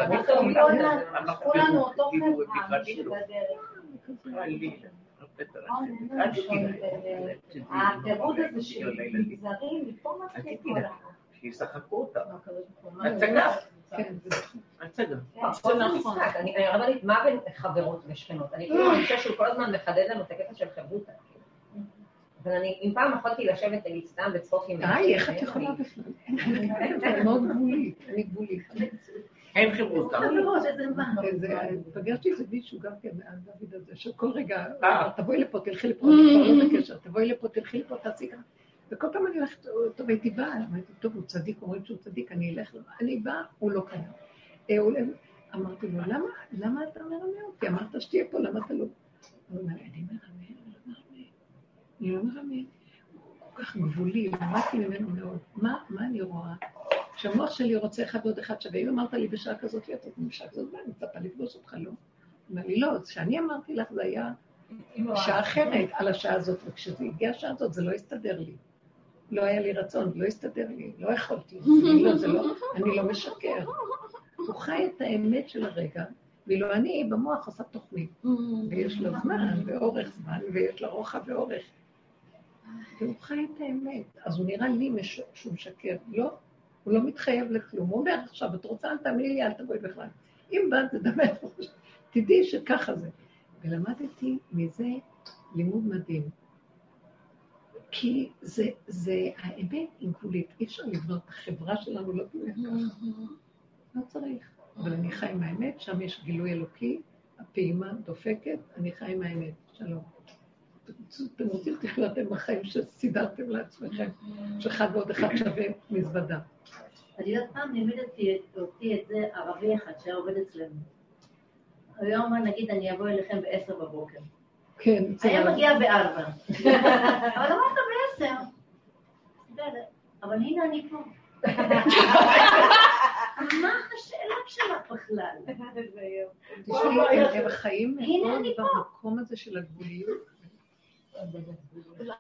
כולנו אותו חברה, שבדרך. הפירוד הזה של מגזרים, מפה מתחיל כל שישחקו אותה. הצגה. כן, זה הצגה. זה נכון. אני רבנית, מה בין חברות ושכנות? אני חושב שהוא כל הזמן מחדד לנו את הקטע של חברותה. אבל אני, אם פעם יכולתי לשבת נגיד סתם בצחוקים... די, איך את יכולה בכלל? זה מאוד גבולי, אני גבולית. אין חברות. פגשתי איזה מישהו גם כן, דוד הזה, שכל רגע, תבואי לפה, תלכי לפה, אני כבר לא בקשר, תבואי לפה, תלכי לפה, תעשי ככה. וכל פעם אני הולכת, טוב, הייתי באה, אמרתי, טוב, הוא צדיק, אומרים שהוא צדיק, אני אלך, אני באה, הוא לא קיים. אמרתי לו, למה אתה מרמה אותי? אמרת שתהיה פה, למה אתה לא? הוא אומר, אני מרמה, אני לא מרמה. הוא כל כך גבולי, למדתי ממנו מאוד. מה אני רואה? שהמוח שלי רוצה אחד ועוד אחד שווה. אם אמרת לי בשעה כזאת, להיות את בשעה כזאת, אני מצפה לפגוש אותך, לא? הוא אומר לי, לא, כשאני אמרתי לך, זה היה שעה אחרת על השעה הזאת, וכשזה הגיע השעה הזאת, זה לא הסתדר לי. לא היה לי רצון, לא הסתדר לי, לא יכולתי. אני לא משקר. הוא חי את האמת של הרגע, ואילו אני במוח עושה תוכנית, ויש לה זמן, ואורך זמן, ויש לה רוחב ואורך. והוא חי את האמת, אז הוא נראה לי שהוא משקר. לא, הוא לא מתחייב לכלום. הוא אומר עכשיו, את רוצה, אל תאמיני לי, אל תבואי בכלל. אם באת, זה דמת, תדעי שככה זה. ולמדתי מזה לימוד מדהים. כי זה האמת אינקולית, אי אפשר לבנות, החברה שלנו לא תלויה ככה. לא צריך. אבל אני חי עם האמת, שם יש גילוי אלוקי, הפעימה דופקת, אני חי עם האמת. שלום. אתם רוצים תחיו אתם בחיים שסידרתם לעצמכם, שאחד ועוד אחד שווה מזוודה. אני עוד פעם לימדתי אותי את זה ערבי אחד שהיה עובד אצלנו. היום נגיד אני אבוא אליכם ב10 בבוקר. כן. היה מגיע ב4. אבל אמרת ב10. אבל הנה אני פה. מה השאלה שלך בכלל? הם חיים מאוד במקום הזה של הגבוליות. לא,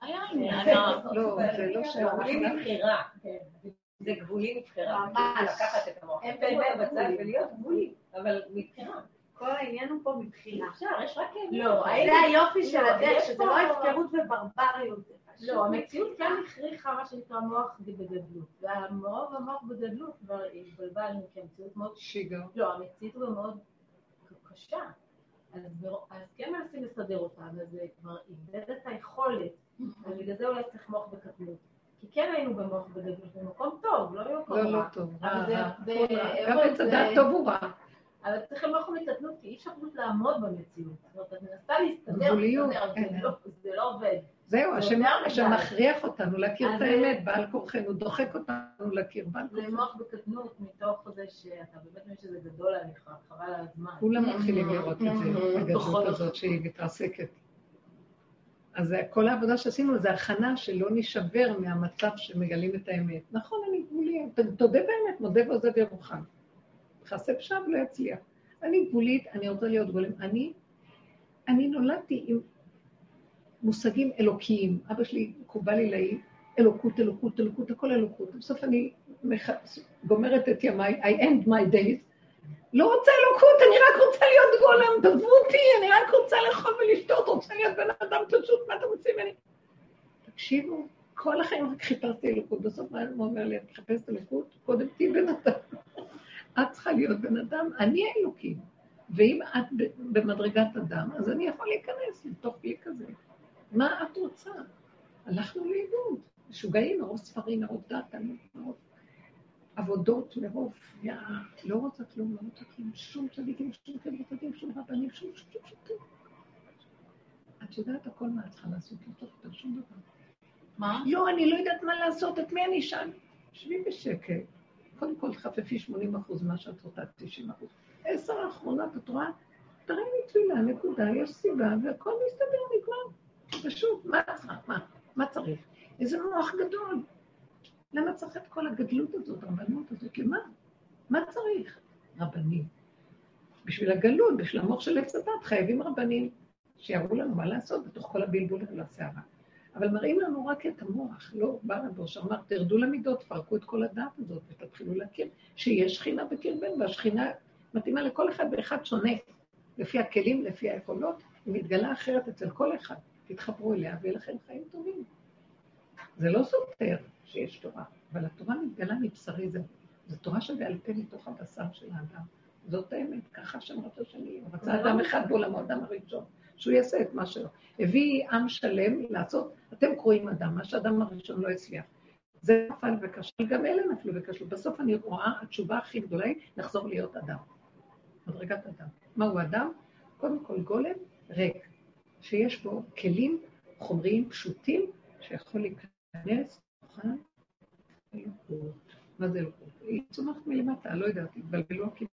זה לא גבולי מבחירה. זה גבולי מבחירה. לקחת את המוח. הם באמת בצד ולהיות גבולי, אבל מבחירה. כל העניין הוא פה מבחירה. אפשר, יש רק... לא, זה היופי של הדרך, שזה לא הפקרות וברבריות. לא, המציאות כאן הכריחה מה שנקרא מוח בגדלות. והמרוב המוח בגדלות כבר התבלבלנו, כי המציאות מאוד... שיגה. לא, המציאות הוא מאוד קשה. אז כן מנסים לסדר אותה, אבל זה כבר איבד את היכולת. אז בגלל זה אולי צריך מוח בקטנות. כי כן היינו במוח בגדלות, במקום טוב, לא במקום רע. לא טוב. גם בצדד טוב הוא רע. אבל צריך למוח בקטנות, כי אי אפשר פשוט לעמוד במציאות. זאת אומרת, את מנסה להסתדר, זה לא עובד. זהו, השם מכריח אותנו להכיר את האמת, בעל כורחנו, דוחק אותנו להכיר בעל כורחנו. זה מוח בקטנות מתוך זה שאתה באמת מבין שזה גדול עליך, חבל על הזמן. כולם מתחילים לראות את זה, הגדלות הזאת שהיא מתרסקת. אז כל העבודה שעשינו זה הכנה שלא נשבר מהמצב שמגלים את האמת. נכון, אני גבולי, תודה באמת, מודה ועוזב ירוחם. חסה פשב לא יצליח. אני גבולית, אני רוצה להיות גבולים. אני נולדתי עם מושגים אלוקיים. אבא שלי קובל לי אלוקות, אלוקות, אלוקות, הכל אלוקות. בסוף אני גומרת את ימיי, I end my days. לא רוצה אלוקות, אני רק רוצה להיות גולם, דברו אותי, אני רק רוצה לאכול ולשתות, רוצה להיות בן אדם פשוט, מה אתם רוצים ממני? תקשיבו, כל החיים רק חיפשתי אלוקות. בסוף מה הוא אומר לי, את מחפשת אלוקות? קודם תהי בן אדם. את צריכה להיות בן אדם, אני האלוקים. ואם את במדרגת אדם, אז אני יכול להיכנס לתוך כלי כזה. מה את רוצה? הלכנו לאיבוד. משוגעים, מרוב ספרים, מרוב דאטה, מרוב עבודות, מרוב, לא רוצה כלום, לא רוצה כלום, שום צדיקים, שום חברתים, שום רבנים, שום. את יודעת הכל מה את צריכה לעשות, לא צריך יותר שום דבר. מה? לא, אני לא יודעת מה לעשות, את מי אני אשאל? שבי בשקט. קודם כל תחפפי 80% מה שאת רוצה, 90%. 10 האחרונות, את רואה, תראי לי תפילה, נקודה, יש סיבה, והכל מסתדר, נגמר. פשוט, מה צריך? איזה מוח גדול. למה צריך את כל הגדלות הזאת, הרבנות הזאת? למה? מה צריך? רבנים. בשביל הגלות, בשביל המוח של עץ הדת, חייבים רבנים שיראו לנו מה לעשות בתוך כל הבלבול ולסערה. אבל מראים לנו רק את המוח, לא בא רבו שאמר, תרדו למידות, פרקו את כל הדעת הזאת ותתחילו להכיר שיש שכינה בקרבן, והשכינה מתאימה לכל אחד ואחד שונה, לפי הכלים, לפי היכולות, היא מתגלה אחרת אצל כל אחד. תתחברו אליה ויהיה לכם חיים טובים. זה לא סותר שיש תורה, אבל התורה מתגלה מבשרי זה. זו תורה שבעל פה מתוך הבשר של האדם. זאת האמת, ככה שם רצה שאני רצה אדם אחד בעולמו, אדם הראשון, שהוא יעשה את מה שלו. הביא עם שלם לעשות, אתם קרואים אדם, מה שאדם הראשון לא הצליח. זה נפל וקשל, גם אלה נפלו וקשלו. בסוף אני רואה, התשובה הכי גדולה היא לחזור להיות אדם. מדרגת אדם. מהו אדם? קודם כל גולם ריק, שיש בו כלים חומריים פשוטים, שיכול להיכנס, אלוקות. מה זה אלוקות? היא צומחת מלמטה, לא יודעת, התבלבלו הכלים.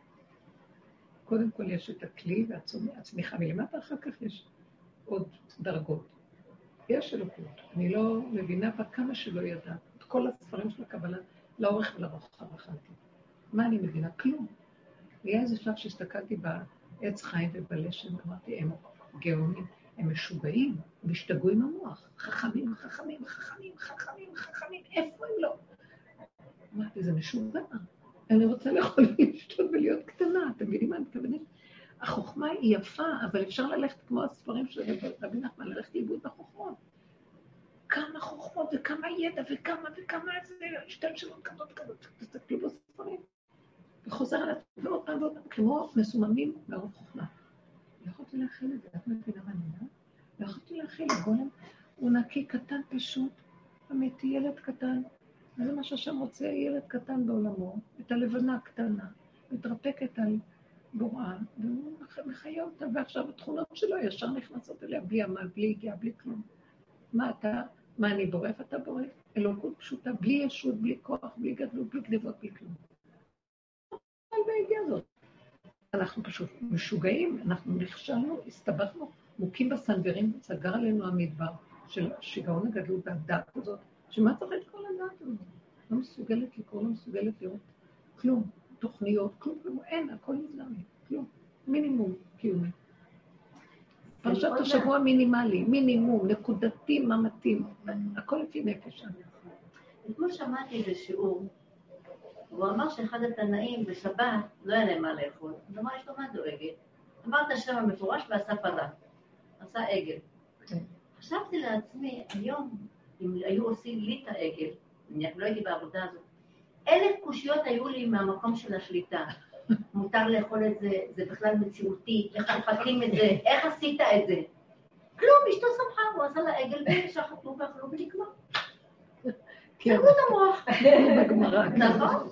קודם כל יש את הכלי והצמיחה מלמטה, אחר כך יש עוד דרגות. יש אלוקות. אני לא מבינה בה כמה שלא ידעת. את כל הספרים של הקבלה, לאורך ולרוחב אכלתי. מה אני מבינה? כלום. היה איזה שלב שהסתכלתי בעץ חיים ובלשם, אמרתי, הם גאונים, הם משוגעים, הם השתגעו עם המוח. חכמים, חכמים, חכמים, חכמים, חכמים, איפה הם לא? אמרתי, זה משוגע. אני רוצה לאכול ולשתות ולהיות קטנה, אתם מבינים מה אני מתכוונת? החוכמה היא יפה, אבל אפשר ללכת כמו הספרים של רבי נחמן, ללכת לאיבוד בחוכמות. כמה חוכמות וכמה ידע וכמה זה, שתיים שלום כזאת, תסתכלו בספרים. וחוזר על עצמם ועוד פעם ועוד פעם, כמו מסוממים מרוב חוכמה. לא יכולתי להכיל את זה, את מבינה מה אני אומר? לא יכולתי להכיל, הגולם הוא נקי, קטן פשוט, אמיתי, ילד קטן. זה מה שהשם רוצה, ילד קטן בעולמו, את הלבנה הקטנה, מתרפקת על בוראה, והוא מחיה אותה, ועכשיו התכונות שלו ישר נכנסות אליה, בלי עמל, בלי הגיעה, בלי כלום. מה אני בורף? אתה בורף? אלוקות פשוטה, בלי ישות, בלי כוח, בלי גדלות, בלי גניבות, בלי כלום. אבל בהגיעה הזאת. אנחנו פשוט משוגעים, אנחנו נכשלנו, הסתבכנו, מוכים בסנוורים, סגר עלינו המדבר של שיגעון הגדלות והדעת הזאת, שמה צריך את כל הדעת הזאת? לא מסוגלת לקרוא, לא מסוגלת לראות כלום, תוכניות, כלום, אין, הכל נזלמי, כלום, מינימום קיומי. פרשת השבוע מינימלי, מינימום, נקודתי, מה מתאים, הכל לפי נפש. אתמול שמעתי איזה שיעור, והוא אמר שאחד התנאים בשבת לא היה להם מה לאכול. אז אמר, יש לו מה דואגת? אמר את השם המפורש ועשה פרה, עשה עגל. חשבתי לעצמי, היום, אם היו עושים לי את העגל, אני לא הייתי בעבודה הזאת, 1000 קושיות היו לי מהמקום של השליטה. מותר לאכול את זה, זה בכלל מציאותי, איך חפקים את זה, איך עשית את זה? כלום, אשתו שמחה, הוא עשה לה עגל ושחטו ואכלו ולגמר. תראו את המוח. בגמרא. נכון?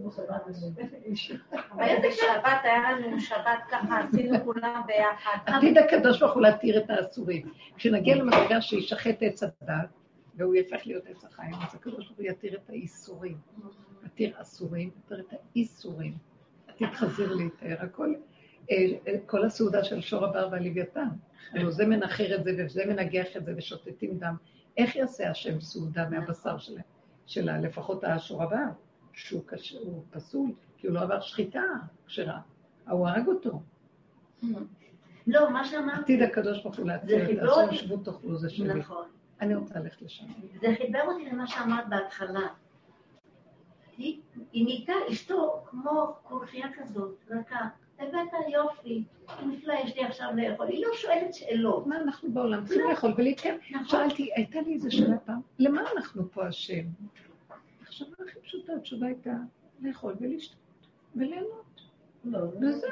באיזה שבת היה לנו שבת ככה, עשינו כולם ביחד. עתיד הקדוש ברוך הוא להתיר את האסורים. כשנגיע למדרגה שישחט עץ הדת, והוא יהפך להיות עץ החיים, אז הקדוש ברוך הוא יתיר את האיסורים. יתיר אסורים, יתיר את האיסורים. עתיד חזיר להתאר, כל הסעודה של שור הבר והלוויתן. הלוא זה מנחיר את זה וזה מנגח את זה ושוטטים דם. איך יעשה השם סעודה מהבשר שלהם? שלה, לפחות השור הבר, שהוא פסול, כי הוא לא עבר שחיטה כשרה. הוא הרג אותו. לא, מה שאמרתי... עתיד הקדוש ברוך הוא להציע את השם שבו תאכלו זה שלי. נכון. אני רוצה ללכת לשם. זה חיבר אותי למה שאמרת בהתחלה. היא נהייתה אשתו כמו קורחייה כזאת, רכה. הבאת יופי, נפלא, יש לי עכשיו לאכול. היא לא שואלת שאלות. מה אנחנו בעולם? צריכים לאכול ולהתקיים. שאלתי, הייתה לי איזה שאלה פעם, למה אנחנו פה השם? עכשיו הכי פשוטה, התשובה הייתה לאכול ולשתות וליהנות. וזהו.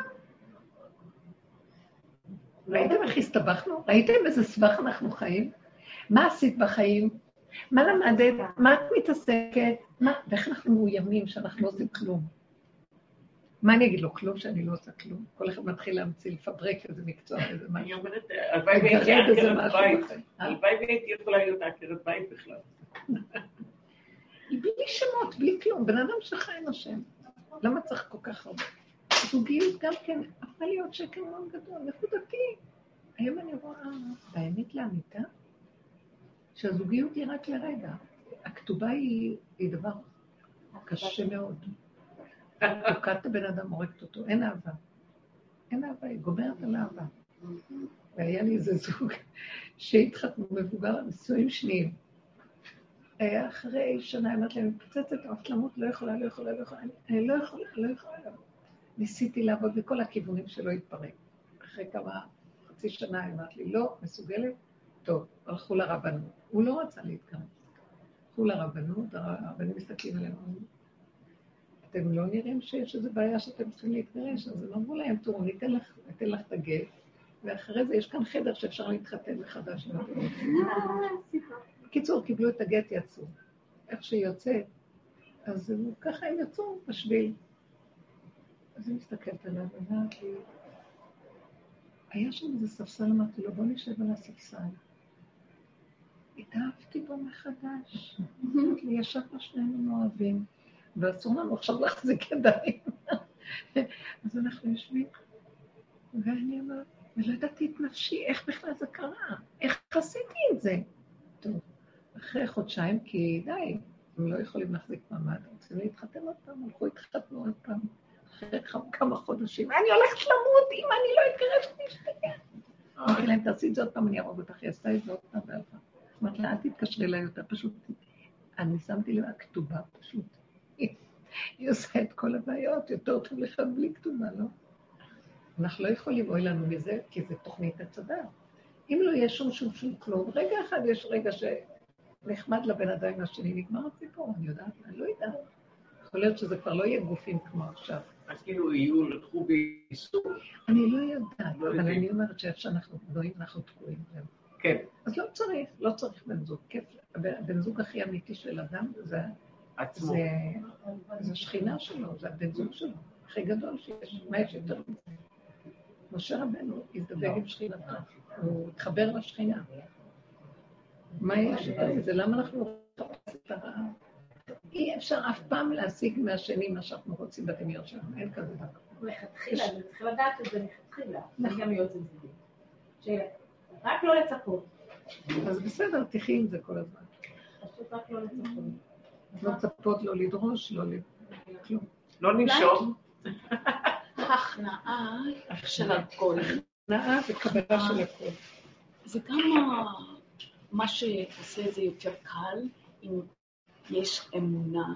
ראיתם איך הסתבכנו? ראיתם איזה סבך אנחנו חיים? מה עשית בחיים? מה למדת? מה את מתעסקת? ואיך אנחנו מאוימים שאנחנו לא עושים כלום? מה אני אגיד לו? כלום שאני לא עושה כלום? כל אחד מתחיל להמציא, לפברק איזה מקצוע, איזה משהו. אני אומרת, הלוואי והייתי עקרת בית. הלוואי והייתי יכולה להיות עקרת בית בכלל. בלי שמות, בלי כלום. בן אדם שחי עם השם. למה צריך כל כך הרבה? זוגיות גם כן, הפכה להיות שקר מאוד גדול, נקודתי. היום אני רואה, באמת לאמיתה, שהזוגיות היא רק לרגע. הכתובה היא דבר קשה מאוד. תוקעת הבן אדם, הורגת אותו, אין אהבה. אין אהבה, היא גומרת על אהבה. והיה לי איזה זוג שהתחתנו מבוגר, נישואים שניים. אחרי שנה אמרת להם, פצצת, אוהבת למות, לא יכולה. אני לא יכולה. ניסיתי לעבוד בכל הכיוונים שלא יתפרק. אחרי חצי שנה אמרת לי, לא, מסוגלת? טוב, הלכו לרבנות. הוא לא רצה להתקרב. הלכו לרבנות, הרבנים מסתכלים עליהם. אתם לא נראים שיש איזו בעיה שאתם צריכים להתגרש, אז הם אמרו להם, תראו, ניתן לך את הגט, ואחרי זה יש כאן חדר שאפשר להתחתן מחדש. בקיצור, קיבלו את הגט, יצאו. איך שהיא יוצאת, אז ככה הם יצאו בשביל. אז היא מסתכלת עליו, ואומרת לי, היה שם איזה ספסל, אמרתי לו, בוא נשב על הספסל. התאהבתי בו מחדש. אמרתי לי, ישבנו שנינו מאוהבים, ואסור לנו עכשיו להחזיק ידיים. אז אנחנו יושבים, ואני אומרת, ולא ידעתי את נפשי, איך בכלל זה קרה? איך עשיתי את זה? טוב, אחרי חודשיים, כי די, הם לא יכולים להחזיק מעמד, רוצים להתחתן עוד פעם, הלכו התחתנו עוד פעם, אחרי כמה חודשים, אני הולכת למות, אם אני לא אתגרש, אני אשתגע. אמרתי להם, תעשי את זה עוד פעם, אני ארוג אותך, היא עשתה את זה עוד פעם והלכה. אמרתי לה, אל תתקשרי אליי יותר, פשוט, אני שמתי לה כתובה, פשוט. היא עושה את כל הבעיות, יותר טוב לך בלי כתובה, לא? אנחנו לא יכולים אוי לנו מזה, כי זה תוכנית הצדה. אם לא יהיה שום כלום, רגע אחד יש רגע שנחמד לבן אדם השני, נגמר הסיפור, אני יודעת, אני לא יודעת. יכול להיות שזה כבר לא יהיה גופים כמו עכשיו. אז כאילו יהיו לקחו באיסור. אני לא יודעת, אבל אני אומרת שאיפה שאנחנו בנויים, אנחנו תקועים. כן. אז לא צריך בן זוג, כיף. הבן זוג הכי אמיתי של אדם זה עצמו. זה שכינה שלו, זה הבן זוג שלו, הכי גדול שיש. מה יש יותר מזה? משה רבנו הזדווג עם שכינתו, הוא התחבר לשכינה. מה יש יותר מזה? למה אנחנו מחפשים את הרעה? אי אפשר אף פעם להשיג מהשני מה שאנחנו רוצים בדמיון שלנו, אין כזה דבר. מלכתחילה, אני צריך לדעת את זה מלכתחילה, אני גם יועצת זוגית. רק לא לצפות. אז בסדר, תחי עם זה כל הזמן. פשוט רק לא לצפות. לא לצפות, לא לדרוש, לא כלום. לא ננשום. ההכנעה של הכל. הכנעה וקבלה של הכל. זה גם מה שעושה את זה יותר קל, אם יש אמונה,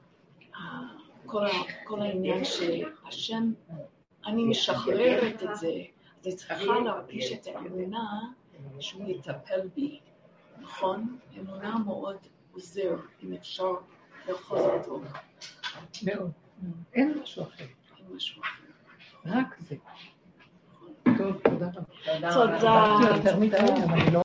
כל העניין שהשם, אני משחררת את זה, אז צריכה להרגיש את האמונה שהוא יטפל בי, נכון? אמונה מאוד עוזר, אם אפשר לאחוז אותו. מאוד. אין משהו אחר. אין משהו אחר. רק זה. טוב, תודה רבה. תודה. יותר מדי, אבל אני לא